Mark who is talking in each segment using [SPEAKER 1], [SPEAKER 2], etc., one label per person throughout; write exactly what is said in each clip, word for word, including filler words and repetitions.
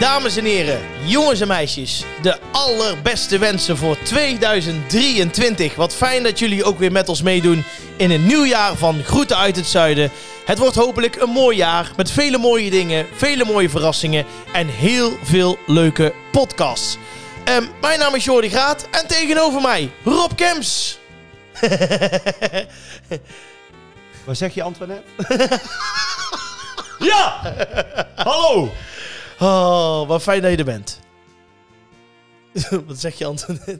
[SPEAKER 1] Dames en heren, jongens en meisjes, de allerbeste wensen voor tweeduizend drieëntwintig. Wat fijn dat jullie ook weer met ons meedoen in een nieuw jaar van Groeten uit het Zuiden. Het wordt hopelijk een mooi jaar met vele mooie dingen, vele mooie verrassingen en heel veel leuke podcasts. Um, mijn naam is Jordi Graat en tegenover mij Rob Kemps.
[SPEAKER 2] Wat zeg je, Antoinette? Ja! Hallo!
[SPEAKER 1] Oh, wat fijn dat je er bent. Wat zeg je, Antoinette?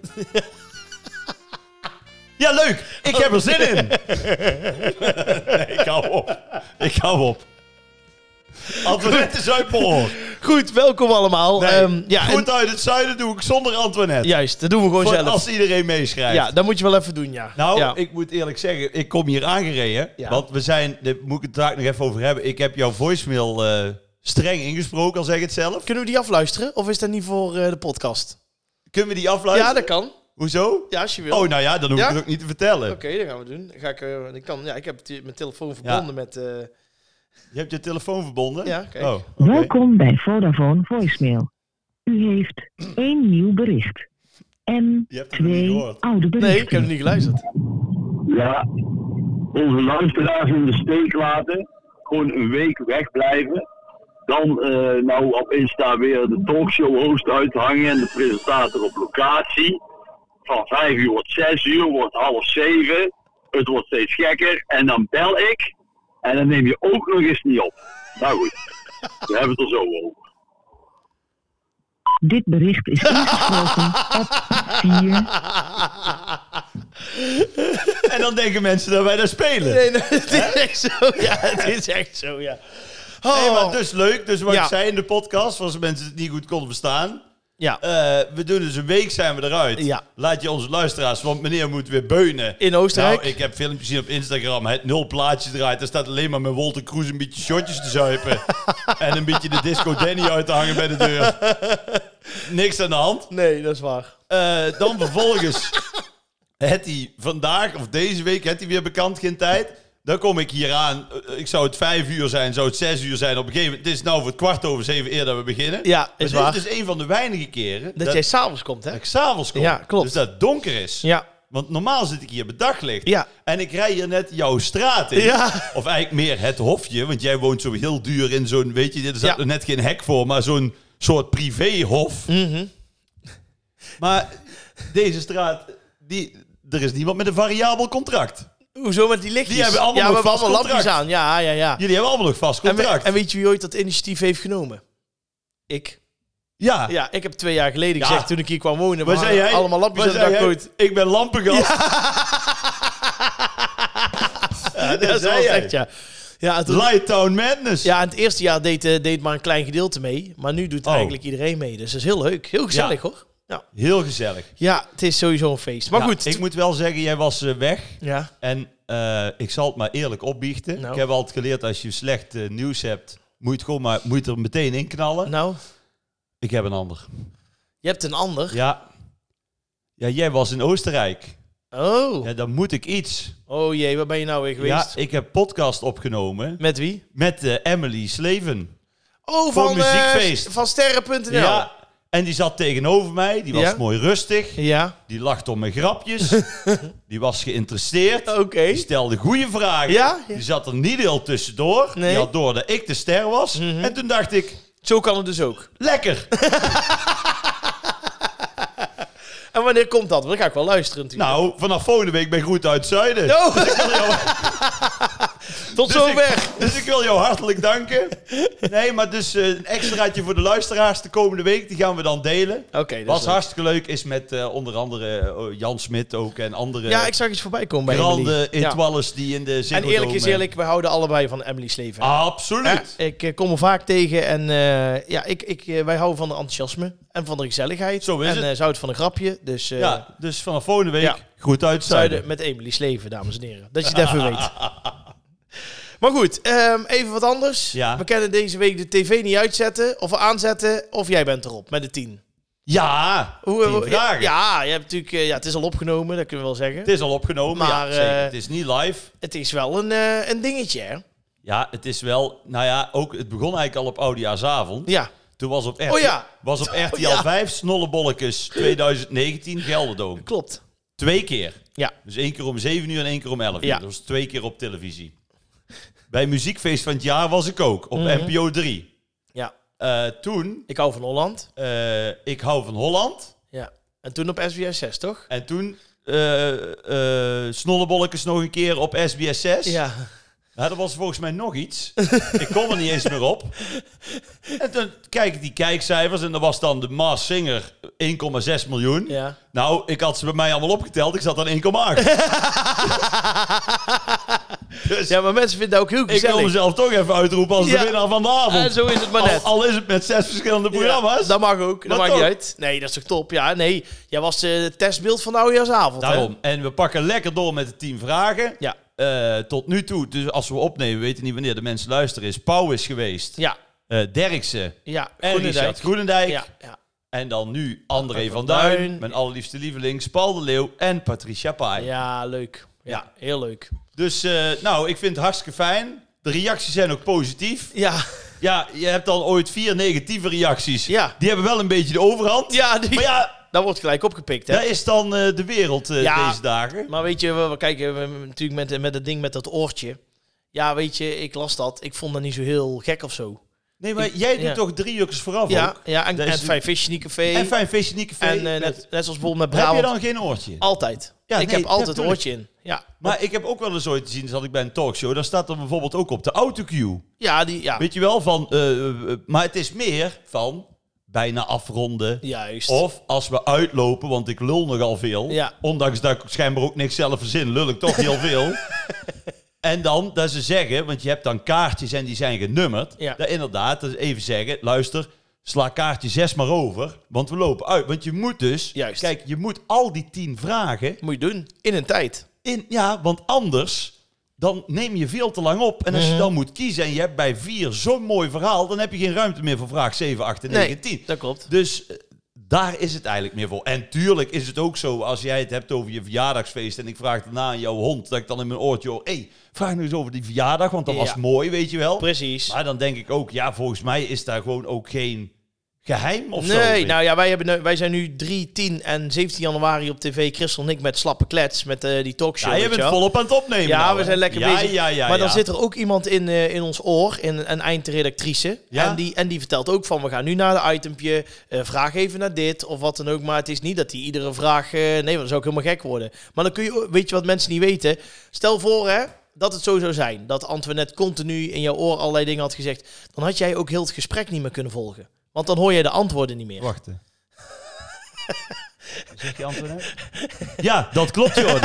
[SPEAKER 2] Ja, leuk! Ik heb er zin in! Nee, ik hou op. Ik hou op. Antoinette is uit mijn oor.
[SPEAKER 1] Goed, welkom allemaal.
[SPEAKER 2] Nee,
[SPEAKER 1] um, ja,
[SPEAKER 2] goed
[SPEAKER 1] en...
[SPEAKER 2] uit het zuiden doe ik zonder Antoinette.
[SPEAKER 1] Juist, dat doen we gewoon
[SPEAKER 2] Voor
[SPEAKER 1] zelf.
[SPEAKER 2] als iedereen meeschrijft.
[SPEAKER 1] Ja, dat moet je wel even doen, ja.
[SPEAKER 2] Nou,
[SPEAKER 1] ja.
[SPEAKER 2] ik moet eerlijk zeggen, ik kom hier aangereden.
[SPEAKER 1] Ja.
[SPEAKER 2] Want we zijn, daar moet ik het daar nog even over hebben. Ik heb jouw voicemail uh, streng ingesproken, al zeg ik het zelf.
[SPEAKER 1] Kunnen we die afluisteren? Of is dat niet voor uh, de podcast?
[SPEAKER 2] Kunnen we die afluisteren?
[SPEAKER 1] Ja, dat kan.
[SPEAKER 2] Hoezo?
[SPEAKER 1] Ja, als je wil.
[SPEAKER 2] Oh, nou ja, dan hoef
[SPEAKER 1] Ja?
[SPEAKER 2] ik het ook niet te vertellen.
[SPEAKER 1] Oké, okay, dat gaan we doen. Dan ga ik, uh, ik, kan, ja, ik heb t- mijn telefoon verbonden
[SPEAKER 2] Ja.
[SPEAKER 1] met... Uh...
[SPEAKER 2] Je hebt je telefoon verbonden?
[SPEAKER 1] Ja, kijk.
[SPEAKER 2] Oh, okay.
[SPEAKER 3] Welkom bij Vodafone Voicemail. U heeft één nieuw bericht. En
[SPEAKER 2] Je hebt het nog niet
[SPEAKER 3] twee
[SPEAKER 2] gehoord.
[SPEAKER 3] oude berichten.
[SPEAKER 1] Nee, ik heb hem niet geluisterd.
[SPEAKER 4] Ja, onze luisteraars in de steek laten. Gewoon een week wegblijven. Dan uh, nou op Insta weer de talkshow-host uithangen en de presentator op locatie. Van vijf uur wordt zes uur, wordt half zeven. Het wordt steeds gekker. En dan bel ik. En dan neem je ook nog eens niet op. Nou goed, we hebben het er zo over.
[SPEAKER 3] Dit bericht is ingesproken op vier.
[SPEAKER 2] En dan denken mensen dat wij daar spelen.
[SPEAKER 1] Nee, nee, het is echt zo. Ja, het is echt zo, ja. Oh.
[SPEAKER 2] Nee, maar dus leuk. Dus wat
[SPEAKER 1] Ja.
[SPEAKER 2] ik zei in de podcast, als mensen het niet goed konden verstaan.
[SPEAKER 1] Ja,
[SPEAKER 2] Uh, we doen dus een week zijn we eruit.
[SPEAKER 1] Ja.
[SPEAKER 2] Laat je onze luisteraars, want meneer moet weer beunen.
[SPEAKER 1] in Oostenrijk.
[SPEAKER 2] Nou, ik heb filmpjes gezien op Instagram. Het nul plaatjes draait. Er staat alleen maar met Wolter Kroes een beetje shotjes te zuipen. En een beetje de Disco Danny uit te hangen bij de deur. Niks aan de hand.
[SPEAKER 1] Nee, dat is waar.
[SPEAKER 2] Uh, dan vervolgens het hij vandaag of deze week het hij weer bekend geen tijd. Dan kom ik hier aan. Uh, ik zou het vijf uur zijn, zou het zes uur zijn. Op een gegeven moment, het is nou voor het kwart over zeven eer dat we beginnen.
[SPEAKER 1] Ja, is
[SPEAKER 2] maar
[SPEAKER 1] waar.
[SPEAKER 2] dit is dus een van de weinige keren
[SPEAKER 1] Dat,
[SPEAKER 2] dat,
[SPEAKER 1] jij s'avonds komt, hè?
[SPEAKER 2] dat ik s'avonds kom.
[SPEAKER 1] Ja, klopt.
[SPEAKER 2] Dus dat het donker is.
[SPEAKER 1] Ja.
[SPEAKER 2] Want normaal zit ik hier bij daglicht.
[SPEAKER 1] Ja.
[SPEAKER 2] En ik rij hier net jouw straat in.
[SPEAKER 1] Ja.
[SPEAKER 2] Of eigenlijk meer het hofje. Want jij woont zo heel duur in zo'n, weet je, er zat
[SPEAKER 1] Ja.
[SPEAKER 2] er net geen hek voor, maar zo'n soort privéhof.
[SPEAKER 1] Mhm.
[SPEAKER 2] Maar deze straat, die, er is niemand met een variabel contract.
[SPEAKER 1] Hoezo met die lichtjes?
[SPEAKER 2] Die hebben allemaal
[SPEAKER 1] ja, we
[SPEAKER 2] nog
[SPEAKER 1] hebben
[SPEAKER 2] vast
[SPEAKER 1] allemaal lampjes
[SPEAKER 2] contract.
[SPEAKER 1] aan. Ja, ja, ja.
[SPEAKER 2] Jullie hebben allemaal nog vast
[SPEAKER 1] En, we-
[SPEAKER 2] contract.
[SPEAKER 1] en weet je wie ooit dat initiatief heeft genomen? Ik.
[SPEAKER 2] ja.
[SPEAKER 1] Ja, ik heb twee jaar geleden
[SPEAKER 2] Ja.
[SPEAKER 1] gezegd toen ik hier kwam wonen.
[SPEAKER 2] Wat
[SPEAKER 1] we
[SPEAKER 2] zei
[SPEAKER 1] hadden
[SPEAKER 2] jij?
[SPEAKER 1] allemaal lampjes
[SPEAKER 2] Wat
[SPEAKER 1] aan de
[SPEAKER 2] zei jij?
[SPEAKER 1] dakgoot.
[SPEAKER 2] Ik ben lampengast. Ja, dat
[SPEAKER 1] Ja, dat
[SPEAKER 2] zei
[SPEAKER 1] was
[SPEAKER 2] jij.
[SPEAKER 1] echt, ja. Ja, en toen-
[SPEAKER 2] Lighttown Madness.
[SPEAKER 1] ja, en het eerste jaar deed, uh, deed maar een klein gedeelte mee. Maar nu doet
[SPEAKER 2] Oh.
[SPEAKER 1] eigenlijk iedereen mee. Dus dat is heel leuk. Heel gezellig,
[SPEAKER 2] Ja.
[SPEAKER 1] hoor. Ja.
[SPEAKER 2] Heel gezellig.
[SPEAKER 1] Ja, het is sowieso een feest. Maar
[SPEAKER 2] Ja,
[SPEAKER 1] goed.
[SPEAKER 2] ik moet wel zeggen, jij was uh, weg.
[SPEAKER 1] Ja.
[SPEAKER 2] En uh, ik zal het maar eerlijk opbiechten.
[SPEAKER 1] Nou.
[SPEAKER 2] Ik heb altijd geleerd, als je slecht uh, nieuws hebt, moet je het gewoon maar moet je er meteen in knallen.
[SPEAKER 1] Nou,
[SPEAKER 2] Ik heb een ander.
[SPEAKER 1] je hebt een ander.
[SPEAKER 2] Ja. Ja, jij was in Oostenrijk.
[SPEAKER 1] Oh.
[SPEAKER 2] Ja, dan moet ik iets.
[SPEAKER 1] Oh jee, waar ben je nou weer geweest?
[SPEAKER 2] Ja, ik heb podcast opgenomen
[SPEAKER 1] Met wie?
[SPEAKER 2] met uh, Emily Sleven.
[SPEAKER 1] Oh,
[SPEAKER 2] Voor
[SPEAKER 1] van,
[SPEAKER 2] muziekfeest.
[SPEAKER 1] Uh, van sterren punt n l.
[SPEAKER 2] Ja. En die zat tegenover mij. Die was
[SPEAKER 1] Ja?
[SPEAKER 2] mooi rustig.
[SPEAKER 1] Ja.
[SPEAKER 2] Die lachte om mijn grapjes. Die was geïnteresseerd.
[SPEAKER 1] Oké.
[SPEAKER 2] Die stelde goede vragen.
[SPEAKER 1] Ja? Ja.
[SPEAKER 2] Die zat er niet heel tussendoor.
[SPEAKER 1] Nee.
[SPEAKER 2] Die had door dat ik de ster was.
[SPEAKER 1] Mhm.
[SPEAKER 2] En toen dacht ik,
[SPEAKER 1] Zo kan het dus ook.
[SPEAKER 2] lekker.
[SPEAKER 1] En wanneer komt dat? Want dan ga ik wel luisteren natuurlijk.
[SPEAKER 2] Nou, vanaf volgende week ben ik goed uit het zuiden.
[SPEAKER 1] Oh.
[SPEAKER 2] Dus ik wil jou,
[SPEAKER 1] Tot
[SPEAKER 2] dus
[SPEAKER 1] zover.
[SPEAKER 2] ik, dus ik wil jou hartelijk danken. Nee, maar dus uh, een extraatje voor de luisteraars de komende week. Die gaan we dan delen.
[SPEAKER 1] Oké, okay,
[SPEAKER 2] Wat hartstikke leuk is met uh, onder andere uh, Jan Smit ook en andere
[SPEAKER 1] Ja, ik zag iets voorbij komen bij
[SPEAKER 2] grande
[SPEAKER 1] Emily. Ja.
[SPEAKER 2] étoiles die in de Ziggo
[SPEAKER 1] En eerlijk is
[SPEAKER 2] Dome-
[SPEAKER 1] eerlijk, we houden allebei van Emily Sleven.
[SPEAKER 2] Absoluut.
[SPEAKER 1] Ja, ik uh, kom er vaak tegen en uh, ja, ik, ik, uh, wij houden van de enthousiasme en van de gezelligheid.
[SPEAKER 2] Zo is
[SPEAKER 1] en
[SPEAKER 2] het.
[SPEAKER 1] uh, ze houdt van een grapje. Dus uh,
[SPEAKER 2] Ja, dus vanaf volgende week
[SPEAKER 1] Ja.
[SPEAKER 2] goed uit het zuiden.
[SPEAKER 1] Zuiden met Emily Sleven, dames en heren. Dat je het even weet. Maar goed, um, even wat anders.
[SPEAKER 2] Ja.
[SPEAKER 1] We kunnen deze week de tv niet uitzetten of aanzetten of jij bent erop met de tien.
[SPEAKER 2] Ja,
[SPEAKER 1] Hoe,
[SPEAKER 2] tien
[SPEAKER 1] hoe-
[SPEAKER 2] vragen.
[SPEAKER 1] Ja, je hebt natuurlijk, uh, ja, het is al opgenomen, dat kunnen we wel zeggen.
[SPEAKER 2] Het is al opgenomen,
[SPEAKER 1] Maar,
[SPEAKER 2] ja, zeker.
[SPEAKER 1] eh,
[SPEAKER 2] Het is niet live.
[SPEAKER 1] Het is wel een, uh, een dingetje, hè?
[SPEAKER 2] Ja, het is wel... Nou ja, ook, het begon eigenlijk al op Oudejaarsavond.
[SPEAKER 1] Ja.
[SPEAKER 2] Toen was op, R T L,
[SPEAKER 1] Oh ja.
[SPEAKER 2] was op R T L
[SPEAKER 1] Oh ja.
[SPEAKER 2] vijf Snollebolletjes twintig negentien Gelderdoom.
[SPEAKER 1] Klopt.
[SPEAKER 2] Twee keer.
[SPEAKER 1] Ja.
[SPEAKER 2] Dus één keer om zeven uur en één keer om elf uur.
[SPEAKER 1] Ja.
[SPEAKER 2] Dat was twee keer op televisie. Bij Muziekfeest van het jaar was ik ook. Op
[SPEAKER 1] Mhm.
[SPEAKER 2] N P O drie.
[SPEAKER 1] Ja.
[SPEAKER 2] Uh, toen...
[SPEAKER 1] Ik hou van Holland.
[SPEAKER 2] Uh, ik hou van Holland.
[SPEAKER 1] Ja. En toen op S B S zes, toch?
[SPEAKER 2] En toen... Uh, uh, Snollebolletjes nog een keer op S B S zes.
[SPEAKER 1] Ja.
[SPEAKER 2] Ja, dat was volgens mij nog iets. Ik kon er niet eens meer op. En toen kijk ik die kijkcijfers en dat was dan de Masked Singer één komma zes miljoen.
[SPEAKER 1] Ja.
[SPEAKER 2] Nou, ik had ze bij mij allemaal opgeteld. Ik zat aan één komma acht. Dus
[SPEAKER 1] Ja, maar mensen vinden dat ook heel
[SPEAKER 2] ik wil
[SPEAKER 1] gezellig.
[SPEAKER 2] mezelf toch even uitroepen als
[SPEAKER 1] Ja.
[SPEAKER 2] de winnaar van de avond.
[SPEAKER 1] En zo is het maar net.
[SPEAKER 2] Al, al is het met zes verschillende programma's.
[SPEAKER 1] Ja, dat mag ook. Dat
[SPEAKER 2] Maar
[SPEAKER 1] maakt
[SPEAKER 2] toch.
[SPEAKER 1] niet uit. Nee, dat is toch top. Ja, nee. Jij was uh, het testbeeld van de oudejaarsavond.
[SPEAKER 2] Daarom. En we pakken lekker door met de tien vragen.
[SPEAKER 1] Ja.
[SPEAKER 2] Uh, tot nu toe, dus als we opnemen, we weten niet wanneer de mensen luisteren, is Pauw is geweest.
[SPEAKER 1] Ja.
[SPEAKER 2] Uh, Derksen.
[SPEAKER 1] Ja.
[SPEAKER 2] En
[SPEAKER 1] Groenendijk.
[SPEAKER 2] Richard Groenendijk.
[SPEAKER 1] Ja. Ja.
[SPEAKER 2] En dan nu André
[SPEAKER 1] Van
[SPEAKER 2] van Duin,
[SPEAKER 1] Duin.
[SPEAKER 2] mijn allerliefste lieveling, Paul de Leeuw en Patricia Pai.
[SPEAKER 1] Ja, leuk. Ja,
[SPEAKER 2] Ja.
[SPEAKER 1] heel leuk.
[SPEAKER 2] Dus, uh, nou, ik vind het hartstikke fijn. De reacties zijn ook positief.
[SPEAKER 1] Ja.
[SPEAKER 2] Ja, je hebt dan ooit vier negatieve reacties.
[SPEAKER 1] Ja.
[SPEAKER 2] Die hebben wel een beetje de overhand.
[SPEAKER 1] Ja, die,
[SPEAKER 2] Maar ja,
[SPEAKER 1] dat wordt gelijk opgepikt, hè?
[SPEAKER 2] dat is dan uh, de wereld uh,
[SPEAKER 1] Ja.
[SPEAKER 2] deze dagen.
[SPEAKER 1] Maar weet je, we, we kijken we, hebben natuurlijk met, met het ding met dat oortje. Ja, weet je, ik las dat. Ik vond dat niet zo heel gek of zo.
[SPEAKER 2] Nee, maar
[SPEAKER 1] Ik-
[SPEAKER 2] jij doet
[SPEAKER 1] ja.
[SPEAKER 2] toch drie uurtjes vooraf
[SPEAKER 1] Ja,
[SPEAKER 2] ook?
[SPEAKER 1] ja en,
[SPEAKER 2] Dat
[SPEAKER 1] en
[SPEAKER 2] is-
[SPEAKER 1] Fijn Visje Niet Café.
[SPEAKER 2] En Fijn Feestje Niet Café.
[SPEAKER 1] En uh,
[SPEAKER 2] Met-
[SPEAKER 1] net, net zoals bijvoorbeeld met
[SPEAKER 2] Heb je
[SPEAKER 1] Brabant.
[SPEAKER 2] dan geen oortje?
[SPEAKER 1] Altijd.
[SPEAKER 2] Ja,
[SPEAKER 1] ik
[SPEAKER 2] nee,
[SPEAKER 1] heb altijd
[SPEAKER 2] dat
[SPEAKER 1] een
[SPEAKER 2] bedoel
[SPEAKER 1] oortje in. Ja,
[SPEAKER 2] Maar ik heb ook wel eens ooit gezien, zat ik bij een talkshow, daar staat er bijvoorbeeld ook op de autocue.
[SPEAKER 1] ja, die, ja.
[SPEAKER 2] Weet je wel, van, uh, uh, maar het is meer van bijna afronden.
[SPEAKER 1] Juist.
[SPEAKER 2] Of als we uitlopen, want ik lul nogal veel.
[SPEAKER 1] Ja.
[SPEAKER 2] Ondanks dat ik schijnbaar ook niks zelf verzin, lul ik toch heel veel. En dan dat ze zeggen, want je hebt dan kaartjes en die zijn genummerd.
[SPEAKER 1] Ja.
[SPEAKER 2] Dat inderdaad, dat is even zeggen, luister, sla kaartje zes maar over, want we lopen uit. Want je moet dus,
[SPEAKER 1] Juist.
[SPEAKER 2] kijk, je moet al die tien vragen
[SPEAKER 1] Moet je doen. In een tijd.
[SPEAKER 2] in, ja, want anders dan neem je veel te lang op. En als je
[SPEAKER 1] Mhm.
[SPEAKER 2] dan moet kiezen en je hebt bij vier zo'n mooi verhaal, dan heb je geen ruimte meer voor vraag zeven, acht en negen en tien.
[SPEAKER 1] dat klopt.
[SPEAKER 2] Dus eh, daar is het eigenlijk meer voor. En tuurlijk is het ook zo, als jij het hebt over je verjaardagsfeest en ik vraag daarna aan jouw hond, dat ik dan in mijn oortje hoor, hé, hey, vraag nu eens over die verjaardag, want dat
[SPEAKER 1] Ja.
[SPEAKER 2] was mooi, weet je wel.
[SPEAKER 1] Precies.
[SPEAKER 2] Maar dan denk ik ook, ja, volgens mij is daar gewoon ook geen geheim of zo.
[SPEAKER 1] Nee, nou ja, wij, hebben, nu- wij zijn nu drie, tien en zeventien januari op tv. Christel en ik met Slappe Klets, met uh, die talkshow.
[SPEAKER 2] Ja, je
[SPEAKER 1] weet
[SPEAKER 2] bent
[SPEAKER 1] wel.
[SPEAKER 2] volop aan het opnemen.
[SPEAKER 1] Ja,
[SPEAKER 2] nou,
[SPEAKER 1] we
[SPEAKER 2] hè?
[SPEAKER 1] zijn lekker
[SPEAKER 2] ja,
[SPEAKER 1] bezig.
[SPEAKER 2] Ja, ja,
[SPEAKER 1] maar dan
[SPEAKER 2] ja.
[SPEAKER 1] zit er ook iemand in, uh, in ons oor, in, een eindredactrice.
[SPEAKER 2] Ja?
[SPEAKER 1] En, die, en die vertelt ook van, we gaan nu naar de itempje, uh, vraag even naar dit of wat dan ook. Maar het is niet dat die iedere vraag... Uh, nee, want dan zou ik helemaal gek worden. Maar dan kun je, weet je wat mensen niet weten? Stel voor, hè, dat het zo zou zijn. Dat Antoinette continu in jouw oor allerlei dingen had gezegd. Dan had jij ook heel het gesprek niet meer kunnen volgen. Want dan hoor je de antwoorden niet meer.
[SPEAKER 2] Wachten. Zeg je Antoinette? Ja, dat klopt, Jordi.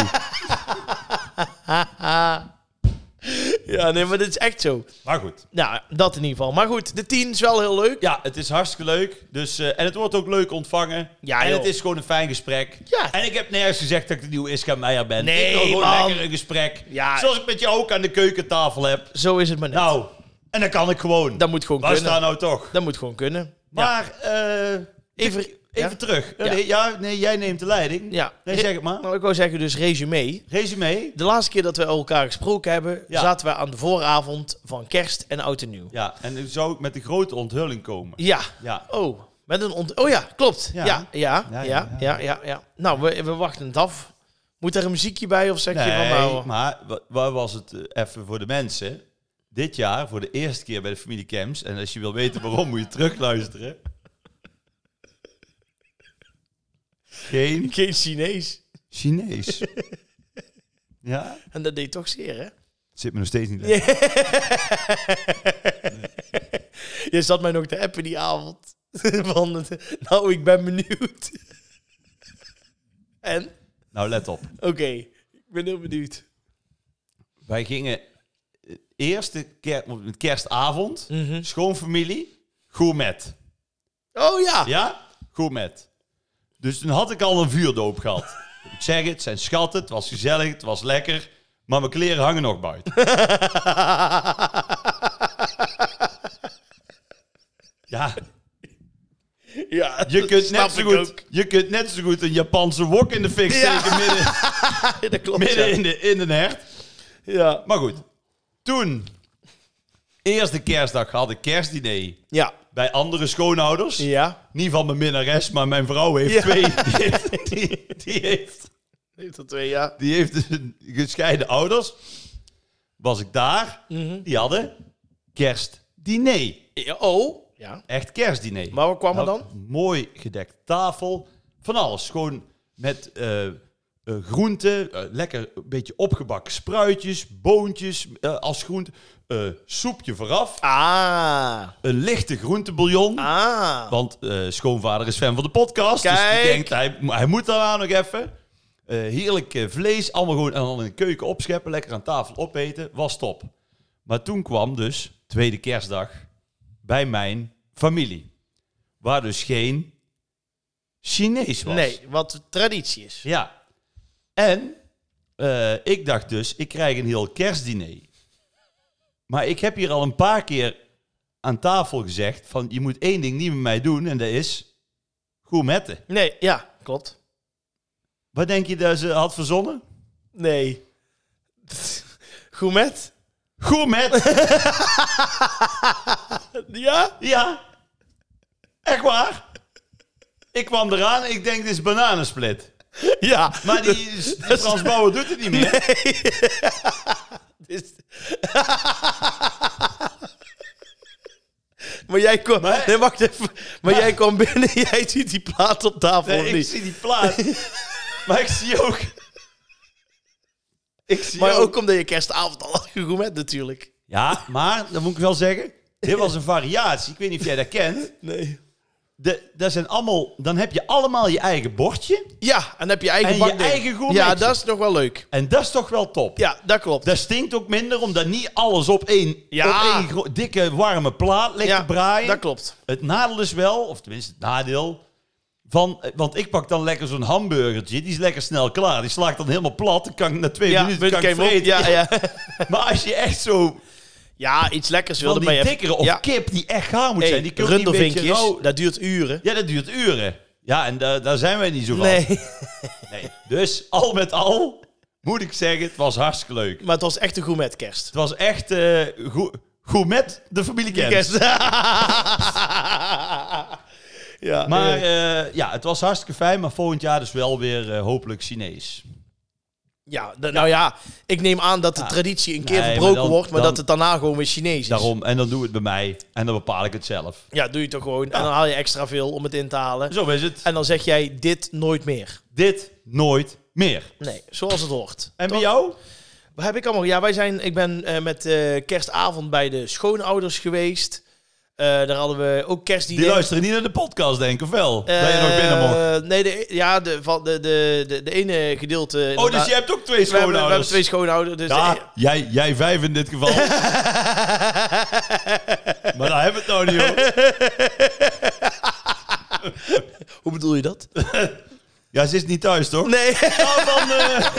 [SPEAKER 1] Ja, nee, maar dit is echt zo.
[SPEAKER 2] Maar goed.
[SPEAKER 1] Nou, dat in ieder geval. Maar goed, de tien is wel heel leuk.
[SPEAKER 2] Ja, het is hartstikke leuk. Dus, uh, en het wordt ook leuk ontvangen.
[SPEAKER 1] Ja,
[SPEAKER 2] en
[SPEAKER 1] joh.
[SPEAKER 2] het is gewoon een fijn gesprek.
[SPEAKER 1] Ja.
[SPEAKER 2] En ik heb nergens gezegd dat ik de nieuwe Iska Meijer ben.
[SPEAKER 1] Nee,
[SPEAKER 2] ik wil gewoon
[SPEAKER 1] man.
[SPEAKER 2] lekker een gesprek.
[SPEAKER 1] Ja.
[SPEAKER 2] Zoals ik met jou ook aan de keukentafel heb.
[SPEAKER 1] Zo is het maar net.
[SPEAKER 2] Nou, en dan kan ik gewoon.
[SPEAKER 1] dat moet gewoon
[SPEAKER 2] Waar
[SPEAKER 1] kunnen.
[SPEAKER 2] staan nou toch?
[SPEAKER 1] Dat moet gewoon kunnen. Ja.
[SPEAKER 2] Maar, eh
[SPEAKER 1] Even-
[SPEAKER 2] even,
[SPEAKER 1] ja?
[SPEAKER 2] even terug.
[SPEAKER 1] Ja.
[SPEAKER 2] Nee, ja, nee, jij neemt de leiding.
[SPEAKER 1] Ja.
[SPEAKER 2] Nee, zeg het maar.
[SPEAKER 1] Nou, ik wou zeggen dus resume.
[SPEAKER 2] Resume.
[SPEAKER 1] De laatste keer dat we elkaar gesproken hebben,
[SPEAKER 2] Ja.
[SPEAKER 1] zaten we aan de vooravond van kerst en oud en nieuw.
[SPEAKER 2] Ja, en nu zou ik met de grote onthulling komen.
[SPEAKER 1] Ja.
[SPEAKER 2] Ja.
[SPEAKER 1] Oh, met een ont... Oh ja, klopt. Ja,
[SPEAKER 2] Ja.
[SPEAKER 1] ja, ja,
[SPEAKER 2] Ja,
[SPEAKER 1] ja,
[SPEAKER 2] ja,
[SPEAKER 1] ja,
[SPEAKER 2] ja.
[SPEAKER 1] ja. ja. Nou, we, we wachten het af. Moet er een muziekje bij of zeg je van
[SPEAKER 2] Nee,
[SPEAKER 1] nou...
[SPEAKER 2] maar wa- waar was het eh, even voor de mensen? Dit jaar, voor de eerste keer bij de familie Kems. En als je wil weten waarom, moet je terugluisteren. Geen
[SPEAKER 1] Geen Chinees.
[SPEAKER 2] Chinees. Ja?
[SPEAKER 1] En dat deed toch zeer, hè?
[SPEAKER 2] Zit me nog steeds niet lekker.
[SPEAKER 1] Je zat mij nog te appen die avond. Van, het- nou, ik ben benieuwd. En?
[SPEAKER 2] Nou, let op.
[SPEAKER 1] Oké, ik ben heel benieuwd.
[SPEAKER 2] Wij gingen eh, eerste ker kerstavond,
[SPEAKER 1] Mhm.
[SPEAKER 2] schoonfamilie, gourmet.
[SPEAKER 1] Oh ja!
[SPEAKER 2] Ja? Gourmet. Dus toen had ik al een vuurdoop gehad. Ik moet zeggen, het zijn schatten, het was gezellig, het was lekker. Maar mijn kleren hangen nog buiten. Ja,
[SPEAKER 1] Ja,
[SPEAKER 2] je
[SPEAKER 1] dat
[SPEAKER 2] kunt,
[SPEAKER 1] snap
[SPEAKER 2] net zo
[SPEAKER 1] ik
[SPEAKER 2] goed,
[SPEAKER 1] ook.
[SPEAKER 2] je kunt net zo goed een Japanse wok in de fik
[SPEAKER 1] Ja.
[SPEAKER 2] steken midden,
[SPEAKER 1] Dat klopt,
[SPEAKER 2] midden
[SPEAKER 1] ja.
[SPEAKER 2] in, de, in de hert.
[SPEAKER 1] Ja.
[SPEAKER 2] Maar goed, toen Eerste kerstdag had ik kerstdiner
[SPEAKER 1] Ja.
[SPEAKER 2] bij andere schoonouders.
[SPEAKER 1] Ja.
[SPEAKER 2] Niet van mijn minnares, maar mijn vrouw heeft
[SPEAKER 1] Ja.
[SPEAKER 2] twee. Die heeft, die, die heeft,
[SPEAKER 1] Heeft er twee, ja.
[SPEAKER 2] die heeft dus een gescheiden ouders. Was ik daar.
[SPEAKER 1] Mhm.
[SPEAKER 2] Die hadden kerstdiner.
[SPEAKER 1] Ja, oh. Ja.
[SPEAKER 2] Echt kerstdiner.
[SPEAKER 1] Maar wat kwam er
[SPEAKER 2] Nou,
[SPEAKER 1] dan?
[SPEAKER 2] Mooi gedekt tafel. Van alles. Gewoon met uh, uh, groenten. Uh, lekker een beetje opgebakken spruitjes. Boontjes uh, als groente. Uh, soepje vooraf.
[SPEAKER 1] Ah.
[SPEAKER 2] Een lichte groentebouillon.
[SPEAKER 1] Ah.
[SPEAKER 2] Want uh, schoonvader is fan van de podcast.
[SPEAKER 1] Kijk.
[SPEAKER 2] Dus die denkt, hij, hij moet daarna nog even. Uh, heerlijk uh, vlees. Allemaal gewoon en dan in de keuken opscheppen. Lekker aan tafel opeten. Was top. Maar toen kwam dus, tweede kerstdag, bij mijn familie. Waar dus geen Chinees was.
[SPEAKER 1] Nee, wat traditie is.
[SPEAKER 2] Ja. En uh, ik dacht dus, ik krijg een heel kerstdiner. Maar ik heb hier al een paar keer aan tafel gezegd van je moet één ding niet met mij doen en dat is gourmetten.
[SPEAKER 1] Nee, ja, klopt.
[SPEAKER 2] Wat denk je dat ze had verzonnen?
[SPEAKER 1] Nee. Gourmet?
[SPEAKER 2] Gourmet!
[SPEAKER 1] Ja?
[SPEAKER 2] Ja. Echt waar. Ik kwam eraan en ik denk dit is bananensplit.
[SPEAKER 1] Ja.
[SPEAKER 2] Maar die, die Frans Bauer doet het niet meer.
[SPEAKER 1] Nee. Maar jij kwam...
[SPEAKER 2] Maar-
[SPEAKER 1] Nee, wacht even. Maar jij kwam binnen, jij ziet die plaat op tafel,
[SPEAKER 2] Nee,
[SPEAKER 1] of
[SPEAKER 2] ik
[SPEAKER 1] niet?
[SPEAKER 2] zie die plaat. Maar ik zie ook... Ik zie
[SPEAKER 1] Maar
[SPEAKER 2] ook...
[SPEAKER 1] ook omdat je kerstavond al had gegourmet natuurlijk.
[SPEAKER 2] Ja, maar, dat moet ik wel zeggen... Dit was een variatie. Ik weet niet of jij dat kent.
[SPEAKER 1] Nee.
[SPEAKER 2] De, dat zijn allemaal... Dan heb je allemaal je eigen bordje.
[SPEAKER 1] Ja, en dan heb je eigen
[SPEAKER 2] En je
[SPEAKER 1] bakding.
[SPEAKER 2] eigen gourmetje.
[SPEAKER 1] Ja, dat is nog wel leuk.
[SPEAKER 2] En dat is toch wel top.
[SPEAKER 1] Ja, dat klopt.
[SPEAKER 2] Dat stinkt ook minder, omdat niet alles op één,
[SPEAKER 1] Ja.
[SPEAKER 2] op één gro- dikke, warme plaat ligt
[SPEAKER 1] ja,
[SPEAKER 2] te braaien.
[SPEAKER 1] dat klopt.
[SPEAKER 2] Het nadeel is wel, of tenminste het nadeel... Van, want ik pak dan lekker zo'n hamburgertje. Die is lekker snel klaar. Die slaakt dan helemaal plat. Dan kan ik na twee
[SPEAKER 1] Ja,
[SPEAKER 2] minuten kan ik
[SPEAKER 1] kan je hem op-
[SPEAKER 2] vreten.
[SPEAKER 1] ja, ja.
[SPEAKER 2] Maar als je echt zo...
[SPEAKER 1] Ja, iets lekkers
[SPEAKER 2] Van
[SPEAKER 1] wilde
[SPEAKER 2] die
[SPEAKER 1] maar je
[SPEAKER 2] dikkere of
[SPEAKER 1] ja.
[SPEAKER 2] kip die echt gaar moet
[SPEAKER 1] Hey,
[SPEAKER 2] zijn. Die kun je niet een beetje
[SPEAKER 1] rundervinkjes,
[SPEAKER 2] rauw-
[SPEAKER 1] dat duurt uren.
[SPEAKER 2] Ja, dat duurt uren. Ja, en da- daar zijn wij niet zo van.
[SPEAKER 1] Nee,
[SPEAKER 2] Nee. Dus al met al moet ik zeggen, het was hartstikke leuk.
[SPEAKER 1] maar het was echt een gourmet kerst.
[SPEAKER 2] Het was echt uh, goed, goed met de familie Kent.
[SPEAKER 1] Kerst. Ja,
[SPEAKER 2] Maar
[SPEAKER 1] eh,
[SPEAKER 2] uh, ja, het was hartstikke fijn. Maar volgend jaar dus wel weer uh, hopelijk Chinees.
[SPEAKER 1] ja, d- nou ja, ik neem aan dat de
[SPEAKER 2] Ja.
[SPEAKER 1] traditie een keer
[SPEAKER 2] Nee, maar
[SPEAKER 1] verbroken
[SPEAKER 2] dan-
[SPEAKER 1] wordt, maar
[SPEAKER 2] dan-
[SPEAKER 1] dat het daarna gewoon weer Chinees is.
[SPEAKER 2] Daarom, en dan doe het bij mij. En dan bepaal ik het zelf.
[SPEAKER 1] Ja, doe je toch gewoon. En dan haal je extra veel om het in te halen.
[SPEAKER 2] Zo is het.
[SPEAKER 1] En dan zeg jij dit nooit meer.
[SPEAKER 2] Dit nooit meer.
[SPEAKER 1] Nee, zoals het hoort.
[SPEAKER 2] En bij
[SPEAKER 1] Toch?
[SPEAKER 2] jou?
[SPEAKER 1] Wat heb ik allemaal? Ja, wij zijn, ik ben eh, met eh, kerstavond bij de schoonouders geweest. Eh, daar hadden we ook kerstdiner.
[SPEAKER 2] Die luisteren niet naar de podcast, denk ik, of wel? dat je nog binnen mocht.
[SPEAKER 1] Eh, Nee, de, ja, de, van de, de, de, de ene gedeelte...
[SPEAKER 2] Oh, dus
[SPEAKER 1] inderdaad-
[SPEAKER 2] je hebt ook twee
[SPEAKER 1] we hebben, we hebben
[SPEAKER 2] schoonouders.
[SPEAKER 1] twee schoonouders. Dus
[SPEAKER 2] Ja,
[SPEAKER 1] de-
[SPEAKER 2] jij, jij vijf in dit geval. Maar daar hebben we het nou niet over.
[SPEAKER 1] Hoe bedoel je dat?
[SPEAKER 2] Ja, ze is niet thuis, toch?
[SPEAKER 1] Nee.
[SPEAKER 2] Nou, dan, eh,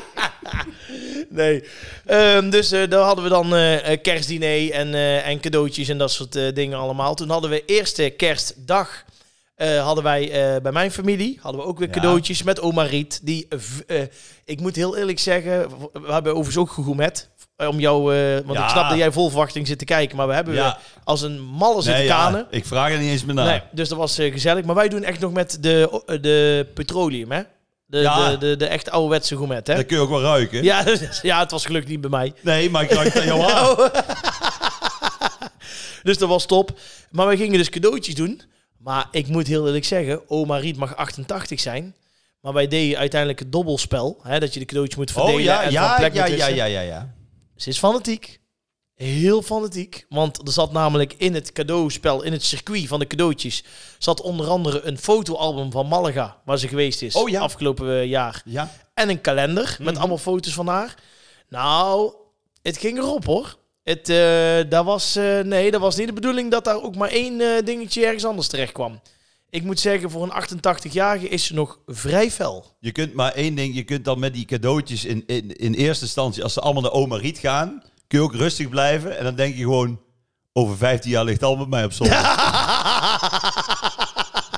[SPEAKER 1] Nee. Ehm, dus eh, daar hadden we dan eh, eh, kerstdiner en, eh, en cadeautjes en dat soort eh, dingen allemaal. Toen hadden we eerste kerstdag eh, hadden wij eh, bij mijn familie hadden we ook weer
[SPEAKER 2] Ja.
[SPEAKER 1] cadeautjes met oma Riet. Die, eh, v- eh, ik moet heel eerlijk zeggen, we hebben overigens ook gegourmet. eh, Om jou, eh, want
[SPEAKER 2] Ja.
[SPEAKER 1] ik snap dat jij vol verwachting zit te kijken, maar we hebben
[SPEAKER 2] Ja.
[SPEAKER 1] weer als een malle zitten
[SPEAKER 2] nee, ja,
[SPEAKER 1] kanen.
[SPEAKER 2] ik vraag er niet eens meer naar.
[SPEAKER 1] Nee, dus dat was eh, gezellig. Maar wij doen echt nog met de, de petroleum, hè? De,
[SPEAKER 2] Ja.
[SPEAKER 1] de, de, de echt ouderwetse gourmet, hè?
[SPEAKER 2] Dat kun je ook wel ruiken.
[SPEAKER 1] Ja, ja, het was gelukkig niet bij mij.
[SPEAKER 2] Nee, maar ik ruik het aan jouw haar.
[SPEAKER 1] Dus dat was top. Maar we gingen dus cadeautjes doen. Maar ik moet heel eerlijk zeggen, oma Riet mag achtentachtig zijn. Maar wij deden uiteindelijk het dobbelspel. Hè, dat je de cadeautjes moet verdelen
[SPEAKER 2] Oh ja,
[SPEAKER 1] en van
[SPEAKER 2] ja,
[SPEAKER 1] plek
[SPEAKER 2] ja,
[SPEAKER 1] moet
[SPEAKER 2] ja,
[SPEAKER 1] wisselen.
[SPEAKER 2] ja, ja, ja.
[SPEAKER 1] Ze is fanatiek. Heel fanatiek. Want er zat namelijk in het cadeauspel, in het circuit van de cadeautjes, zat onder andere een fotoalbum van Malaga, waar ze geweest is
[SPEAKER 2] Oh ja.
[SPEAKER 1] afgelopen eh, jaar.
[SPEAKER 2] Ja.
[SPEAKER 1] En een kalender met
[SPEAKER 2] Mhm.
[SPEAKER 1] allemaal foto's van haar. Nou, het ging erop hoor. Het, eh, dat was, eh, nee, dat was niet de bedoeling dat daar ook maar één eh, dingetje ergens anders terecht kwam. Ik moet zeggen, voor een achtentachtig-jarige is ze nog vrij fel.
[SPEAKER 2] Je kunt maar één ding, je kunt dan met die cadeautjes in, in, in eerste instantie, als ze allemaal naar oma Riet gaan, kun je ook rustig blijven. En dan denk je gewoon, over vijftien jaar ligt het al met mij op zolder.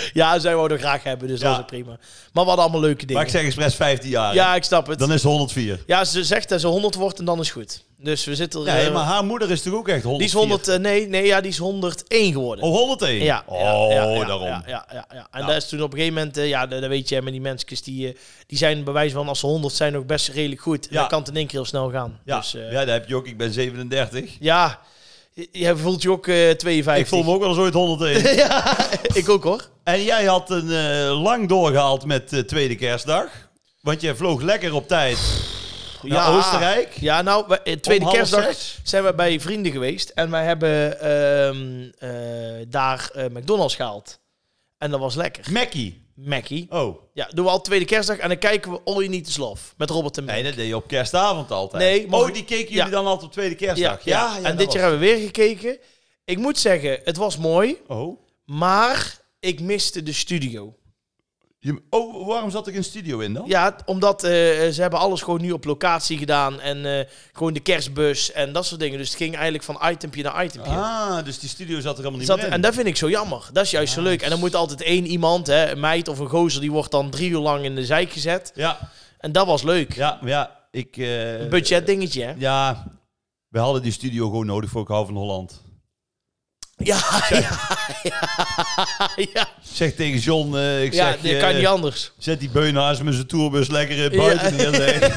[SPEAKER 1] Ja, zij wouden graag hebben, dus
[SPEAKER 2] Ja.
[SPEAKER 1] dat was ook prima. Maar we hadden allemaal leuke dingen.
[SPEAKER 2] Maar ik zeg expres vijftien jaar.
[SPEAKER 1] Ja, ik snap het.
[SPEAKER 2] Dan is het honderdvier.
[SPEAKER 1] Ja, ze zegt dat ze honderd wordt en dan is goed. Dus we zitten er...
[SPEAKER 2] Nee,
[SPEAKER 1] eh,
[SPEAKER 2] maar haar moeder is toch ook echt
[SPEAKER 1] die
[SPEAKER 2] honderdvier?
[SPEAKER 1] is honderd... eh, nee, nee, ja, die is honderdéén geworden.
[SPEAKER 2] Oh, honderdéén?
[SPEAKER 1] Ja,
[SPEAKER 2] Oh,
[SPEAKER 1] ja, ja, ja,
[SPEAKER 2] daarom.
[SPEAKER 1] Ja, ja, ja, ja. En
[SPEAKER 2] Ja.
[SPEAKER 1] dat is toen op een gegeven moment, uh, ja, dat, dat weet je, met die mensen die, uh, die zijn bij wijze van als ze honderd zijn nog best redelijk goed.
[SPEAKER 2] Ja.
[SPEAKER 1] Dan kan het in één keer heel snel gaan.
[SPEAKER 2] Ja.
[SPEAKER 1] Dus, uh,
[SPEAKER 2] ja, dat heb je ook. Ik ben zevenendertig.
[SPEAKER 1] ja, jij voelt je ook uh, tweeënvijftig.
[SPEAKER 2] Ik voel me ook wel eens ooit honderdéén.
[SPEAKER 1] Ja, ik ook hoor.
[SPEAKER 2] En jij had een uh, lang doorgehaald met uh, tweede kerstdag. Want jij vloog lekker op tijd naar
[SPEAKER 1] Ja.
[SPEAKER 2] Oostenrijk.
[SPEAKER 1] Ja, nou, we- uh, tweede
[SPEAKER 2] Om half
[SPEAKER 1] kerstdag
[SPEAKER 2] zes.
[SPEAKER 1] zijn we bij vrienden geweest. En wij hebben ehm, uh, daar uh, McDonald's gehaald. En dat was lekker.
[SPEAKER 2] Mackie.
[SPEAKER 1] Mackie.
[SPEAKER 2] Oh.
[SPEAKER 1] Ja, doen we al tweede kerstdag. En dan kijken we All You Need Is Love. Met Robert en
[SPEAKER 2] Nee,
[SPEAKER 1] Mick.
[SPEAKER 2] dat deed je op kerstavond altijd.
[SPEAKER 1] Nee, maar-
[SPEAKER 2] oh, die keken jullie
[SPEAKER 1] Ja.
[SPEAKER 2] dan altijd op tweede kerstdag?
[SPEAKER 1] Ja,
[SPEAKER 2] Ja,
[SPEAKER 1] ja,
[SPEAKER 2] ja,
[SPEAKER 1] en
[SPEAKER 2] dat
[SPEAKER 1] dit
[SPEAKER 2] was-
[SPEAKER 1] jaar hebben we weer gekeken. Ik moet zeggen, het was mooi,
[SPEAKER 2] Oh.
[SPEAKER 1] maar ik miste de studio.
[SPEAKER 2] Je- oh, waarom zat ik een studio in dan?
[SPEAKER 1] Ja, omdat eh, ze hebben alles gewoon nu op locatie gedaan en eh, gewoon de kerstbus en dat soort dingen. Dus het ging eigenlijk van itempje naar itempje.
[SPEAKER 2] Ah, dus die studio zat er helemaal niet
[SPEAKER 1] Zat-
[SPEAKER 2] meer in.
[SPEAKER 1] en dat vind ik zo jammer. Dat is juist zo leuk. En dan moet altijd één iemand, hè, een meid of een gozer, die wordt dan drie uur lang in de zijk gezet.
[SPEAKER 2] Ja,
[SPEAKER 1] En dat was leuk.
[SPEAKER 2] ja, maar ja, ik... eh,
[SPEAKER 1] Een budget dingetje, hè?
[SPEAKER 2] Ja, we hadden die studio gewoon nodig voor Ik hou van Holland.
[SPEAKER 1] Ja, ja, ja, ja.
[SPEAKER 2] Zeg tegen John, eh, ik
[SPEAKER 1] Ja,
[SPEAKER 2] zeg...
[SPEAKER 1] dat
[SPEAKER 2] eh,
[SPEAKER 1] kan niet anders.
[SPEAKER 2] Zet die beunhaas met zijn tourbus lekker eh, buiten
[SPEAKER 1] Ja.
[SPEAKER 2] neer. zeg.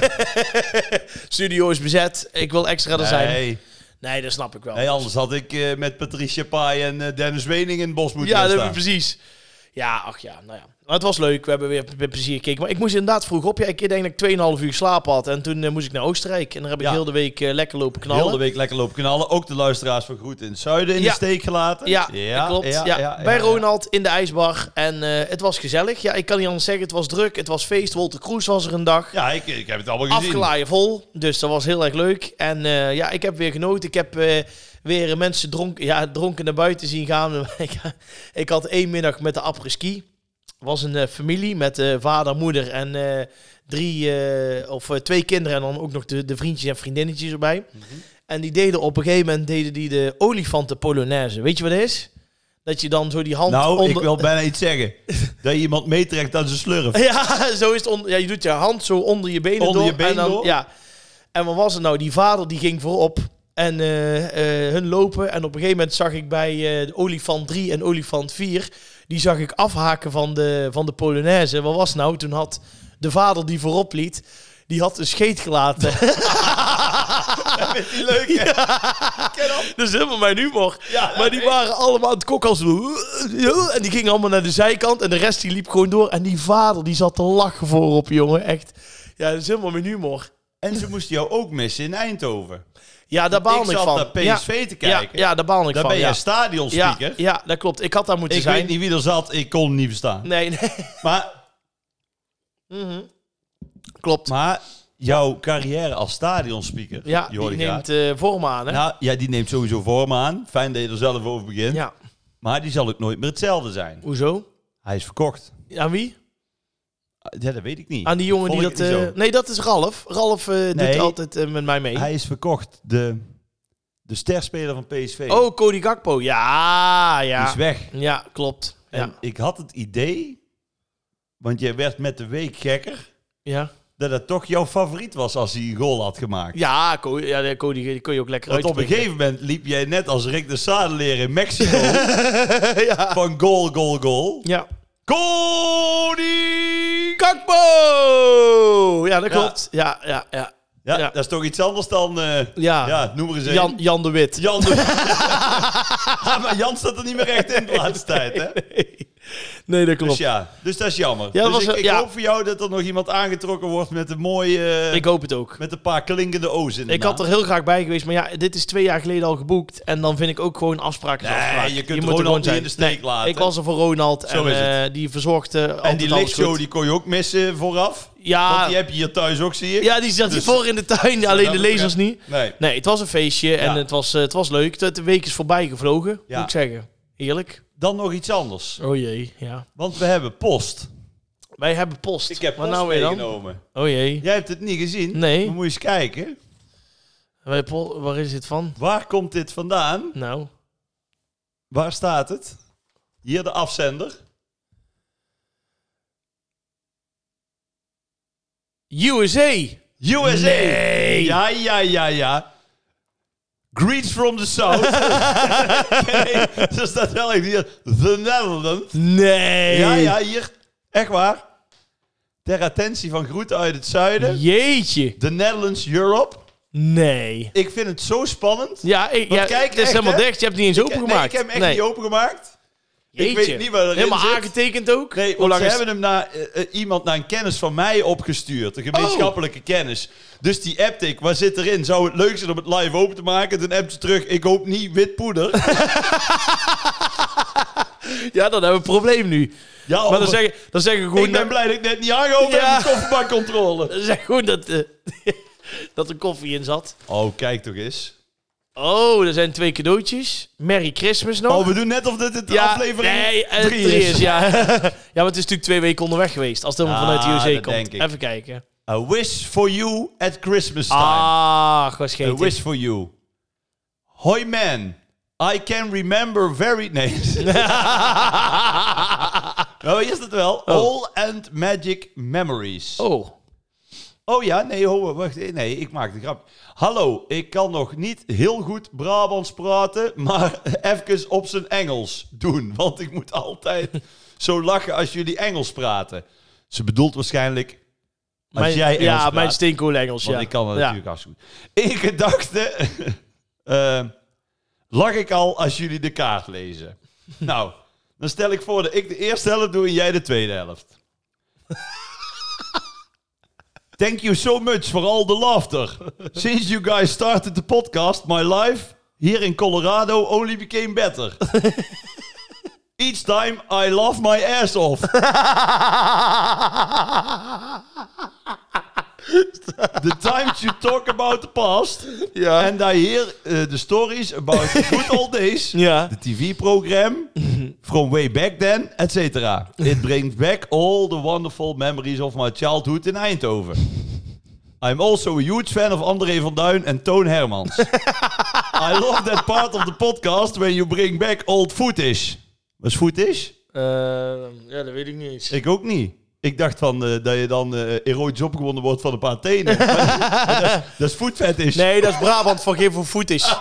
[SPEAKER 1] Studio is bezet. Ik wil extra er zijn.
[SPEAKER 2] Nee,
[SPEAKER 1] Nee, dat snap ik wel.
[SPEAKER 2] nee, anders had ik eh, met Patricia Pai en eh, Dennis Wening in het bos moeten
[SPEAKER 1] Ja,
[SPEAKER 2] gaan
[SPEAKER 1] dat
[SPEAKER 2] staan.
[SPEAKER 1] precies. Ja, ach ja, nou ja. Maar het was leuk. We hebben weer met plezier gekeken. Maar ik moest inderdaad vroeg op. Ja, ik denk dat ik tweeënhalf uur geslapen had. En toen eh, moest ik naar Oostenrijk. En daar heb ik
[SPEAKER 2] Ja.
[SPEAKER 1] heel de week eh, lekker lopen knallen.
[SPEAKER 2] Heel de week lekker lopen knallen. Ook de luisteraars van Groet in het Zuiden in
[SPEAKER 1] Ja.
[SPEAKER 2] de steek gelaten.
[SPEAKER 1] Ja, dat klopt. Ja, Bij
[SPEAKER 2] ja.
[SPEAKER 1] Ronald in de ijsbar. En eh, het was gezellig. Ja, ik kan niet anders zeggen. Het was druk. Het was feest. Walter Kroes was er een dag.
[SPEAKER 2] Ja, ik, ik heb het allemaal gezien.
[SPEAKER 1] Afgelaaien vol. Dus dat was heel erg leuk. En eh, ja, ik heb weer genoten. Ik heb eh, weer mensen dronken, ja, dronken naar buiten zien gaan. ik, ik had één middag met de après-ski. Was een uh, familie met uh, vader, moeder en uh, drie uh, of uh, twee kinderen. En dan ook nog de, de vriendjes en vriendinnetjes erbij. Mm-hmm. En die deden op een gegeven moment deden die de olifanten polonaise. Weet je wat dat is? Dat je dan zo die hand
[SPEAKER 2] Nou,
[SPEAKER 1] onder...
[SPEAKER 2] ik wil bijna iets zeggen. Dat je iemand meetrekt aan zijn slurf.
[SPEAKER 1] Ja, zo is het. On... Ja, je doet je hand zo onder je benen
[SPEAKER 2] Onder
[SPEAKER 1] door.
[SPEAKER 2] je been
[SPEAKER 1] en dan,
[SPEAKER 2] door?
[SPEAKER 1] Ja. En wat was het nou? Die vader die ging voorop. En uh, uh, hun lopen. En op een gegeven moment zag ik bij uh, de olifant drie en olifant vier... Die zag ik afhaken van de, van de Polonaise. Wat was het nou? Toen had de vader die voorop liet... Die had een scheet gelaten.
[SPEAKER 2] Dat vind je leuk, hè?
[SPEAKER 1] Ja. Dat is helemaal mijn humor.
[SPEAKER 2] Ja,
[SPEAKER 1] maar die
[SPEAKER 2] echt.
[SPEAKER 1] waren allemaal aan het kokken als... En die gingen allemaal naar de zijkant. En de rest die liep gewoon door. En die vader die zat te lachen voorop, jongen. Echt. Ja, dat is helemaal mijn humor.
[SPEAKER 2] En ze moesten jou ook missen in Eindhoven.
[SPEAKER 1] Ja, daar baal ik
[SPEAKER 2] Ik zat
[SPEAKER 1] van.
[SPEAKER 2] naar P S V
[SPEAKER 1] ja.
[SPEAKER 2] te kijken.
[SPEAKER 1] Ja, ja, daar baal ik
[SPEAKER 2] Daar
[SPEAKER 1] van.
[SPEAKER 2] ben je
[SPEAKER 1] ja.
[SPEAKER 2] stadionspeaker.
[SPEAKER 1] Ja, ja, dat klopt. Ik had daar moeten
[SPEAKER 2] Ik
[SPEAKER 1] zijn.
[SPEAKER 2] weet niet wie er zat, ik kon hem niet verstaan.
[SPEAKER 1] Nee, nee.
[SPEAKER 2] Maar,
[SPEAKER 1] Mm-hmm. Klopt.
[SPEAKER 2] maar jouw carrière als stadionspeaker,
[SPEAKER 1] Ja,
[SPEAKER 2] die hoor
[SPEAKER 1] die
[SPEAKER 2] ik graag.
[SPEAKER 1] neemt uh, vorm aan, hè?
[SPEAKER 2] Nou, ja, die neemt sowieso vorm aan. Fijn dat je er zelf over begint.
[SPEAKER 1] Ja.
[SPEAKER 2] Maar die zal ook nooit meer hetzelfde zijn.
[SPEAKER 1] Hoezo?
[SPEAKER 2] Hij is verkocht.
[SPEAKER 1] Aan wie?
[SPEAKER 2] Ja, dat weet ik niet.
[SPEAKER 1] Aan die jongen
[SPEAKER 2] Volg
[SPEAKER 1] die
[SPEAKER 2] ik
[SPEAKER 1] dat...
[SPEAKER 2] niet
[SPEAKER 1] Uh,
[SPEAKER 2] zo.
[SPEAKER 1] nee, dat is Ralf. Ralf uh,
[SPEAKER 2] Nee.
[SPEAKER 1] doet altijd uh, met mij mee.
[SPEAKER 2] Hij is verkocht. De, de sterspeler van P S V.
[SPEAKER 1] Oh, Cody Gakpo. Ja,
[SPEAKER 2] Die
[SPEAKER 1] ja.
[SPEAKER 2] is weg.
[SPEAKER 1] Ja, klopt.
[SPEAKER 2] En
[SPEAKER 1] Ja.
[SPEAKER 2] ik had het idee, want jij werd met de week gekker,
[SPEAKER 1] Ja,
[SPEAKER 2] dat het toch jouw favoriet was als hij een goal had gemaakt.
[SPEAKER 1] ja, Cody, ja de Cody die kun je ook lekker
[SPEAKER 2] Want op een
[SPEAKER 1] uitspringen.
[SPEAKER 2] gegeven moment liep jij net als Rick de Sadeleer in Mexico
[SPEAKER 1] ja.
[SPEAKER 2] van goal, goal, goal.
[SPEAKER 1] Ja.
[SPEAKER 2] Cody!
[SPEAKER 1] Gakpo! Ja, dat
[SPEAKER 2] Ja.
[SPEAKER 1] klopt. Ja, ja, ja.
[SPEAKER 2] Ja,
[SPEAKER 1] Ja.
[SPEAKER 2] dat is toch iets anders dan, eh,
[SPEAKER 1] Ja.
[SPEAKER 2] ja, noem maar eens een.
[SPEAKER 1] Jan, Jan de Wit.
[SPEAKER 2] Jan de... Ja, maar Jan staat er niet meer echt in de laatste tijd, hè?
[SPEAKER 1] Nee, dat klopt.
[SPEAKER 2] Dus ja, dus dat is jammer.
[SPEAKER 1] Ja, dat
[SPEAKER 2] dus
[SPEAKER 1] was
[SPEAKER 2] ik,
[SPEAKER 1] wel-
[SPEAKER 2] ik
[SPEAKER 1] ja.
[SPEAKER 2] hoop voor jou dat er nog iemand aangetrokken wordt met een mooie...
[SPEAKER 1] Ik hoop het ook.
[SPEAKER 2] met een paar klinkende O's in de
[SPEAKER 1] Ik had er
[SPEAKER 2] naam.
[SPEAKER 1] heel graag bij geweest, maar ja, dit is twee jaar geleden al geboekt. En dan vind ik ook gewoon afspraken.
[SPEAKER 2] Nee,
[SPEAKER 1] afspraak.
[SPEAKER 2] je kunt
[SPEAKER 1] moet er
[SPEAKER 2] Ronald
[SPEAKER 1] gewoon
[SPEAKER 2] niet
[SPEAKER 1] zijn.
[SPEAKER 2] in de steek
[SPEAKER 1] Nee,
[SPEAKER 2] laten.
[SPEAKER 1] Ik was er voor Ronald
[SPEAKER 2] Zo
[SPEAKER 1] en
[SPEAKER 2] is het.
[SPEAKER 1] eh, die verzorgde
[SPEAKER 2] En
[SPEAKER 1] altijd
[SPEAKER 2] die
[SPEAKER 1] alles
[SPEAKER 2] lichtshow
[SPEAKER 1] goed.
[SPEAKER 2] die kon je ook missen vooraf.
[SPEAKER 1] Ja,
[SPEAKER 2] Want die heb je hier thuis ook, zie ik.
[SPEAKER 1] ja, die zat
[SPEAKER 2] Dus-
[SPEAKER 1] hiervoor in de tuin, alleen de
[SPEAKER 2] dat
[SPEAKER 1] lezers
[SPEAKER 2] betreft-
[SPEAKER 1] niet.
[SPEAKER 2] Nee.
[SPEAKER 1] Nee, het was een feestje en
[SPEAKER 2] Ja.
[SPEAKER 1] het was, eh, het was leuk. De, de week is voorbij gevlogen,
[SPEAKER 2] Ja.
[SPEAKER 1] moet ik zeggen. Heerlijk.
[SPEAKER 2] Dan nog iets anders.
[SPEAKER 1] Oh jee, ja.
[SPEAKER 2] Want we hebben post.
[SPEAKER 1] Wij hebben post.
[SPEAKER 2] Ik heb
[SPEAKER 1] Wat
[SPEAKER 2] post
[SPEAKER 1] nou weer dan?
[SPEAKER 2] meegenomen.
[SPEAKER 1] Oh jee.
[SPEAKER 2] Jij hebt het niet gezien.
[SPEAKER 1] Nee.
[SPEAKER 2] Maar moet je eens kijken.
[SPEAKER 1] Wij po- Waar is het van?
[SPEAKER 2] Waar komt dit vandaan?
[SPEAKER 1] Nou.
[SPEAKER 2] Waar staat het? Hier de afzender.
[SPEAKER 1] U S A.
[SPEAKER 2] U S A.
[SPEAKER 1] Nee.
[SPEAKER 2] Ja, ja, ja, ja. Greets from the South. Nee, er staat wel echt hier. The Netherlands.
[SPEAKER 1] Nee.
[SPEAKER 2] Ja, ja, hier. Echt waar. Ter attentie van groeten uit het zuiden.
[SPEAKER 1] Jeetje.
[SPEAKER 2] The Netherlands, Europe.
[SPEAKER 1] Nee.
[SPEAKER 2] Ik vind het zo spannend.
[SPEAKER 1] Ja, ik,
[SPEAKER 2] Want
[SPEAKER 1] ja
[SPEAKER 2] kijk,
[SPEAKER 1] het is
[SPEAKER 2] echt,
[SPEAKER 1] helemaal
[SPEAKER 2] hè?
[SPEAKER 1] dicht. Je hebt het niet eens opengemaakt.
[SPEAKER 2] Nee, ik heb hem echt
[SPEAKER 1] nee.
[SPEAKER 2] niet opengemaakt.
[SPEAKER 1] Jeetje.
[SPEAKER 2] Ik weet niet wat erin
[SPEAKER 1] Helemaal
[SPEAKER 2] zit.
[SPEAKER 1] aangetekend ook?
[SPEAKER 2] Nee,
[SPEAKER 1] Hoe
[SPEAKER 2] want
[SPEAKER 1] lang
[SPEAKER 2] ze
[SPEAKER 1] is
[SPEAKER 2] hebben hem naar uh, uh, iemand, naar een kennis van mij opgestuurd. Een gemeenschappelijke
[SPEAKER 1] Oh.
[SPEAKER 2] kennis. Dus die appte ik, wat zit erin? Zou het leuk zijn om het live open te maken? Dan appt ze terug, ik hoop niet wit poeder.
[SPEAKER 1] Ja, dan hebben we een probleem nu.
[SPEAKER 2] Ja,
[SPEAKER 1] Maar dan zeggen, dan zeggen we gewoon...
[SPEAKER 2] ik ben blij dat ik net niet aangehouden
[SPEAKER 1] Ja.
[SPEAKER 2] heb met kofferbakcontrole.
[SPEAKER 1] Dan zeggen gewoon dat, uh, dat er koffie in zat.
[SPEAKER 2] Oh, kijk toch eens.
[SPEAKER 1] Oh, er zijn twee cadeautjes. Merry Christmas nog.
[SPEAKER 2] Oh, we doen net of dit het
[SPEAKER 1] ja,
[SPEAKER 2] aflevering
[SPEAKER 1] nee, uh,
[SPEAKER 2] drie
[SPEAKER 1] drie
[SPEAKER 2] is.
[SPEAKER 1] is. Ja. Ja, maar het is natuurlijk twee weken onderweg geweest. Als het helemaal
[SPEAKER 2] Ah,
[SPEAKER 1] vanuit de U S A
[SPEAKER 2] dat
[SPEAKER 1] komt.
[SPEAKER 2] denk ik.
[SPEAKER 1] Even kijken.
[SPEAKER 2] A wish for you at Christmas time.
[SPEAKER 1] Ah, was
[SPEAKER 2] A
[SPEAKER 1] scheten.
[SPEAKER 2] wish for you. Hoi man, I can remember very... Nee. Nou, hier is het wel.
[SPEAKER 1] Oh.
[SPEAKER 2] All and Magic Memories.
[SPEAKER 1] Oh.
[SPEAKER 2] Oh ja, nee, ho, wacht. Nee, ik maak de grap. Hallo, ik kan nog niet heel goed Brabants praten, maar even op zijn Engels doen. Want ik moet altijd zo lachen als jullie Engels praten. Ze bedoelt waarschijnlijk als
[SPEAKER 1] Mijn,
[SPEAKER 2] jij Engels
[SPEAKER 1] ja,
[SPEAKER 2] praat.
[SPEAKER 1] mijn steenkool Engels,
[SPEAKER 2] Want
[SPEAKER 1] ja.
[SPEAKER 2] ik kan het
[SPEAKER 1] ja.
[SPEAKER 2] natuurlijk hartstikke goed. In gedachten uh, lach ik al als jullie de kaart lezen. Nou, dan stel ik voor dat ik de eerste helft doe en jij de tweede helft. Thank you so much for all the laughter. Since you guys started the podcast, my life here in Colorado only became better. Each time I laugh my ass off. The times you talk about the past
[SPEAKER 1] Ja.
[SPEAKER 2] and I hear uh, the stories about the good old days,
[SPEAKER 1] Ja.
[SPEAKER 2] the T V-program from way back then, et cetera. It brings back all the wonderful memories of my childhood in Eindhoven. I'm also a huge fan of André van Duin en Toon Hermans. I love that part of the podcast when you bring back old footage. Wat is footage?
[SPEAKER 1] Uh, ja, dat weet ik niet eens.
[SPEAKER 2] Ik ook niet. Ik dacht van uh, dat je dan uh, erotisch opgewonden wordt van een paar tenen. Maar dat, dat, is, dat is foodfetish.
[SPEAKER 1] Nee, dat is Brabant voor geen voor voet is.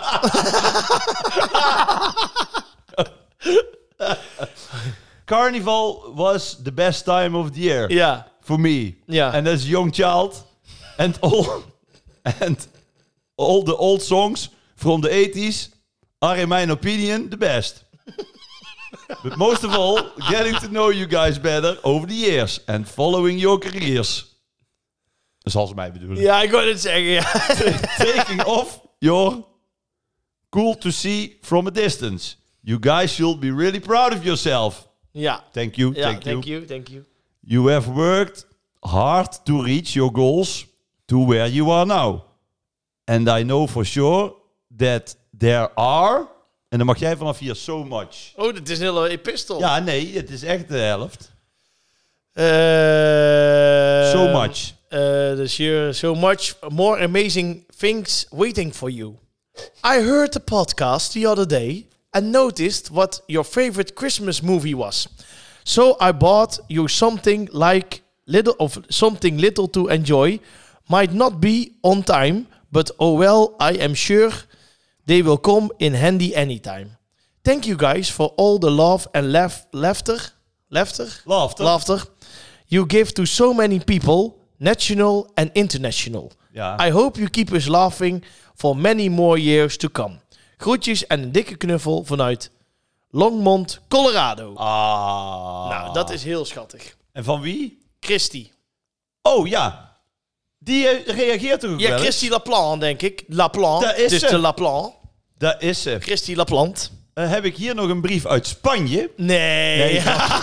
[SPEAKER 2] Carnival was the best time of the year.
[SPEAKER 1] Ja.
[SPEAKER 2] For me.
[SPEAKER 1] Ja.
[SPEAKER 2] And as a young child. And all, and all the old songs from the eighties are in my opinion the best. But most of all, getting to know you guys better over the years and following your careers. Dat zal ze mij bedoelen.
[SPEAKER 1] Ja, ik wou het zeggen, ja.
[SPEAKER 2] Taking off your cool to see from a distance. You guys should be really proud of yourself.
[SPEAKER 1] Ja.
[SPEAKER 2] Thank you,
[SPEAKER 1] Ja,
[SPEAKER 2] thank,
[SPEAKER 1] thank
[SPEAKER 2] you.
[SPEAKER 1] you, thank you.
[SPEAKER 2] You have worked hard to reach your goals to where you are now. And I know for sure that there are... En dan mag jij vanaf hier so much.
[SPEAKER 1] Oh, dat is een hele epistel.
[SPEAKER 2] Ja, nee, het is echt de helft.
[SPEAKER 1] Uh,
[SPEAKER 2] So much.
[SPEAKER 1] Uh, this year, so much more amazing things waiting for you. I heard the podcast the other day and noticed what your favorite Christmas movie was. So I bought you something like little of something little to enjoy. Might not be on time, but oh well, I am sure they will come in handy anytime. Thank you guys for all the love and laugh, laughter, laughter,
[SPEAKER 2] Laughter.
[SPEAKER 1] laughter you give to so many people, national and international.
[SPEAKER 2] Ja.
[SPEAKER 1] I hope you keep us laughing for many more years to come. Groetjes en een dikke knuffel vanuit Longmont, Colorado.
[SPEAKER 2] Ah.
[SPEAKER 1] Nou, dat is heel schattig.
[SPEAKER 2] En van wie?
[SPEAKER 1] Christy.
[SPEAKER 2] Oh, ja. Die uh, reageert toch ook
[SPEAKER 1] Ja,
[SPEAKER 2] wel eens?
[SPEAKER 1] Christy Laplan, denk ik. Laplan.
[SPEAKER 2] Daar is
[SPEAKER 1] Het is
[SPEAKER 2] ze.
[SPEAKER 1] de Laplan.
[SPEAKER 2] Daar is ze.
[SPEAKER 1] Christy Laplant.
[SPEAKER 2] Uh, heb ik hier nog een brief uit Spanje.
[SPEAKER 1] Nee.
[SPEAKER 2] Nee,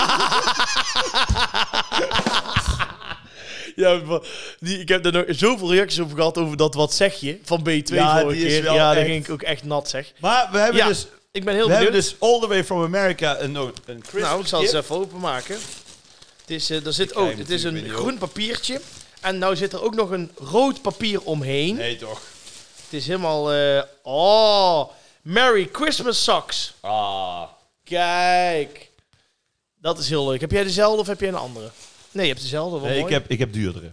[SPEAKER 1] Ja, maar die, ik heb er nog zoveel reacties over gehad over dat wat zeg je van B twee
[SPEAKER 2] Ja,
[SPEAKER 1] vorige
[SPEAKER 2] die is
[SPEAKER 1] keer.
[SPEAKER 2] wel
[SPEAKER 1] Ja, daar
[SPEAKER 2] echt-
[SPEAKER 1] ging ik ook echt nat, zeg.
[SPEAKER 2] Maar we hebben
[SPEAKER 1] Ja,
[SPEAKER 2] dus...
[SPEAKER 1] ik ben heel
[SPEAKER 2] We
[SPEAKER 1] benieuwd.
[SPEAKER 2] hebben dus all the way from America een, een Christmas
[SPEAKER 1] Nou, ik zal het
[SPEAKER 2] gift.
[SPEAKER 1] eens even openmaken. Het is, uh, er zit,
[SPEAKER 2] krijg
[SPEAKER 1] oh,
[SPEAKER 2] hem
[SPEAKER 1] het is een
[SPEAKER 2] natuurlijk weer
[SPEAKER 1] groen papiertje. En nou zit er ook nog een rood papier omheen.
[SPEAKER 2] Nee, toch?
[SPEAKER 1] Het is helemaal... eh, oh, Merry Christmas socks.
[SPEAKER 2] Ah.
[SPEAKER 1] Kijk. Dat is heel leuk. Heb jij dezelfde of heb jij een andere? Nee, je hebt dezelfde. Wel
[SPEAKER 2] Nee, ik
[SPEAKER 1] mooi.
[SPEAKER 2] heb, ik heb duurdere.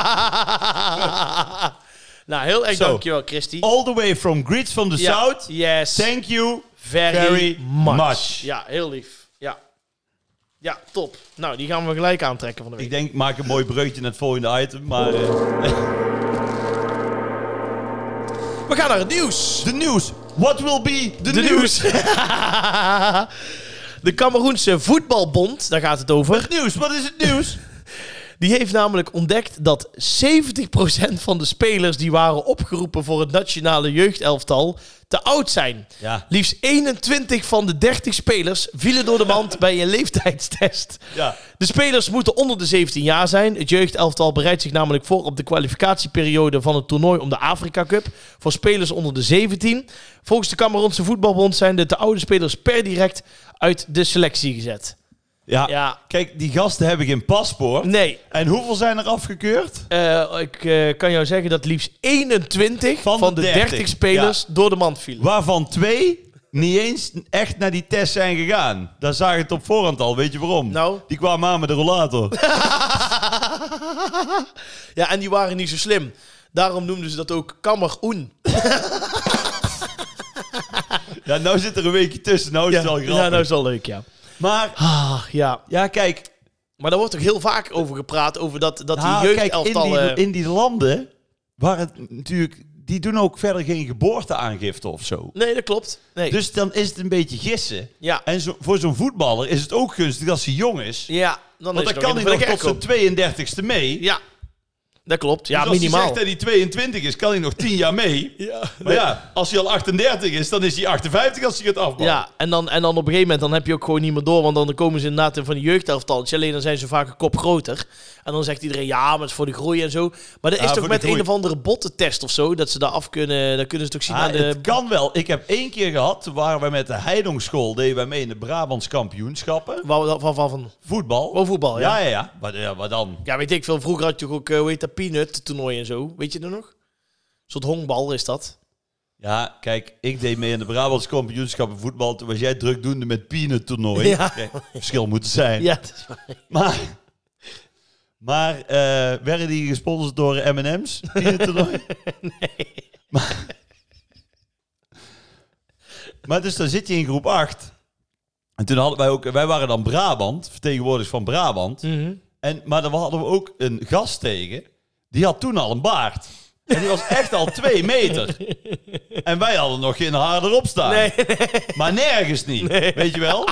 [SPEAKER 1] Nou, heel erg
[SPEAKER 2] Zo.
[SPEAKER 1] dankjewel, Christy.
[SPEAKER 2] All the way from Grids from the
[SPEAKER 1] Ja,
[SPEAKER 2] South.
[SPEAKER 1] Yes.
[SPEAKER 2] Thank you
[SPEAKER 1] very,
[SPEAKER 2] very
[SPEAKER 1] much.
[SPEAKER 2] much.
[SPEAKER 1] Ja, heel lief. Ja. Ja, top. Nou, die gaan we gelijk aantrekken van de week.
[SPEAKER 2] Ik denk, maak een mooi breukje naar het volgende item. Maar uh,
[SPEAKER 1] We gaan naar het nieuws.
[SPEAKER 2] de nieuws. What will be the,
[SPEAKER 1] De
[SPEAKER 2] news?
[SPEAKER 1] nieuws. De Cameroense voetbalbond, daar gaat het over.
[SPEAKER 2] Het nieuws, wat is het nieuws?
[SPEAKER 1] Die heeft namelijk ontdekt dat zeventig procent van de spelers die waren opgeroepen voor het nationale jeugdelftal te oud zijn.
[SPEAKER 2] Ja.
[SPEAKER 1] Liefst eenentwintig van de dertig spelers vielen door de mand bij een leeftijdstest.
[SPEAKER 2] Ja.
[SPEAKER 1] De spelers moeten onder de zeventien jaar zijn. Het jeugdelftal bereidt zich namelijk voor op de kwalificatieperiode van het toernooi om de Afrika Cup voor spelers onder de zeventien. Volgens de Cameroense voetbalbond zijn de te oude spelers per direct uit de selectie gezet.
[SPEAKER 2] Ja.
[SPEAKER 1] Ja,
[SPEAKER 2] Kijk, die gasten hebben geen paspoort.
[SPEAKER 1] nee.
[SPEAKER 2] En hoeveel zijn er afgekeurd?
[SPEAKER 1] Uh, ik uh, kan jou zeggen dat liefst eenentwintig van,
[SPEAKER 2] Van
[SPEAKER 1] de
[SPEAKER 2] de
[SPEAKER 1] dertig,
[SPEAKER 2] dertig,
[SPEAKER 1] spelers door de mand vielen.
[SPEAKER 2] Waarvan twee niet eens echt naar die test zijn gegaan. Daar zag je het op voorhand al. Weet je waarom?
[SPEAKER 1] Nou?
[SPEAKER 2] Die kwamen aan met de rollator.
[SPEAKER 1] Ja, en die waren niet zo slim. Daarom noemden ze dat ook Kameroen.
[SPEAKER 2] Ja, nou zit er een weekje tussen. Nou is
[SPEAKER 1] Ja,
[SPEAKER 2] het wel grappig.
[SPEAKER 1] ja, nou is wel leuk, ja.
[SPEAKER 2] Maar,
[SPEAKER 1] Ah, ja.
[SPEAKER 2] ja, kijk.
[SPEAKER 1] Maar daar wordt toch heel vaak over gepraat, over dat, dat die
[SPEAKER 2] Nou, kijk, in,
[SPEAKER 1] jeugdelftallen...
[SPEAKER 2] die, in die landen, waar het natuurlijk, die doen ook verder geen geboorteaangifte of zo.
[SPEAKER 1] Nee, dat klopt. Nee.
[SPEAKER 2] Dus dan is het een beetje gissen.
[SPEAKER 1] ja.
[SPEAKER 2] En zo, voor zo'n voetballer is het ook gunstig als hij jong is.
[SPEAKER 1] ja, dan
[SPEAKER 2] Want
[SPEAKER 1] is
[SPEAKER 2] dan
[SPEAKER 1] het
[SPEAKER 2] kan
[SPEAKER 1] nog
[SPEAKER 2] hij
[SPEAKER 1] in de
[SPEAKER 2] nog tot zijn
[SPEAKER 1] verkoop.
[SPEAKER 2] tweeëndertigste mee.
[SPEAKER 1] Ja, dat klopt. Ja,
[SPEAKER 2] Dus als
[SPEAKER 1] minimaal.
[SPEAKER 2] hij zegt dat hij tweeëntwintig is, kan hij nog tien jaar mee.
[SPEAKER 1] Ja.
[SPEAKER 2] Maar ja, als hij al achtendertig is, dan is hij achtenvijftig als hij het afbouwt.
[SPEAKER 1] Ja, en dan, en dan op een gegeven moment dan heb je ook gewoon niet meer door. Want dan komen ze inderdaad in van die jeugdelftalletjes. Alleen dan zijn ze vaak een kop groter. En dan zegt iedereen, ja, maar het is voor de groei en zo. Maar dat is
[SPEAKER 2] Ja,
[SPEAKER 1] toch
[SPEAKER 2] voor
[SPEAKER 1] met
[SPEAKER 2] de groei.
[SPEAKER 1] een of andere bottentest of zo. Dat ze daar af kunnen. Dan kunnen ze toch zien
[SPEAKER 2] Ah,
[SPEAKER 1] aan de...
[SPEAKER 2] het kan wel. Ik heb één keer gehad, toen waren wij met de Heidongschool, deden wij mee in de Brabants kampioenschappen.
[SPEAKER 1] Van, van, van, van.
[SPEAKER 2] Voetbal.
[SPEAKER 1] Oh, voetbal, ja.
[SPEAKER 2] Ja, ja, ja. Wat, ja, wat dan?
[SPEAKER 1] Ja, weet ik veel. Vroeger had je toch ook, uh, hoe heet dat, peanut toernooi en zo. Weet je dat nog? Een soort honkbal is dat.
[SPEAKER 2] Ja, kijk, ik deed mee in de Brabants kampioenschappen voetbal. Toen was jij drukdoende met peanut toernooi.
[SPEAKER 1] Ja.
[SPEAKER 2] Kijk, verschil moet er zijn.
[SPEAKER 1] Ja, dat is waar.
[SPEAKER 2] Maar, maar uh, werden die gesponsord door M en M's? Peanut toernooi?
[SPEAKER 1] Nee.
[SPEAKER 2] Maar, maar dus dan zit je in groep acht. En toen hadden wij ook, wij waren dan Brabant, vertegenwoordigers van Brabant.
[SPEAKER 1] Mm-hmm.
[SPEAKER 2] En, maar dan hadden we ook een gast tegen. Die had toen al een baard. En die was echt al twee meter. En wij hadden nog geen haar erop staan.
[SPEAKER 1] Nee.
[SPEAKER 2] Maar nergens niet. Weet je wel?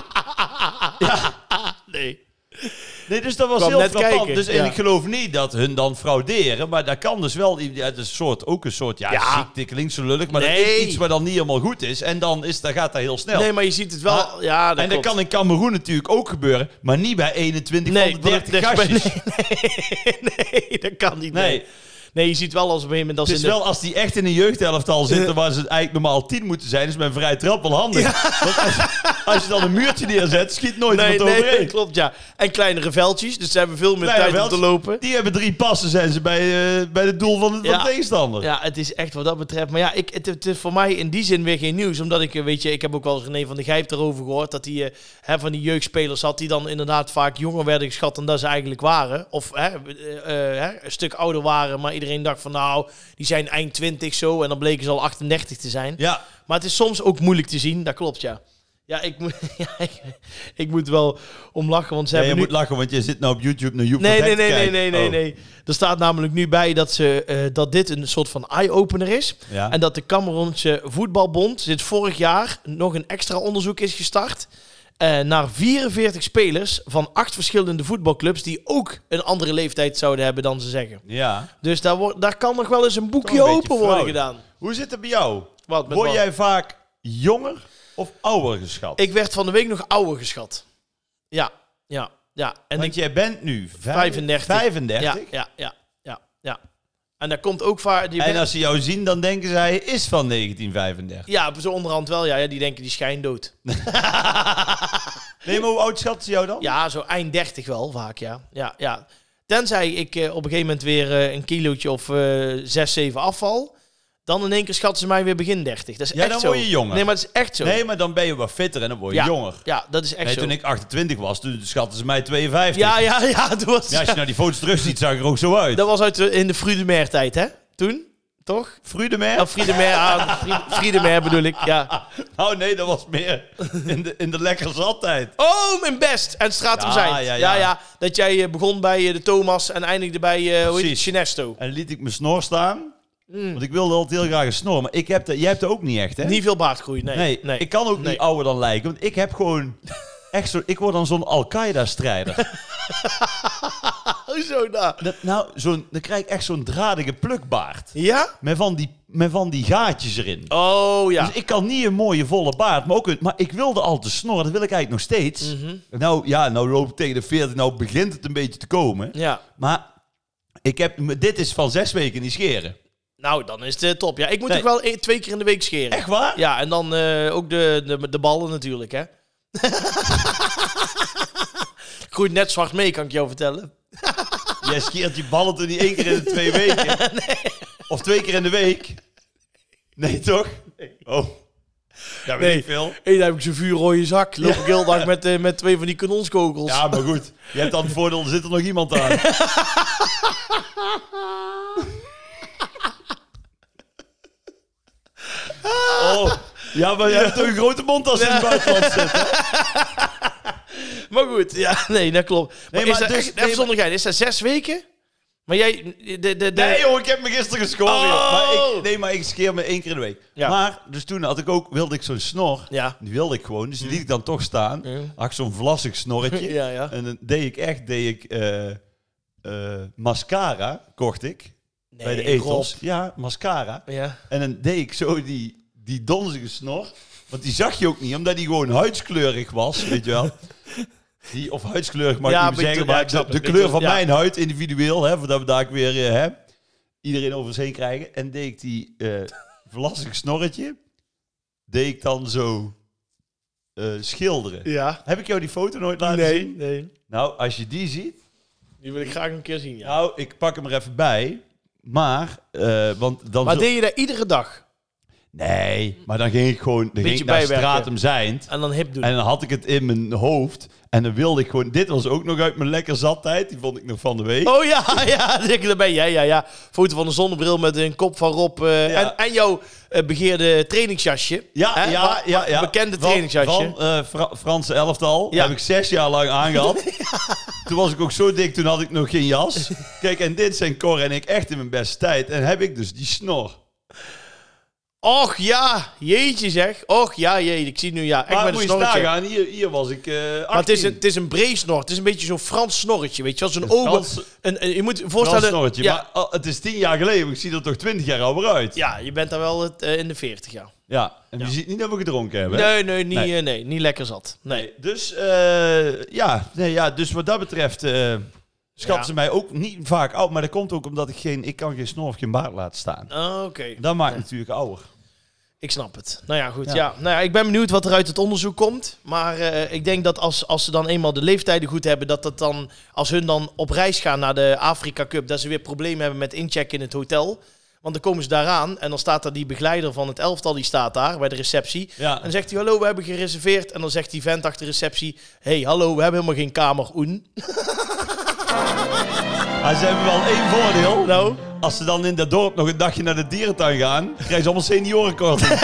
[SPEAKER 2] Ja.
[SPEAKER 1] Nee.
[SPEAKER 2] Nee, dus dat was
[SPEAKER 1] Kwam
[SPEAKER 2] heel
[SPEAKER 1] net
[SPEAKER 2] frappant.
[SPEAKER 1] kijken,
[SPEAKER 2] Dus, en
[SPEAKER 1] ja.
[SPEAKER 2] ik geloof niet dat hun dan frauderen. Maar dat kan dus wel. Ja, het is een soort, ook een soort, ja,
[SPEAKER 1] Ja.
[SPEAKER 2] ziekte klinkt zo lullig. Maar
[SPEAKER 1] Nee.
[SPEAKER 2] dat is iets wat dan niet helemaal goed is. En dan, is, dan gaat dat heel snel.
[SPEAKER 1] Nee, maar je ziet het wel.
[SPEAKER 2] Maar-
[SPEAKER 1] ja, dat
[SPEAKER 2] en dat
[SPEAKER 1] klopt.
[SPEAKER 2] kan in Kameroen natuurlijk ook gebeuren. Maar niet bij eenentwintig
[SPEAKER 1] Nee,
[SPEAKER 2] van de dertig
[SPEAKER 1] dat- dat-
[SPEAKER 2] gastjes.
[SPEAKER 1] nee, nee, dat kan niet. Nee.
[SPEAKER 2] Nee.
[SPEAKER 1] Nee, je ziet wel als op een gegeven moment... Als
[SPEAKER 2] Het is
[SPEAKER 1] in de-
[SPEAKER 2] wel, als die echt in een jeugdelftal zitten
[SPEAKER 1] Ja.
[SPEAKER 2] waar ze eigenlijk normaal tien moeten zijn, is mijn vrij trap wel handig. Want als, je- als je dan een muurtje neerzet, schiet nooit
[SPEAKER 1] Nee,
[SPEAKER 2] iemand
[SPEAKER 1] nee,
[SPEAKER 2] overheen.
[SPEAKER 1] klopt, ja. En kleinere veldjes, dus ze hebben veel meer
[SPEAKER 2] Kleine
[SPEAKER 1] tijd om te
[SPEAKER 2] veldjes.
[SPEAKER 1] lopen.
[SPEAKER 2] Die hebben drie passen, zijn ze bij, uh, bij het doel van, het, van
[SPEAKER 1] Ja.
[SPEAKER 2] de tegenstander.
[SPEAKER 1] Ja, het is echt wat dat betreft. Maar ja, ik, het, het is voor mij in die zin weer geen nieuws. Omdat ik, eh, weet je, ik heb ook wel eens René van de Gijp erover gehoord. Dat hij eh, hè, van die jeugdspelers had die dan inderdaad vaak jonger werden geschat dan dat ze eigenlijk waren. Of hè, eh, eh, een stuk ouder waren, maar iedereen dacht van nou, die zijn eind twintig zo. En dan bleken ze al achtendertig te zijn.
[SPEAKER 2] Ja.
[SPEAKER 1] Maar het is soms ook moeilijk te zien, dat klopt, ja. Ja, ik, moet, ja, ik, ik moet wel om lachen, want ze
[SPEAKER 2] Ja, je
[SPEAKER 1] hebben
[SPEAKER 2] moet
[SPEAKER 1] nu...
[SPEAKER 2] lachen, want je zit nou op YouTube naar Joep
[SPEAKER 1] Nee,
[SPEAKER 2] van
[SPEAKER 1] nee,
[SPEAKER 2] Hek te
[SPEAKER 1] nee, nee,
[SPEAKER 2] kijken.
[SPEAKER 1] nee, nee,
[SPEAKER 2] Oh.
[SPEAKER 1] nee. Er staat namelijk nu bij dat, ze, eh, dat dit een soort van eye-opener is.
[SPEAKER 2] Ja.
[SPEAKER 1] En dat de Cameroense voetbalbond sinds vorig jaar nog een extra onderzoek is gestart. Uh, naar vierenveertig spelers van acht verschillende voetbalclubs die ook een andere leeftijd zouden hebben dan ze zeggen.
[SPEAKER 2] Ja.
[SPEAKER 1] Dus daar, wordt, daar kan nog wel eens een boekje
[SPEAKER 2] Toch een beetje
[SPEAKER 1] open worden
[SPEAKER 2] fraude.
[SPEAKER 1] gedaan.
[SPEAKER 2] Hoe zit het bij jou?
[SPEAKER 1] Wat, met
[SPEAKER 2] Word
[SPEAKER 1] wat?
[SPEAKER 2] jij vaak jonger of ouder geschat?
[SPEAKER 1] Ik werd van de week nog ouder geschat. Ja, ja, ja. En
[SPEAKER 2] Want
[SPEAKER 1] ik,
[SPEAKER 2] jij bent nu vijf-
[SPEAKER 1] vijfendertig.
[SPEAKER 2] vijfendertig.
[SPEAKER 1] ja, ja, ja, ja, ja. En daar komt ook vaak... die
[SPEAKER 2] En
[SPEAKER 1] bent-
[SPEAKER 2] als ze jou zien, dan denken zij, hij is van negentien vijfendertig.
[SPEAKER 1] Ja, zo onderhand wel. Ja, ja, die denken die schijndood.
[SPEAKER 2] Nee, maar hoe oud schat ze jou dan?
[SPEAKER 1] Ja, zo eind dertig wel vaak, ja. Ja, ja. Tenzij ik eh, op een gegeven moment weer eh, een kilootje of eh, zes, zeven afval. Dan in één keer schatten ze mij weer begin dertig. Dat is
[SPEAKER 2] Ja,
[SPEAKER 1] echt
[SPEAKER 2] dan
[SPEAKER 1] zo.
[SPEAKER 2] word je jonger.
[SPEAKER 1] Nee, maar dat is echt zo.
[SPEAKER 2] Nee, maar dan ben je wat fitter en dan word je
[SPEAKER 1] ja.
[SPEAKER 2] jonger.
[SPEAKER 1] Ja, dat is echt
[SPEAKER 2] Nee,
[SPEAKER 1] zo.
[SPEAKER 2] toen ik achtentwintig was, toen schatten ze mij tweeënfijftig.
[SPEAKER 1] Ja, ja, ja. Toen was,
[SPEAKER 2] Ja, als je nou die foto's terug ziet, zag ik er ook zo uit.
[SPEAKER 1] Dat was uit de, in de Frudemer tijd, hè? Toen? Toch?
[SPEAKER 2] Frudemer?
[SPEAKER 1] Oh, Friedemer, ah, Frie- Friedemer bedoel ik, ja.
[SPEAKER 2] Oh nee, dat was meer in de, in de lekker zattijd.
[SPEAKER 1] Oh, mijn best. En Stratum
[SPEAKER 2] Ja,
[SPEAKER 1] zijn.
[SPEAKER 2] ja,
[SPEAKER 1] Ja,
[SPEAKER 2] ja.
[SPEAKER 1] ja, Dat jij eh, begon bij eh, de Thomas en eindigde bij, eh hoe heet het,
[SPEAKER 2] Precies.
[SPEAKER 1] Chinesto.
[SPEAKER 2] En liet ik mijn snor staan.
[SPEAKER 1] Mm.
[SPEAKER 2] Want ik wilde altijd heel graag een snor. Maar ik heb de, jij hebt er ook niet echt, hè?
[SPEAKER 1] Niet veel baardgroei, nee.
[SPEAKER 2] nee,
[SPEAKER 1] nee.
[SPEAKER 2] ik kan ook
[SPEAKER 1] Nee.
[SPEAKER 2] niet ouder dan lijken. Want ik heb gewoon echt zo... Ik word dan zo'n Al-Qaeda-strijder.
[SPEAKER 1] Hoezo daar?
[SPEAKER 2] Dat- nou, zo'n, dan krijg ik echt zo'n dradige plukbaard.
[SPEAKER 1] Ja?
[SPEAKER 2] Met van die, met van die gaatjes erin.
[SPEAKER 1] Oh, ja.
[SPEAKER 2] Dus ik kan niet een mooie volle baard, maar ook een, maar ik wilde al te snor, dat wil ik eigenlijk nog steeds.
[SPEAKER 1] Mhm.
[SPEAKER 2] Nou ja, nou loop ik tegen de veertig, nou begint het een beetje te komen.
[SPEAKER 1] Ja.
[SPEAKER 2] Maar ik heb, dit is van zes weken niet scheren.
[SPEAKER 1] Nou, dan is het top. Ja, ik moet
[SPEAKER 2] Nee.
[SPEAKER 1] ook wel één- twee keer in de week scheren.
[SPEAKER 2] Echt waar?
[SPEAKER 1] Ja, en dan eh, ook de, de, de ballen natuurlijk, hè. Groeit net zwart mee, kan ik jou vertellen.
[SPEAKER 2] Jij scheert je ballen toch niet één keer in de twee weken? Of twee keer in de week? Nee, toch? Oh. Ja, weet
[SPEAKER 1] Nee.
[SPEAKER 2] ik veel.
[SPEAKER 1] Eén heb ik zo'n vuurrode zak. Loop ik heel dag met, eh, met twee van die kanonskogels.
[SPEAKER 2] Ja, maar goed. Je hebt dan het voordeel, er zit er nog iemand aan. Oh. Ja, maar je hebt toch een grote mond als je in het buitenland zit, hè?
[SPEAKER 1] Maar goed, ja, nee, dat klopt. Maar,
[SPEAKER 2] Nee, maar
[SPEAKER 1] is dat
[SPEAKER 2] dus-
[SPEAKER 1] echt,
[SPEAKER 2] nee,
[SPEAKER 1] even zonder gein, is dat zes weken? Maar jij, de, de, de,
[SPEAKER 2] Nee, joh, ik heb me gisteren geschoren.
[SPEAKER 1] Oh.
[SPEAKER 2] joh. Maar ik, nee, maar ik scheer me één keer in de week.
[SPEAKER 1] Ja.
[SPEAKER 2] Maar, dus toen had ik ook, wilde ik zo'n snor.
[SPEAKER 1] Ja.
[SPEAKER 2] Die wilde ik gewoon, dus die liet ik dan toch staan.
[SPEAKER 1] Ja.
[SPEAKER 2] Had ik zo'n vlassig snorretje.
[SPEAKER 1] Ja, ja.
[SPEAKER 2] En dan deed ik echt, deed ik eh, eh, mascara, kocht ik.
[SPEAKER 1] Nee,
[SPEAKER 2] bij de etels.
[SPEAKER 1] Rob.
[SPEAKER 2] Ja, mascara.
[SPEAKER 1] Ja.
[SPEAKER 2] En dan deed ik zo die, die donzige snor. Want die zag je ook niet, omdat die gewoon huidskleurig was, weet je wel. Die, of huidskleurig mag
[SPEAKER 1] Ja,
[SPEAKER 2] ik niet
[SPEAKER 1] beetje-
[SPEAKER 2] zeggen,
[SPEAKER 1] ja,
[SPEAKER 2] maar
[SPEAKER 1] ik snap
[SPEAKER 2] de, de
[SPEAKER 1] het.
[SPEAKER 2] kleur
[SPEAKER 1] Beetje-
[SPEAKER 2] van
[SPEAKER 1] ja.
[SPEAKER 2] mijn huid individueel, hè, voordat we daar ook weer eh, hè, iedereen over zich heen krijgen. En deed ik die uh, vlassig snorretje, deed ik dan zo eh, schilderen.
[SPEAKER 1] Ja.
[SPEAKER 2] Heb ik jou die foto nooit laten
[SPEAKER 1] Nee,
[SPEAKER 2] zien?
[SPEAKER 1] nee.
[SPEAKER 2] Nou, als je die ziet,
[SPEAKER 1] Die wil ik graag een keer zien, ja.
[SPEAKER 2] nou, ik pak hem er even bij. Maar, eh, want dan
[SPEAKER 1] Maar
[SPEAKER 2] zo-
[SPEAKER 1] deed je dat iedere dag?
[SPEAKER 2] Nee, maar dan ging ik gewoon, dan ging
[SPEAKER 1] Beetje
[SPEAKER 2] ik naar
[SPEAKER 1] bijwerken.
[SPEAKER 2] Stratum Zijnd.
[SPEAKER 1] En dan hip doen?
[SPEAKER 2] En dan had ik het in mijn hoofd. En dan wilde ik gewoon... Dit was ook nog uit mijn lekker zattijd. Die vond ik nog van de week.
[SPEAKER 1] Oh ja, ja, daar ben jij, ja, ja. Foto van een zonnebril met een kop van Rob. eh,
[SPEAKER 2] Ja.
[SPEAKER 1] en, en jouw eh, begeerde trainingsjasje.
[SPEAKER 2] Ja,
[SPEAKER 1] Hè?
[SPEAKER 2] ja,
[SPEAKER 1] Wa-
[SPEAKER 2] ja, ja.
[SPEAKER 1] Bekende
[SPEAKER 2] Van-
[SPEAKER 1] trainingsjasje.
[SPEAKER 2] Van eh Fra- Franse elftal.
[SPEAKER 1] Ja.
[SPEAKER 2] Heb ik zes jaar lang aangehad. Toen was ik ook zo dik, toen had ik nog geen jas. Kijk, en dit zijn Cor en ik echt in mijn beste tijd. En heb ik dus die snor.
[SPEAKER 1] Och ja, jeetje zeg. Och ja, jeetje. Ik zie nu ja. Echt
[SPEAKER 2] Maar
[SPEAKER 1] met
[SPEAKER 2] moet
[SPEAKER 1] een
[SPEAKER 2] je
[SPEAKER 1] snorretje.
[SPEAKER 2] nagaan, hier, hier was ik eh achttien.
[SPEAKER 1] Maar het is een, het is een breesnor. Het is een beetje zo'n Frans snorretje, weet je wel. Zo'n
[SPEAKER 2] Een
[SPEAKER 1] ogen.
[SPEAKER 2] Frans-
[SPEAKER 1] Een, een- je moet je
[SPEAKER 2] Frans
[SPEAKER 1] voorstellen...
[SPEAKER 2] snorretje.
[SPEAKER 1] Ja,
[SPEAKER 2] Maar oh, het is tien jaar geleden. maar Ik zie er toch twintig jaar ouder uit.
[SPEAKER 1] ja, je bent daar wel het, eh, in de veertig, ja.
[SPEAKER 2] Ja. En
[SPEAKER 1] Ja.
[SPEAKER 2] je ziet niet dat we gedronken hebben. hè?
[SPEAKER 1] Nee, nee, niet,
[SPEAKER 2] Nee.
[SPEAKER 1] nee. nee, niet lekker zat. Nee.
[SPEAKER 2] Nee, dus, eh, ja, nee, ja, dus wat dat betreft eh schatten
[SPEAKER 1] Ja.
[SPEAKER 2] ze mij ook niet vaak oud. Maar dat komt ook omdat ik geen, ik kan geen snor of geen baard laten staan.
[SPEAKER 1] Oh, oké.
[SPEAKER 2] Dat maakt
[SPEAKER 1] Nee.
[SPEAKER 2] natuurlijk ouder.
[SPEAKER 1] Ik snap het. Nou ja, goed. Ja.
[SPEAKER 2] Ja.
[SPEAKER 1] Nou ja, ik ben benieuwd wat er uit het onderzoek komt. Maar eh, ik denk dat als, als ze dan eenmaal de leeftijden goed hebben, dat dat dan, als hun dan op reis gaan naar de Afrika Cup, dat ze weer problemen hebben met inchecken in het hotel. Want dan komen ze daaraan en dan staat daar die begeleider van het elftal, die staat daar bij de receptie.
[SPEAKER 2] Ja.
[SPEAKER 1] En dan zegt hij, hallo, we hebben gereserveerd. En dan zegt die vent achter de receptie, hey, hallo, we hebben helemaal geen kamer, oen.
[SPEAKER 2] Maar ze hebben wel één voordeel.
[SPEAKER 1] Nou?
[SPEAKER 2] Als ze dan in dat dorp nog een dagje naar de dierentuin gaan, krijgen ze allemaal seniorenkorting.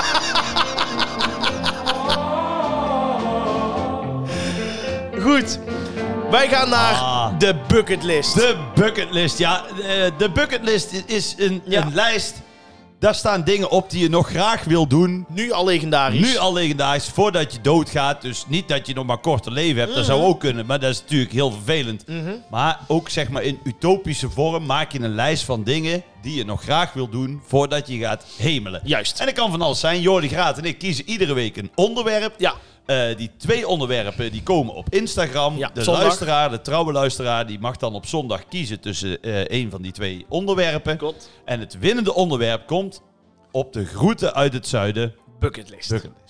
[SPEAKER 1] Goed. Wij gaan naar
[SPEAKER 2] Ah.
[SPEAKER 1] de bucketlist.
[SPEAKER 2] De bucketlist, ja. De, de bucketlist is een,
[SPEAKER 1] Ja.
[SPEAKER 2] een lijst. Daar staan dingen op die je nog graag wil doen.
[SPEAKER 1] Nu al legendarisch.
[SPEAKER 2] Nu al legendarisch, voordat je doodgaat. Dus niet dat je nog maar korter leven hebt. Dat zou ook kunnen, maar dat is natuurlijk heel vervelend.
[SPEAKER 1] Mhm.
[SPEAKER 2] Maar ook zeg maar in utopische vorm maak je een lijst van dingen die je nog graag wil doen voordat je gaat hemelen.
[SPEAKER 1] Juist.
[SPEAKER 2] En dat kan van alles zijn. Jordi Graat en ik kiezen iedere week een onderwerp.
[SPEAKER 1] Ja.
[SPEAKER 2] Eh, die twee onderwerpen die komen op Instagram.
[SPEAKER 1] Ja,
[SPEAKER 2] de
[SPEAKER 1] zondag.
[SPEAKER 2] luisteraar, de trouwe luisteraar, die mag dan op zondag kiezen tussen eh een van die twee onderwerpen.
[SPEAKER 1] Klopt.
[SPEAKER 2] En het winnende onderwerp komt op de groeten uit het zuiden
[SPEAKER 1] Bucketlist.
[SPEAKER 2] bucketlist.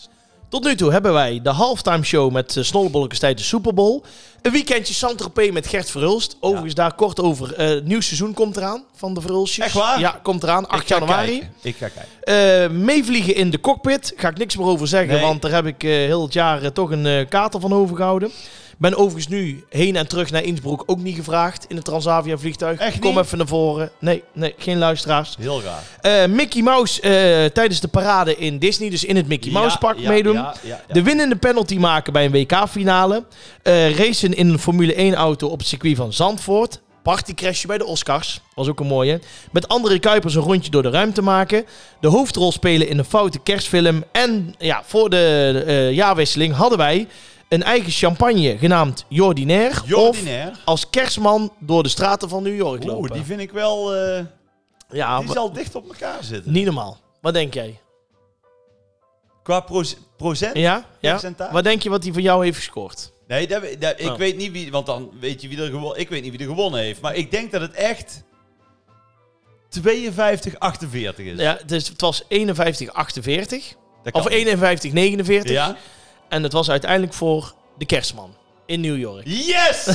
[SPEAKER 1] Tot nu toe hebben wij de halftime show met uh, Snollebolletjes tijdens de Super Bowl. Een weekendje Saint-Tropez met Gert Verhulst. Overigens ja. daar kort over. Uh, het nieuw seizoen komt eraan van de Verhulstjes.
[SPEAKER 2] Echt waar?
[SPEAKER 1] Ja, komt eraan. acht januari.
[SPEAKER 2] Kijken. Ik ga kijken.
[SPEAKER 1] Uh, meevliegen in de cockpit. Ga ik niks meer over zeggen, nee. want daar heb ik uh, heel het jaar uh, toch een uh, kater van overgehouden. Ben overigens nu heen en terug naar Innsbruck ook niet gevraagd in het Transavia vliegtuig.
[SPEAKER 2] Echt
[SPEAKER 1] Kom
[SPEAKER 2] niet?
[SPEAKER 1] even naar voren. Nee, nee, geen luisteraars.
[SPEAKER 2] Heel raar.
[SPEAKER 1] Uh, Mickey Mouse uh, tijdens de parade in Disney, dus in het Mickey
[SPEAKER 2] Ja,
[SPEAKER 1] Mouse park
[SPEAKER 2] ja,
[SPEAKER 1] meedoen.
[SPEAKER 2] ja, ja, ja.
[SPEAKER 1] De winnende penalty maken bij een W K-finale. Uh, racen in een Formule één auto op het circuit van Zandvoort. Partycrashje bij de Oscars. Was ook een mooie. Met andere Kuipers een rondje door de ruimte maken. De hoofdrol spelen in een foute kerstfilm. En ja, voor de uh, jaarwisseling hadden wij een eigen champagne genaamd Jordinaire.
[SPEAKER 2] Jordinaire?
[SPEAKER 1] Of als kerstman door de straten van New York lopen.
[SPEAKER 2] Oeh, die vind ik wel... Uh,
[SPEAKER 1] ja,
[SPEAKER 2] die zal dicht op elkaar zitten.
[SPEAKER 1] Niet normaal. Wat denk jij?
[SPEAKER 2] Qua proce- procent?
[SPEAKER 1] Ja? ja?
[SPEAKER 2] Percentage?
[SPEAKER 1] Wat denk je wat hij voor jou heeft gescoord?
[SPEAKER 2] Nee, dat, dat, ik
[SPEAKER 1] Oh.
[SPEAKER 2] weet niet wie... Want dan weet je wie er gewonnen... Ik weet niet wie er gewonnen heeft. Maar ik denk dat het echt... tweeënvijftig achtenveertig is.
[SPEAKER 1] Ja, dus het was eenenvijftig achtenveertig.
[SPEAKER 2] Dat kan
[SPEAKER 1] Of
[SPEAKER 2] niet.
[SPEAKER 1] eenenvijftig negenenveertig.
[SPEAKER 2] Ja?
[SPEAKER 1] En het was uiteindelijk voor de kerstman in New York.
[SPEAKER 2] Yes!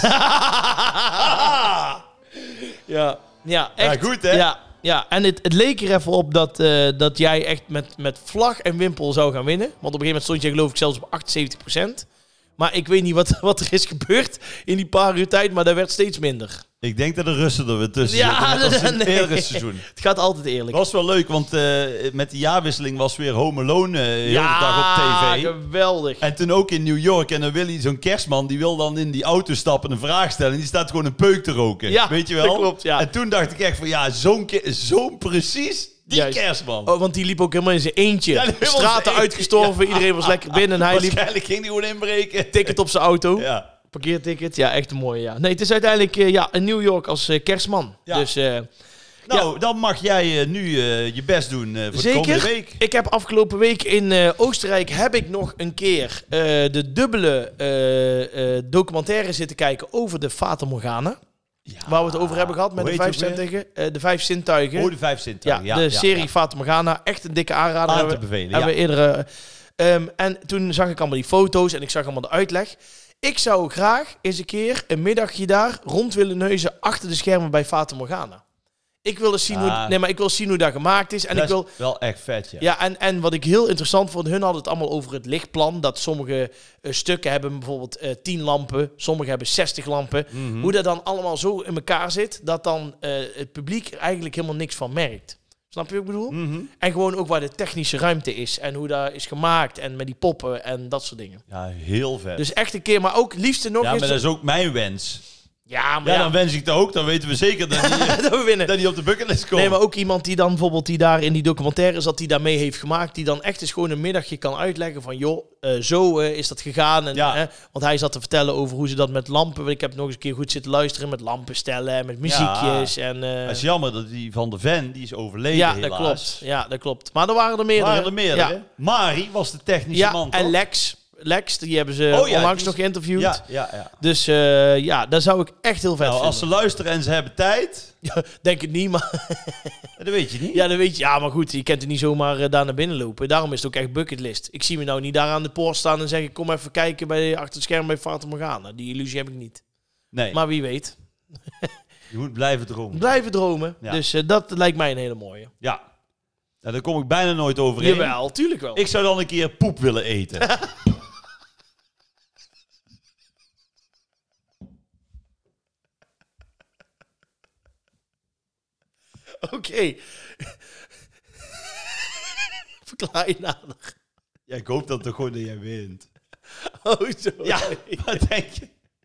[SPEAKER 1] Ja, ja, echt.
[SPEAKER 2] Ja, goed hè?
[SPEAKER 1] Ja, ja. En het, het leek er even op dat, uh, dat jij echt met, met vlag en wimpel zou gaan winnen. Want op een gegeven moment stond je geloof ik zelfs op achtenzeventig procent. Maar ik weet niet wat, wat er is gebeurd in die paar uur tijd, maar dat werd steeds minder.
[SPEAKER 2] Ik denk dat de Russen er weer tussen
[SPEAKER 1] Ja,
[SPEAKER 2] zitten. Net als in het
[SPEAKER 1] nee.
[SPEAKER 2] eerdere seizoen.
[SPEAKER 1] Het gaat altijd eerlijk.
[SPEAKER 2] Was wel leuk, want uh, met de jaarwisseling was weer Home Alone uh, heel
[SPEAKER 1] ja,
[SPEAKER 2] de dag op tv.
[SPEAKER 1] Geweldig.
[SPEAKER 2] En toen ook in New York. En dan wil hij, zo'n kerstman, die wil dan in die auto stappen en een vraag stellen. En die staat gewoon een peuk te roken.
[SPEAKER 1] Ja,
[SPEAKER 2] weet je wel?
[SPEAKER 1] dat klopt, ja.
[SPEAKER 2] En toen dacht ik echt van, ja, zo'n, ke- zo'n precies die
[SPEAKER 1] Juist.
[SPEAKER 2] kerstman.
[SPEAKER 1] Oh, want die liep ook helemaal in zijn eentje.
[SPEAKER 2] Ja, helemaal
[SPEAKER 1] Straten
[SPEAKER 2] zijn
[SPEAKER 1] uitgestorven,
[SPEAKER 2] eentje.
[SPEAKER 1] iedereen was lekker binnen en hij liep
[SPEAKER 2] Waarschijnlijk ging hij gewoon inbreken.
[SPEAKER 1] ticket op zijn auto.
[SPEAKER 2] Ja.
[SPEAKER 1] Parkeerticket, ja, echt een mooie, ja. Nee, het is uiteindelijk uh, ja, in New York als uh, kerstman.
[SPEAKER 2] Ja.
[SPEAKER 1] Dus, uh,
[SPEAKER 2] Nou, dan mag jij uh, nu uh, je best doen uh, voor
[SPEAKER 1] zeker.
[SPEAKER 2] de komende week.
[SPEAKER 1] Ik heb afgelopen week in uh, Oostenrijk heb ik nog een keer uh, de dubbele uh, uh, documentaire zitten kijken over de Fata Morgana.
[SPEAKER 2] Ja.
[SPEAKER 1] Waar we het over hebben gehad met
[SPEAKER 2] Hoe
[SPEAKER 1] de
[SPEAKER 2] heet
[SPEAKER 1] vijf,
[SPEAKER 2] het ook
[SPEAKER 1] zintuigen, uh, de vijf zintuigen.
[SPEAKER 2] Oh, de vijf zintuigen.
[SPEAKER 1] Ja,
[SPEAKER 2] Ja,
[SPEAKER 1] de
[SPEAKER 2] ja,
[SPEAKER 1] serie
[SPEAKER 2] ja.
[SPEAKER 1] Fata Morgana. Echt een dikke aanrader.
[SPEAKER 2] Aan
[SPEAKER 1] hebben
[SPEAKER 2] te
[SPEAKER 1] we-
[SPEAKER 2] bevelen,
[SPEAKER 1] hebben
[SPEAKER 2] ja.
[SPEAKER 1] we eerder, uh, um, en toen zag ik allemaal die foto's en ik zag allemaal de uitleg. Ik zou graag eens een keer een middagje daar rond willen neuzen achter de schermen bij Fata Morgana. Ik wil eens zien,
[SPEAKER 2] Ah.
[SPEAKER 1] hoe, nee, maar ik wil zien hoe dat gemaakt is. En
[SPEAKER 2] Dat
[SPEAKER 1] ik wil,
[SPEAKER 2] is wel echt vet, ja.
[SPEAKER 1] ja, en, en wat ik heel interessant vond, hun hadden het allemaal over het lichtplan. Dat sommige uh, stukken hebben bijvoorbeeld uh, tien lampen, sommige hebben zestig lampen.
[SPEAKER 2] Mhm.
[SPEAKER 1] Hoe dat dan allemaal zo in elkaar zit, dat dan uh, het publiek er eigenlijk helemaal niks van merkt. Snap je wat ik bedoel?
[SPEAKER 2] Mhm.
[SPEAKER 1] En gewoon ook waar de technische ruimte is en hoe dat is gemaakt en met die poppen en dat soort dingen.
[SPEAKER 2] Ja, heel vet.
[SPEAKER 1] Dus echt een keer, maar ook liefste nog
[SPEAKER 2] ja,
[SPEAKER 1] eens...
[SPEAKER 2] maar dat is ook mijn wens.
[SPEAKER 1] Ja, maar
[SPEAKER 2] Ja,
[SPEAKER 1] ja,
[SPEAKER 2] dan wens ik het ook. Dan weten we zeker dat hij
[SPEAKER 1] dat we winnen.
[SPEAKER 2] dat hij op de bucketlist komt.
[SPEAKER 1] Nee, maar ook iemand die dan bijvoorbeeld die daar in die documentaire zat, die daarmee heeft gemaakt, die dan echt eens gewoon een middagje kan uitleggen van, joh, uh, zo uh, is dat gegaan. En,
[SPEAKER 2] Ja.
[SPEAKER 1] uh, want hij zat te vertellen over hoe ze dat met lampen, ik heb nog eens een keer goed zitten luisteren, met lampen stellen en met muziekjes. En, uh,
[SPEAKER 2] Het is jammer dat die van de Ven, die is overleden
[SPEAKER 1] ja,
[SPEAKER 2] helaas.
[SPEAKER 1] dat klopt. Ja, dat klopt. Maar er waren er meerdere.
[SPEAKER 2] Waren er meerdere.
[SPEAKER 1] Ja,
[SPEAKER 2] Mari was de technische
[SPEAKER 1] ja
[SPEAKER 2] man, toch?
[SPEAKER 1] en Lex. Lex, die hebben ze
[SPEAKER 2] Oh ja,
[SPEAKER 1] onlangs
[SPEAKER 2] die
[SPEAKER 1] nog
[SPEAKER 2] is-
[SPEAKER 1] geïnterviewd.
[SPEAKER 2] Ja, ja, ja.
[SPEAKER 1] Dus uh, ja, dat zou ik echt heel vet
[SPEAKER 2] Nou, als ze
[SPEAKER 1] vinden.
[SPEAKER 2] luisteren en ze hebben tijd,
[SPEAKER 1] Ja, denk het niet, maar...
[SPEAKER 2] dat weet je niet.
[SPEAKER 1] Ja, dat weet je. Ja, maar goed, je kent er niet zomaar uh, daar naar binnen lopen. Daarom is het ook echt bucketlist. Ik zie me nou niet daar aan de poort staan en zeggen, kom even kijken bij, achter het scherm bij Fata Morgana. Die illusie heb ik niet.
[SPEAKER 2] Nee,
[SPEAKER 1] Maar wie weet.
[SPEAKER 2] je moet blijven dromen.
[SPEAKER 1] Blijven dromen.
[SPEAKER 2] Ja.
[SPEAKER 1] Dus uh, dat lijkt mij een hele mooie.
[SPEAKER 2] Ja. Nou, daar kom ik bijna nooit overheen.
[SPEAKER 1] Jawel, tuurlijk wel.
[SPEAKER 2] Ik zou dan een keer poep willen eten.
[SPEAKER 1] Oké. Okay. Verklaar je nader.
[SPEAKER 2] Ja, ik hoop dan toch gewoon dat jij wint.
[SPEAKER 1] Oh, zo.
[SPEAKER 2] Ja, wat denk je?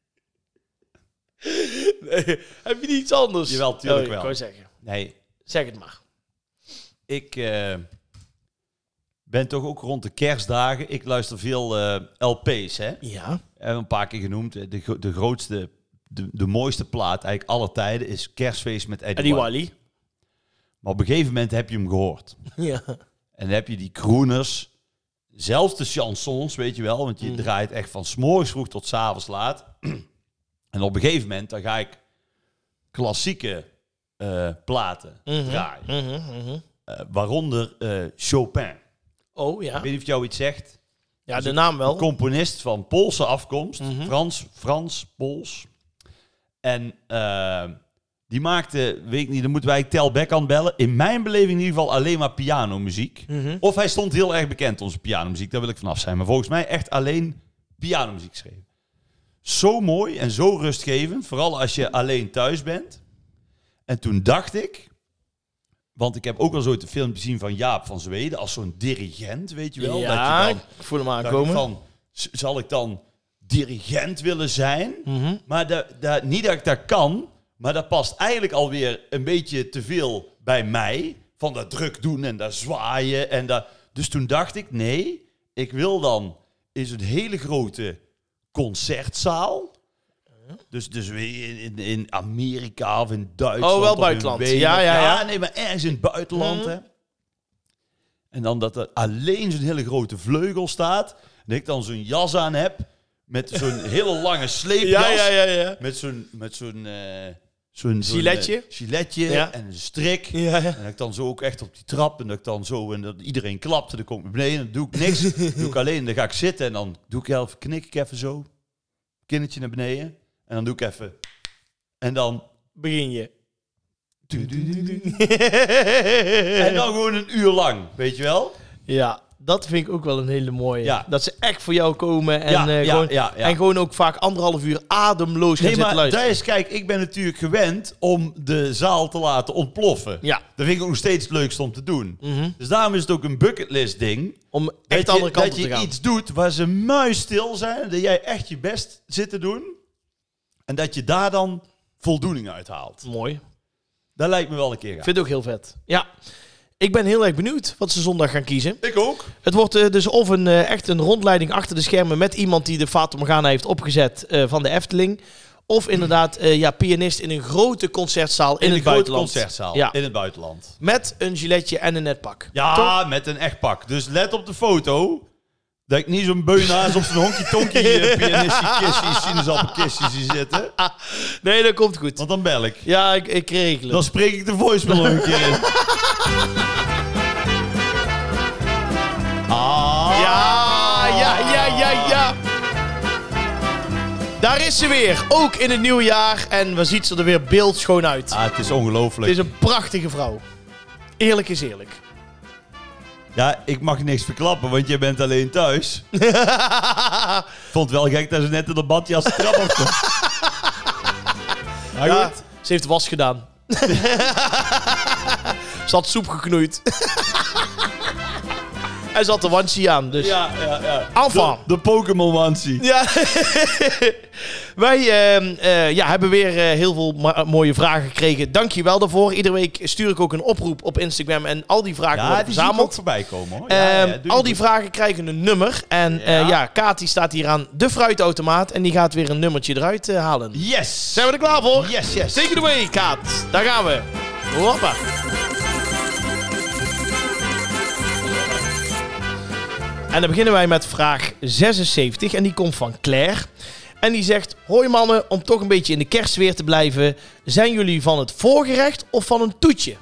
[SPEAKER 1] Nee, heb je niet iets anders?
[SPEAKER 2] Jawel, tuurlijk
[SPEAKER 1] Oh,
[SPEAKER 2] wel.
[SPEAKER 1] Ik wou zeggen.
[SPEAKER 2] Nee,
[SPEAKER 1] Zeg het maar.
[SPEAKER 2] ik uh, ben toch ook rond de kerstdagen. Ik luister veel uh, L P's, hè.
[SPEAKER 1] Ja.
[SPEAKER 2] Hebben een paar keer genoemd. De, gro- de grootste, de, de mooiste plaat eigenlijk aller tijden is Kerstfeest met Eddie,
[SPEAKER 1] Eddie
[SPEAKER 2] Wally.
[SPEAKER 1] Wally.
[SPEAKER 2] Maar op een gegeven moment heb je hem gehoord.
[SPEAKER 1] Ja.
[SPEAKER 2] En dan heb je die crooners, zelfs de chansons, weet je wel. Want je
[SPEAKER 1] Mm.
[SPEAKER 2] draait echt van 's morgens vroeg tot 's avonds laat. En op een gegeven moment, dan ga ik klassieke uh, platen
[SPEAKER 1] Mhm,
[SPEAKER 2] draaien.
[SPEAKER 1] mhm, mhm.
[SPEAKER 2] Uh, waaronder uh, Chopin.
[SPEAKER 1] Oh, ja.
[SPEAKER 2] Ik weet niet of jou iets zegt.
[SPEAKER 1] Ja, de naam wel.
[SPEAKER 2] Een componist van Poolse afkomst.
[SPEAKER 1] Mm-hmm.
[SPEAKER 2] Frans, Frans, Pools. En uh, die maakte, weet ik niet, dan moeten wij Tel Beck aan bellen. In mijn beleving in ieder geval alleen maar pianomuziek.
[SPEAKER 1] Mm-hmm.
[SPEAKER 2] Of hij stond heel erg bekend, onze pianomuziek. Daar wil ik vanaf zijn. Maar volgens mij echt alleen pianomuziek schreven. Zo mooi en zo rustgevend. Vooral als je alleen thuis bent. En toen dacht ik... Want ik heb ook al zo de film gezien van Jaap van Zweden. Als zo'n dirigent, weet je wel.
[SPEAKER 1] Ja,
[SPEAKER 2] dat je dan,
[SPEAKER 1] ik voel hem
[SPEAKER 2] dacht ik
[SPEAKER 1] aankomen.
[SPEAKER 2] van, z- zal ik dan dirigent willen zijn?
[SPEAKER 1] Mm-hmm.
[SPEAKER 2] Maar da, da, niet dat ik dat kan. Maar dat past eigenlijk alweer een beetje te veel bij mij. Van dat druk doen en dat zwaaien. En dat. Dus toen dacht ik, nee, ik wil dan is een hele grote concertzaal. Dus, dus in, in, in Amerika of in Duitsland.
[SPEAKER 1] Oh, wel
[SPEAKER 2] of in
[SPEAKER 1] buitenland.
[SPEAKER 2] Wenen.
[SPEAKER 1] Ja, ja, ja.
[SPEAKER 2] nee, maar ergens in het buitenland.
[SPEAKER 1] Mm.
[SPEAKER 2] Hè. En dan dat er alleen zo'n hele grote vleugel staat. En dat ik dan zo'n jas aan heb. Met zo'n hele lange sleepjas.
[SPEAKER 1] Ja, ja, ja, ja.
[SPEAKER 2] Met zo'n... Met zo'n uh, zo'n
[SPEAKER 1] Giletje.
[SPEAKER 2] Zo'n, uh, giletje
[SPEAKER 1] Ja.
[SPEAKER 2] en een strik.
[SPEAKER 1] Ja, ja.
[SPEAKER 2] En dat ik dan zo ook echt op die trap. En dat ik dan zo... En dat iedereen klapt. En dan kom ik naar beneden. En dan doe ik niks. doe ik alleen. Dan ga ik zitten. En dan doe ik even... Knik ik even zo. Kindertje naar beneden. En dan doe ik even... En dan...
[SPEAKER 1] Begin je.
[SPEAKER 2] En dan gewoon een uur lang. Weet je wel?
[SPEAKER 1] Ja, dat vind ik ook wel een hele mooie.
[SPEAKER 2] Ja.
[SPEAKER 1] Dat ze echt voor jou komen en,
[SPEAKER 2] Ja,
[SPEAKER 1] eh,
[SPEAKER 2] ja,
[SPEAKER 1] gewoon,
[SPEAKER 2] ja, ja.
[SPEAKER 1] en gewoon ook vaak anderhalf uur ademloos gaan
[SPEAKER 2] Nee,
[SPEAKER 1] zitten
[SPEAKER 2] maar
[SPEAKER 1] luisteren.
[SPEAKER 2] dat is... Kijk, ik ben natuurlijk gewend om de zaal te laten ontploffen.
[SPEAKER 1] Ja.
[SPEAKER 2] Dat vind ik ook nog steeds het leukste om te doen.
[SPEAKER 1] Mhm.
[SPEAKER 2] Dus daarom is het ook een bucketlist ding.
[SPEAKER 1] Om echt
[SPEAKER 2] Dat
[SPEAKER 1] de andere
[SPEAKER 2] je,
[SPEAKER 1] kant
[SPEAKER 2] dat
[SPEAKER 1] op te
[SPEAKER 2] je
[SPEAKER 1] gaan.
[SPEAKER 2] iets doet waar ze muisstil zijn. Dat jij echt je best zit te doen. En dat je daar dan voldoening uit haalt.
[SPEAKER 1] Mooi.
[SPEAKER 2] Dat lijkt me wel een keer
[SPEAKER 1] Ik
[SPEAKER 2] gaaf.
[SPEAKER 1] vind het ook heel vet. Ja. Ik ben heel erg benieuwd wat ze zondag gaan kiezen.
[SPEAKER 2] Ik ook.
[SPEAKER 1] Het wordt uh, dus of een, uh, echt een rondleiding achter de schermen met iemand die de Fata Morgana heeft opgezet uh, van de Efteling. Of inderdaad, uh, ja, pianist in een grote concertzaal in,
[SPEAKER 2] In
[SPEAKER 1] het
[SPEAKER 2] een grote
[SPEAKER 1] buitenland.
[SPEAKER 2] concertzaal.
[SPEAKER 1] Ja.
[SPEAKER 2] In het buitenland.
[SPEAKER 1] Met een giletje en een netpak.
[SPEAKER 2] Ja,
[SPEAKER 1] Toch?
[SPEAKER 2] met een echt pak. Dus let op de foto. Dat ik niet zo'n beu naast op zo'n honky-tonky uh, pianistje-kistjes, sinaasappelkistjes zie zitten.
[SPEAKER 1] Nee, dat komt goed.
[SPEAKER 2] Want dan bel ik.
[SPEAKER 1] Ja, ik, ik regel het.
[SPEAKER 2] Dan spreek ik de voicemail nog een keer in. Ah.
[SPEAKER 1] Ja, ja, ja, ja, ja. Daar is ze weer. Ook in het nieuwe jaar. En we ziet ze er weer beeldschoon uit.
[SPEAKER 2] Ah, het is ongelooflijk.
[SPEAKER 1] Het is een prachtige vrouw. Eerlijk is eerlijk.
[SPEAKER 2] Ja, ik mag niks verklappen, want jij bent alleen thuis. Vond het wel gek dat ze net in de badjas de trap afkomt. Maar
[SPEAKER 1] Ja,
[SPEAKER 2] goed.
[SPEAKER 1] ze heeft was gedaan. Ze had soep geknoeid. En ze had de onesie aan, dus...
[SPEAKER 2] Ja, ja, ja.
[SPEAKER 1] Enfin.
[SPEAKER 2] De, de Pokémon onesie.
[SPEAKER 1] Ja. Wij uh, uh, ja, hebben weer uh, heel veel ma- mooie vragen gekregen. Dank je wel daarvoor. Iedere week stuur ik ook een oproep op Instagram. En al die vragen
[SPEAKER 2] Ja,
[SPEAKER 1] worden
[SPEAKER 2] die zie ik ook
[SPEAKER 1] verzameld.
[SPEAKER 2] voorbij komen, hoor.
[SPEAKER 1] Uh,
[SPEAKER 2] Ja, ja, doe
[SPEAKER 1] al
[SPEAKER 2] je
[SPEAKER 1] die
[SPEAKER 2] goed.
[SPEAKER 1] vragen krijgen een nummer. En ja,
[SPEAKER 2] Ja.
[SPEAKER 1] uh, ja Kati staat hier aan de fruitautomaat. En die gaat weer een nummertje eruit uh, halen.
[SPEAKER 2] Yes!
[SPEAKER 1] Zijn we er klaar voor?
[SPEAKER 2] Yes, yes.
[SPEAKER 1] Take it away, Kaat. Daar gaan we. Hoppa. En dan beginnen wij met vraag zesenzeventig. En die komt van Claire. En die zegt... Hoi mannen, om toch een beetje in de kerstsfeer te blijven. Zijn jullie van het voorgerecht of van een toetje?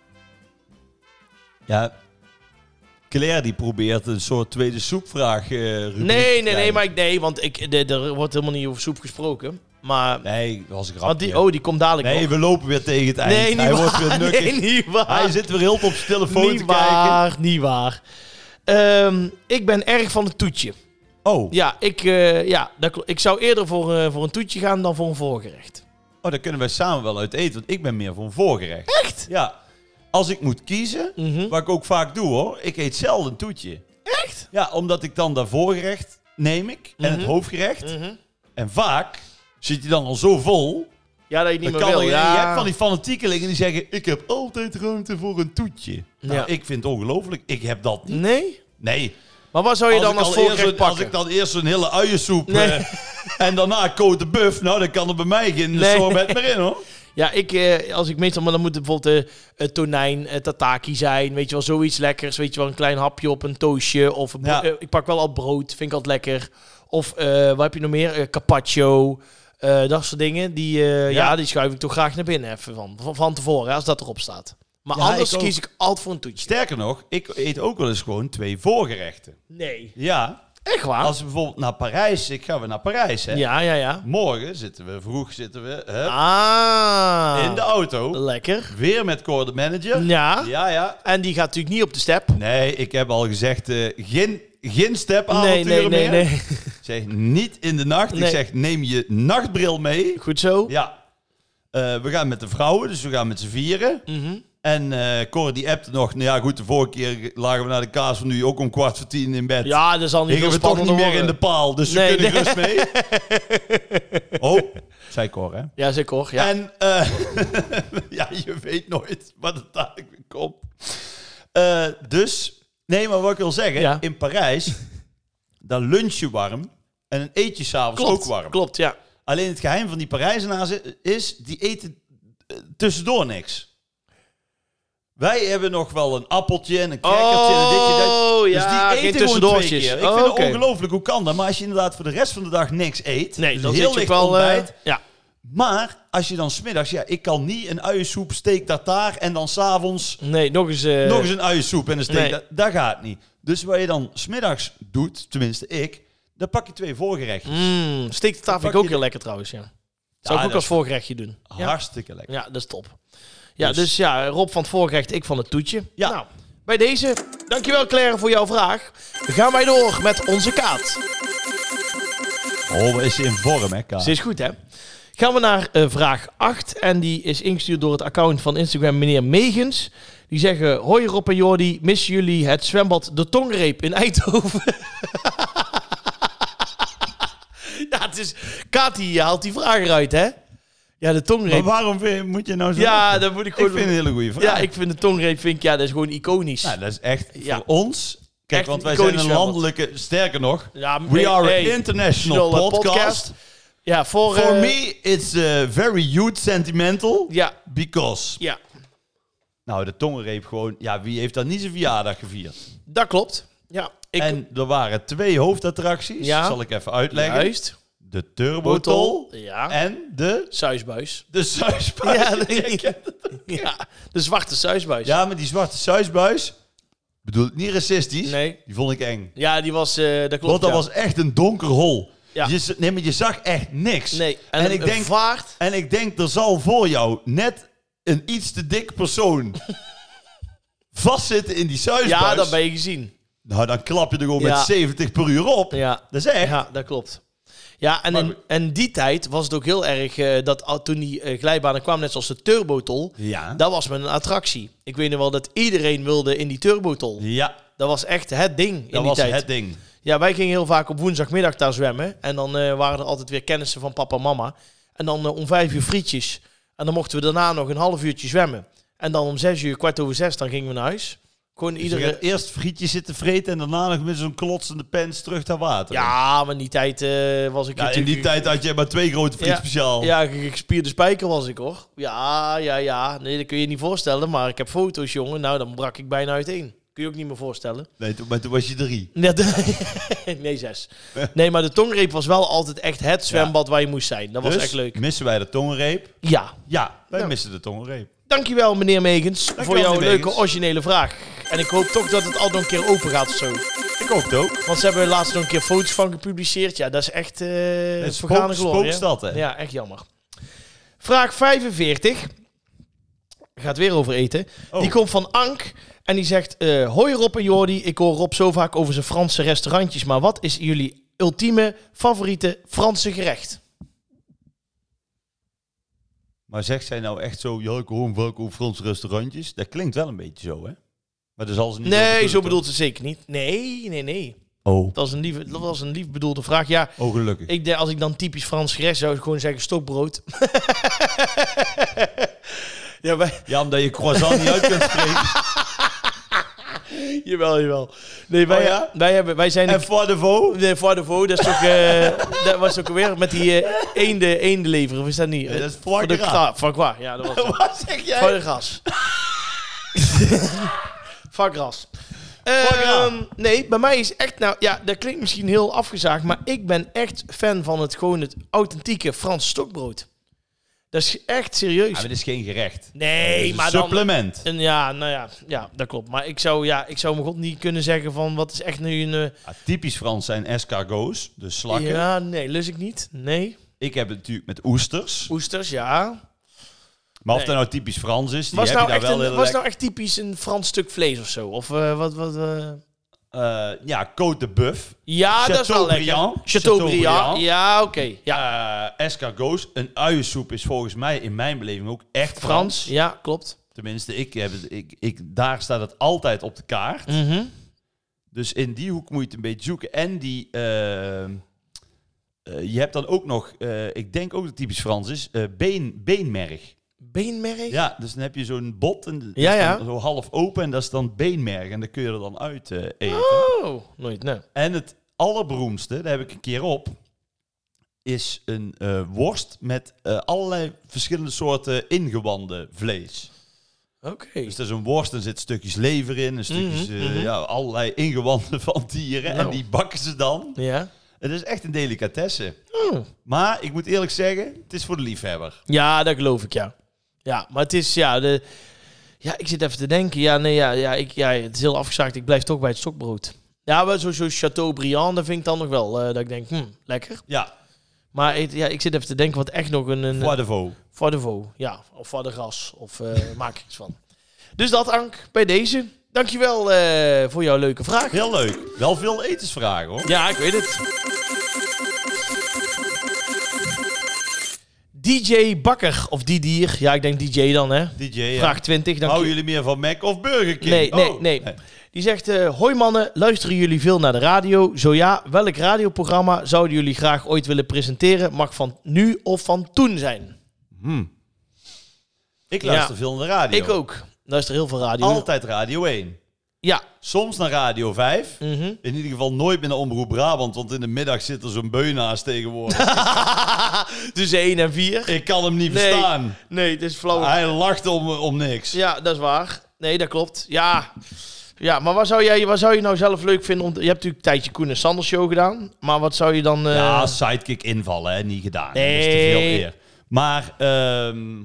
[SPEAKER 2] Ja, Claire die probeert een soort tweede soepvraag uh, rubriek te
[SPEAKER 1] Nee, nee, nee,
[SPEAKER 2] krijgen.
[SPEAKER 1] maar ik, nee, want ik, de, er wordt helemaal niet over soep gesproken. Maar...
[SPEAKER 2] Nee, dat was een grapje.
[SPEAKER 1] Want die, oh, die komt dadelijk
[SPEAKER 2] nee,
[SPEAKER 1] nog.
[SPEAKER 2] we lopen weer tegen het eind.
[SPEAKER 1] Nee, niet
[SPEAKER 2] Hij
[SPEAKER 1] waar.
[SPEAKER 2] wordt weer nukkig.
[SPEAKER 1] Nee, niet waar.
[SPEAKER 2] Hij zit weer heel op zijn telefoon
[SPEAKER 1] niet
[SPEAKER 2] te
[SPEAKER 1] waar, niet waar. Um, ik ben erg van het toetje.
[SPEAKER 2] kijken. Oh.
[SPEAKER 1] Ja, ik, uh, ja dat kl- ik zou eerder voor, uh, voor een toetje gaan dan voor een voorgerecht.
[SPEAKER 2] oh, dan kunnen wij samen wel uit eten, want ik ben meer voor een voorgerecht.
[SPEAKER 1] Echt?
[SPEAKER 2] Ja. Als ik moet kiezen,
[SPEAKER 1] Mm-hmm.
[SPEAKER 2] wat ik ook vaak doe hoor, ik eet zelden een toetje.
[SPEAKER 1] Echt?
[SPEAKER 2] Ja, omdat ik dan dat voorgerecht neem ik en
[SPEAKER 1] Mhm.
[SPEAKER 2] het hoofdgerecht.
[SPEAKER 1] Mm-hmm.
[SPEAKER 2] En vaak zit je dan al zo vol.
[SPEAKER 1] Ja, dat je niet
[SPEAKER 2] Dan
[SPEAKER 1] meer
[SPEAKER 2] kan
[SPEAKER 1] wil.
[SPEAKER 2] er,
[SPEAKER 1] Ja.
[SPEAKER 2] Je hebt van die fanatiekelingen die zeggen, ik heb altijd ruimte voor een toetje. Nou,
[SPEAKER 1] Ja.
[SPEAKER 2] ik vind het ongelooflijk. Ik heb dat niet.
[SPEAKER 1] Nee?
[SPEAKER 2] Nee.
[SPEAKER 1] Maar wat zou je dan
[SPEAKER 2] ik
[SPEAKER 1] als
[SPEAKER 2] al
[SPEAKER 1] voorgerecht
[SPEAKER 2] eerst een-
[SPEAKER 1] pakken?
[SPEAKER 2] Als ik dan eerst een hele uiensoep
[SPEAKER 1] Nee.
[SPEAKER 2] eh, en daarna côte buff, nou dan kan er bij mij geen
[SPEAKER 1] Nee.
[SPEAKER 2] sorbet meer in hoor.
[SPEAKER 1] Ja, ik, eh, als ik meestal, maar dan moet het bijvoorbeeld uh, uh, tonijn, uh, tataki zijn, weet je wel, zoiets lekkers, weet je wel, een klein hapje op een toastje, of een bro-
[SPEAKER 2] Ja.
[SPEAKER 1] uh, ik pak wel al brood, vind ik altijd lekker, of uh, wat heb je nog meer, uh, carpaccio, uh, dat soort dingen, die, uh, ja.
[SPEAKER 2] Ja.
[SPEAKER 1] die schuif ik toch graag naar binnen even van, van, van tevoren, hè, als dat erop staat. Maar
[SPEAKER 2] Ja,
[SPEAKER 1] anders
[SPEAKER 2] ik ook.
[SPEAKER 1] kies ik altijd voor een toetje.
[SPEAKER 2] Sterker nog, ik eet ook wel eens gewoon twee voorgerechten.
[SPEAKER 1] Nee.
[SPEAKER 2] Ja,
[SPEAKER 1] Echt waar?
[SPEAKER 2] Als we bijvoorbeeld naar Parijs, ik ga weer naar Parijs, hè.
[SPEAKER 1] Ja, ja, ja.
[SPEAKER 2] Morgen zitten we, vroeg zitten we, hup,
[SPEAKER 1] Ah.
[SPEAKER 2] in de auto.
[SPEAKER 1] Lekker.
[SPEAKER 2] Weer met Cor de manager.
[SPEAKER 1] Ja.
[SPEAKER 2] Ja, ja.
[SPEAKER 1] En die gaat natuurlijk niet op de step.
[SPEAKER 2] Nee, ik heb al gezegd, uh, geen, geen
[SPEAKER 1] Nee,
[SPEAKER 2] step-avonturen
[SPEAKER 1] nee, nee,
[SPEAKER 2] meer.
[SPEAKER 1] nee.
[SPEAKER 2] Ik zeg, niet in de nacht.
[SPEAKER 1] Nee.
[SPEAKER 2] Ik zeg, neem je nachtbril mee.
[SPEAKER 1] Goed zo.
[SPEAKER 2] Ja. Uh, we gaan met de vrouwen, dus we gaan met z'n vieren.
[SPEAKER 1] Mhm.
[SPEAKER 2] En uh, Cor die appte nog, nou ja goed, de vorige keer lagen we naar de kaas van nu ook om kwart voor tien in bed.
[SPEAKER 1] Ja, dat zal niet
[SPEAKER 2] Hingen
[SPEAKER 1] veel
[SPEAKER 2] we toch niet
[SPEAKER 1] spannender
[SPEAKER 2] meer in
[SPEAKER 1] worden.
[SPEAKER 2] de paal, dus we
[SPEAKER 1] Nee,
[SPEAKER 2] kunnen
[SPEAKER 1] nee.
[SPEAKER 2] rust mee. Oh, zei Cor, hè?
[SPEAKER 1] Ja, zeker hoor. Ja.
[SPEAKER 2] En uh, ja, je weet nooit wat het dadelijk weer komt. Uh, dus, nee, maar wat ik wil zeggen,
[SPEAKER 1] Ja.
[SPEAKER 2] in Parijs, dan lunch je warm en dan eet je s'avonds
[SPEAKER 1] Klopt,
[SPEAKER 2] ook warm.
[SPEAKER 1] klopt, ja.
[SPEAKER 2] Alleen het geheim van die Parijzenaren is, die eten uh, tussendoor niks. Wij hebben nog wel een appeltje en een crackertje en een ditje. Dat.
[SPEAKER 1] Oh, ja,
[SPEAKER 2] Dus die
[SPEAKER 1] geen
[SPEAKER 2] eten gewoon twee
[SPEAKER 1] tussendoortjes.
[SPEAKER 2] keer. Ik
[SPEAKER 1] Oh,
[SPEAKER 2] vind
[SPEAKER 1] oké.
[SPEAKER 2] het ongelooflijk, hoe kan dat? Maar als je inderdaad voor de rest van de dag niks eet,
[SPEAKER 1] Nee,
[SPEAKER 2] dus
[SPEAKER 1] dan
[SPEAKER 2] heel
[SPEAKER 1] zit je
[SPEAKER 2] licht
[SPEAKER 1] ook wel... eh,
[SPEAKER 2] ontbijt.
[SPEAKER 1] ja.
[SPEAKER 2] Maar als je dan smiddags, ja, ik kan niet een uiensoep, steak tartaar en dan s'avonds
[SPEAKER 1] Nee, nog eens... eh,
[SPEAKER 2] nog eens een uiensoep en een steak.
[SPEAKER 1] nee.
[SPEAKER 2] Dat, dat gaat niet. Dus wat je dan smiddags doet, tenminste ik, dan pak je twee voorgerechtjes.
[SPEAKER 1] Mm, steak
[SPEAKER 2] pak
[SPEAKER 1] vind ik
[SPEAKER 2] je
[SPEAKER 1] ook
[SPEAKER 2] de-
[SPEAKER 1] heel lekker trouwens, ja. Zou
[SPEAKER 2] Ja,
[SPEAKER 1] ik ook
[SPEAKER 2] dat
[SPEAKER 1] als
[SPEAKER 2] is
[SPEAKER 1] voorgerechtje doen. Ja.
[SPEAKER 2] Hartstikke lekker.
[SPEAKER 1] Ja, dat is top. Ja, dus,
[SPEAKER 2] Dus-
[SPEAKER 1] ja, Rob van het voorgerecht, ik van het toetje.
[SPEAKER 2] Ja.
[SPEAKER 1] Nou, bij deze, dankjewel Claire voor jouw vraag. Gaan wij door met onze kaart.
[SPEAKER 2] Oh, wat is ze in vorm, hè, Kaat?
[SPEAKER 1] Ze is goed, hè? Gaan we naar eh, vraag acht. En die is ingestuurd door het account van Instagram meneer Megens. Die zeggen, hoi Rob en Jordi, missen jullie het zwembad De Tongreep in Eindhoven? Ja, het is... Kati haalt die vraag eruit, hè? Ja, de
[SPEAKER 2] Maar
[SPEAKER 1] tongreep.
[SPEAKER 2] waarom vind- moet je nou zo...
[SPEAKER 1] Ja, dan moet ik
[SPEAKER 2] ik
[SPEAKER 1] gewoon...
[SPEAKER 2] vind het een hele goede vraag.
[SPEAKER 1] Ja, ik vind de tongreep, vind ik, ja, dat is gewoon iconisch.
[SPEAKER 2] Nou, dat is echt
[SPEAKER 1] Ja.
[SPEAKER 2] voor ons... Kijk,
[SPEAKER 1] Echt
[SPEAKER 2] want
[SPEAKER 1] een
[SPEAKER 2] wij zijn
[SPEAKER 1] iconisch
[SPEAKER 2] een
[SPEAKER 1] zwembad.
[SPEAKER 2] landelijke... Sterker nog,
[SPEAKER 1] Ja,
[SPEAKER 2] we
[SPEAKER 1] hey,
[SPEAKER 2] are
[SPEAKER 1] hey,
[SPEAKER 2] an international
[SPEAKER 1] snel, eh,
[SPEAKER 2] podcast.
[SPEAKER 1] Ja, voor...
[SPEAKER 2] For
[SPEAKER 1] eh,
[SPEAKER 2] me, it's uh, very youth sentimental.
[SPEAKER 1] Ja,
[SPEAKER 2] Because...
[SPEAKER 1] ja,
[SPEAKER 2] Nou, de tongenreep gewoon... Ja, wie heeft dan niet zijn verjaardag gevierd?
[SPEAKER 1] dat klopt. Ja, ik...
[SPEAKER 2] En er waren twee hoofdattracties.
[SPEAKER 1] Ja.
[SPEAKER 2] Zal ik even uitleggen.
[SPEAKER 1] Juist.
[SPEAKER 2] De Turbotol
[SPEAKER 1] Ja.
[SPEAKER 2] en de...
[SPEAKER 1] Suisbuis.
[SPEAKER 2] De Suisbuis.
[SPEAKER 1] Ja, de, ja, de zwarte Suisbuis.
[SPEAKER 2] Ja, maar die zwarte Suisbuis... Bedoel ik niet racistisch.
[SPEAKER 1] Nee.
[SPEAKER 2] Die vond ik eng.
[SPEAKER 1] Ja, die was... eh dat klopt,
[SPEAKER 2] Want dat
[SPEAKER 1] ja.
[SPEAKER 2] was echt een donker hol.
[SPEAKER 1] Ja.
[SPEAKER 2] Je, z- nee, maar je zag echt niks.
[SPEAKER 1] Nee,
[SPEAKER 2] En,
[SPEAKER 1] en,
[SPEAKER 2] ik
[SPEAKER 1] een
[SPEAKER 2] denk,
[SPEAKER 1] vaart...
[SPEAKER 2] en ik denk, er zal voor jou net een iets te dik persoon vastzitten in die Suisbuis.
[SPEAKER 1] Ja, dat ben je gezien.
[SPEAKER 2] Nou, dan klap je er gewoon
[SPEAKER 1] Ja.
[SPEAKER 2] met zeventig per uur op.
[SPEAKER 1] Ja,
[SPEAKER 2] Dat is echt.
[SPEAKER 1] ja dat klopt. Ja, en
[SPEAKER 2] Maar
[SPEAKER 1] in,
[SPEAKER 2] we-
[SPEAKER 1] en die tijd was het ook heel erg... eh, dat al- toen die eh, glijbanen kwamen, net zoals de Turbotol...
[SPEAKER 2] Ja.
[SPEAKER 1] Dat was met een attractie. Ik weet nog wel dat iedereen wilde in die Turbotol.
[SPEAKER 2] Ja,
[SPEAKER 1] Dat was echt het ding in
[SPEAKER 2] dat
[SPEAKER 1] die
[SPEAKER 2] was
[SPEAKER 1] tijd.
[SPEAKER 2] het ding.
[SPEAKER 1] Ja, wij gingen heel vaak op woensdagmiddag daar zwemmen. En dan eh, waren er altijd weer kennissen van papa en mama. En dan eh, om vijf uur frietjes. En dan mochten we daarna nog een half uurtje zwemmen. En dan om zes uur, kwart over zes, dan gingen we naar huis. Gewoon
[SPEAKER 2] Dus je
[SPEAKER 1] iedere...
[SPEAKER 2] gaat eerst frietjes zitten vreten en daarna nog met zo'n klotsende pens terug naar water.
[SPEAKER 1] Ja, maar in die tijd eh, was ik
[SPEAKER 2] Ja, in
[SPEAKER 1] natuurlijk...
[SPEAKER 2] die tijd had je maar twee grote friet
[SPEAKER 1] Ja.
[SPEAKER 2] speciaal.
[SPEAKER 1] Ja, ge- gespierde spijker was ik hoor. Ja, ja, ja. Nee, dat kun je je niet voorstellen. Maar ik heb foto's, jongen. Nou, dan brak ik bijna uiteen. Kun je ook niet meer voorstellen.
[SPEAKER 2] Nee, toen, maar toen was je drie.
[SPEAKER 1] Nee, de- nee, zes. Nee, maar de tongreep was wel altijd echt het zwembad waar je moest zijn. Dat was
[SPEAKER 2] Dus
[SPEAKER 1] echt leuk.
[SPEAKER 2] missen wij de tongenreep?
[SPEAKER 1] Ja.
[SPEAKER 2] Ja, wij
[SPEAKER 1] Nou.
[SPEAKER 2] missen de tongenreep.
[SPEAKER 1] Dankjewel, meneer Megens, voor jouw
[SPEAKER 2] meneer
[SPEAKER 1] leuke
[SPEAKER 2] Megens.
[SPEAKER 1] originele vraag. En ik hoop toch dat het al nog een keer open gaat of zo.
[SPEAKER 2] Ik hoop het ook.
[SPEAKER 1] Want ze hebben laatst nog een keer foto's van gepubliceerd. Ja, dat is echt uh,
[SPEAKER 2] Het is
[SPEAKER 1] vergane
[SPEAKER 2] spook-
[SPEAKER 1] glorie. hè?
[SPEAKER 2] spookstad, hè?
[SPEAKER 1] Ja, echt jammer. Vraag vijfenveertig. Gaat weer over eten.
[SPEAKER 2] Oh.
[SPEAKER 1] Die komt van Ank. En die zegt... eh, hoi Rob en Jordi. Ik hoor Rob zo vaak over zijn Franse restaurantjes. Maar wat is jullie ultieme favoriete Franse gerecht?
[SPEAKER 2] Maar zegt zij nou echt zo, ja, ik hoor vaak over Franse restaurantjes? Dat klinkt wel een beetje zo, hè? Maar dat zal ze niet
[SPEAKER 1] Nee,
[SPEAKER 2] bedoelen,
[SPEAKER 1] zo bedoelt ze zeker niet. Nee, nee, nee.
[SPEAKER 2] toch? Oh,
[SPEAKER 1] Dat was een lieve, dat was een lief bedoelde vraag. Ja,
[SPEAKER 2] oh gelukkig.
[SPEAKER 1] ik denk, als ik dan typisch Frans gerecht zou ik gewoon zeggen stokbrood. ja, wij,
[SPEAKER 2] Ja, omdat je croissant niet uit kunt spreken.
[SPEAKER 1] jawel, jawel. Nee, wij,
[SPEAKER 2] Oh ja?
[SPEAKER 1] wij, hebben, wij zijn...
[SPEAKER 2] En voor de veau?
[SPEAKER 1] de Foie de Veau, dat is toch... eh, dat was ook weer met die uh, eenden, eendenlever, of is dat niet?
[SPEAKER 2] Nee, dat is
[SPEAKER 1] Eh,
[SPEAKER 2] foie
[SPEAKER 1] voor de
[SPEAKER 2] gras.
[SPEAKER 1] gra- Foie gras, ja, dat was het.
[SPEAKER 2] Wat zeg jij?
[SPEAKER 1] Foie de gras. Foie gras.
[SPEAKER 2] Foie gras.
[SPEAKER 1] Ehm, nee, bij mij is echt... Nou, ja, dat klinkt misschien heel afgezaagd, maar ik ben echt fan van het gewoon het authentieke Frans stokbrood. Dat is echt serieus.
[SPEAKER 2] Ja, maar dit is geen gerecht.
[SPEAKER 1] Nee,
[SPEAKER 2] Het is
[SPEAKER 1] maar
[SPEAKER 2] een
[SPEAKER 1] dan...
[SPEAKER 2] supplement.
[SPEAKER 1] En ja, nou ja, ja, dat klopt. Maar ik zou, ja, ik zou mijn god niet kunnen zeggen van wat is echt nu een... Uh...
[SPEAKER 2] Ja, typisch Frans zijn escargots, dus slakken.
[SPEAKER 1] Ja, nee, lust ik niet. Nee.
[SPEAKER 2] Ik heb het natuurlijk met oesters.
[SPEAKER 1] Oesters, ja.
[SPEAKER 2] Maar of
[SPEAKER 1] Nee.
[SPEAKER 2] dat nou typisch Frans is, die
[SPEAKER 1] Was,
[SPEAKER 2] heb
[SPEAKER 1] nou
[SPEAKER 2] je daar
[SPEAKER 1] echt,
[SPEAKER 2] wel
[SPEAKER 1] een,
[SPEAKER 2] heel
[SPEAKER 1] was
[SPEAKER 2] lekker.
[SPEAKER 1] nou echt typisch een Frans stuk vlees of zo? Of uh, wat... wat uh...
[SPEAKER 2] Uh, ja, Côte de Bœuf.
[SPEAKER 1] Ja, dat is wel lekker.
[SPEAKER 2] Chateaubriand.
[SPEAKER 1] Chateaubriand.
[SPEAKER 2] Chateaubriand.
[SPEAKER 1] Ja, oké. Okay. Ja.
[SPEAKER 2] Uh, escargots. Een uiensoep is volgens mij in mijn beleving ook echt Frans.
[SPEAKER 1] Frans, ja, klopt.
[SPEAKER 2] Tenminste, ik heb het, ik, ik, daar staat het altijd op de kaart.
[SPEAKER 1] Mm-hmm.
[SPEAKER 2] Dus in die hoek moet je het een beetje zoeken. En die... Uh, uh, je hebt dan ook nog... Uh, ik denk ook dat het typisch Frans is. Uh, been, beenmerg.
[SPEAKER 1] Beenmerg?
[SPEAKER 2] Ja, dus dan heb je zo'n bot. En dat
[SPEAKER 1] Ja,
[SPEAKER 2] is
[SPEAKER 1] ja.
[SPEAKER 2] dan zo half open. En dat is dan beenmerg. En dan kun je er dan uit uh, eten.
[SPEAKER 1] Oh, nooit, nee.
[SPEAKER 2] En het allerberoemdste, daar heb ik een keer op, is een uh, worst met uh, allerlei verschillende soorten ingewanden vlees.
[SPEAKER 1] Oké. Okay.
[SPEAKER 2] Dus dat is een worst, er zitten stukjes lever in, en stukjes,
[SPEAKER 1] Mm-hmm,
[SPEAKER 2] uh,
[SPEAKER 1] mm-hmm.
[SPEAKER 2] ja, allerlei ingewanden van dieren.
[SPEAKER 1] Nou.
[SPEAKER 2] En die bakken ze dan.
[SPEAKER 1] Ja.
[SPEAKER 2] Het is echt een delicatesse.
[SPEAKER 1] Oh.
[SPEAKER 2] Maar ik moet eerlijk zeggen, het is voor de liefhebber.
[SPEAKER 1] Ja, dat geloof ik, ja. Ja, maar het is, ja, de... Ja, ik zit even te denken. Ja, nee, ja, ja, ik, ja het is heel afgezaagd. Ik blijf toch bij het stokbrood. Ja, maar zo, zo Chateaubriand, dat vind ik dan nog wel. Uh, dat ik denk, hm, lekker.
[SPEAKER 2] Ja,
[SPEAKER 1] Maar ik, ja, ik zit even te denken wat echt nog een... een
[SPEAKER 2] foie de veau.
[SPEAKER 1] Foie de veau, ja. Of foie de gras. Of uh, maak ik iets van. Dus dat, Ank, bij deze. Dankjewel uh, voor jouw leuke vraag.
[SPEAKER 2] Heel leuk. Wel veel etensvragen, hoor.
[SPEAKER 1] Ja, ik weet het. D J Bakker, of Didier. Ja, ik denk D J dan, hè.
[SPEAKER 2] D J, ja.
[SPEAKER 1] Vraag twintig, dank
[SPEAKER 2] Houden
[SPEAKER 1] je.
[SPEAKER 2] jullie meer van Mac of Burger King?
[SPEAKER 1] Nee, nee,
[SPEAKER 2] Oh.
[SPEAKER 1] nee. Die zegt, uh, hoi mannen, luisteren jullie veel naar de radio? Zo ja, welk radioprogramma zouden jullie graag ooit willen presenteren? Mag van nu of van toen zijn?
[SPEAKER 2] Hmm. Ik luister
[SPEAKER 1] Ja.
[SPEAKER 2] veel naar de radio.
[SPEAKER 1] Ik ook. Luister heel veel radio.
[SPEAKER 2] Altijd Radio één.
[SPEAKER 1] Ja.
[SPEAKER 2] Soms naar Radio vijf.
[SPEAKER 1] Mhm.
[SPEAKER 2] In ieder geval nooit meer naar Omroep Brabant, want in de middag zit er zo'n beunaas tegenwoordig.
[SPEAKER 1] Dus één en vier.
[SPEAKER 2] Ik kan hem niet
[SPEAKER 1] Nee.
[SPEAKER 2] verstaan.
[SPEAKER 1] Nee, het is flauw.
[SPEAKER 2] Hij lacht om, om niks.
[SPEAKER 1] Ja, dat is waar. Nee, dat klopt. Ja, ja maar wat zou, jij, wat zou je nou zelf leuk vinden? Om te- je hebt natuurlijk een tijdje Koen en Sander show gedaan. Maar wat zou je dan... Uh...
[SPEAKER 2] Ja, sidekick invallen, hè. Niet gedaan.
[SPEAKER 1] Nee.
[SPEAKER 2] Dat is te veel eer. Maar, ehm,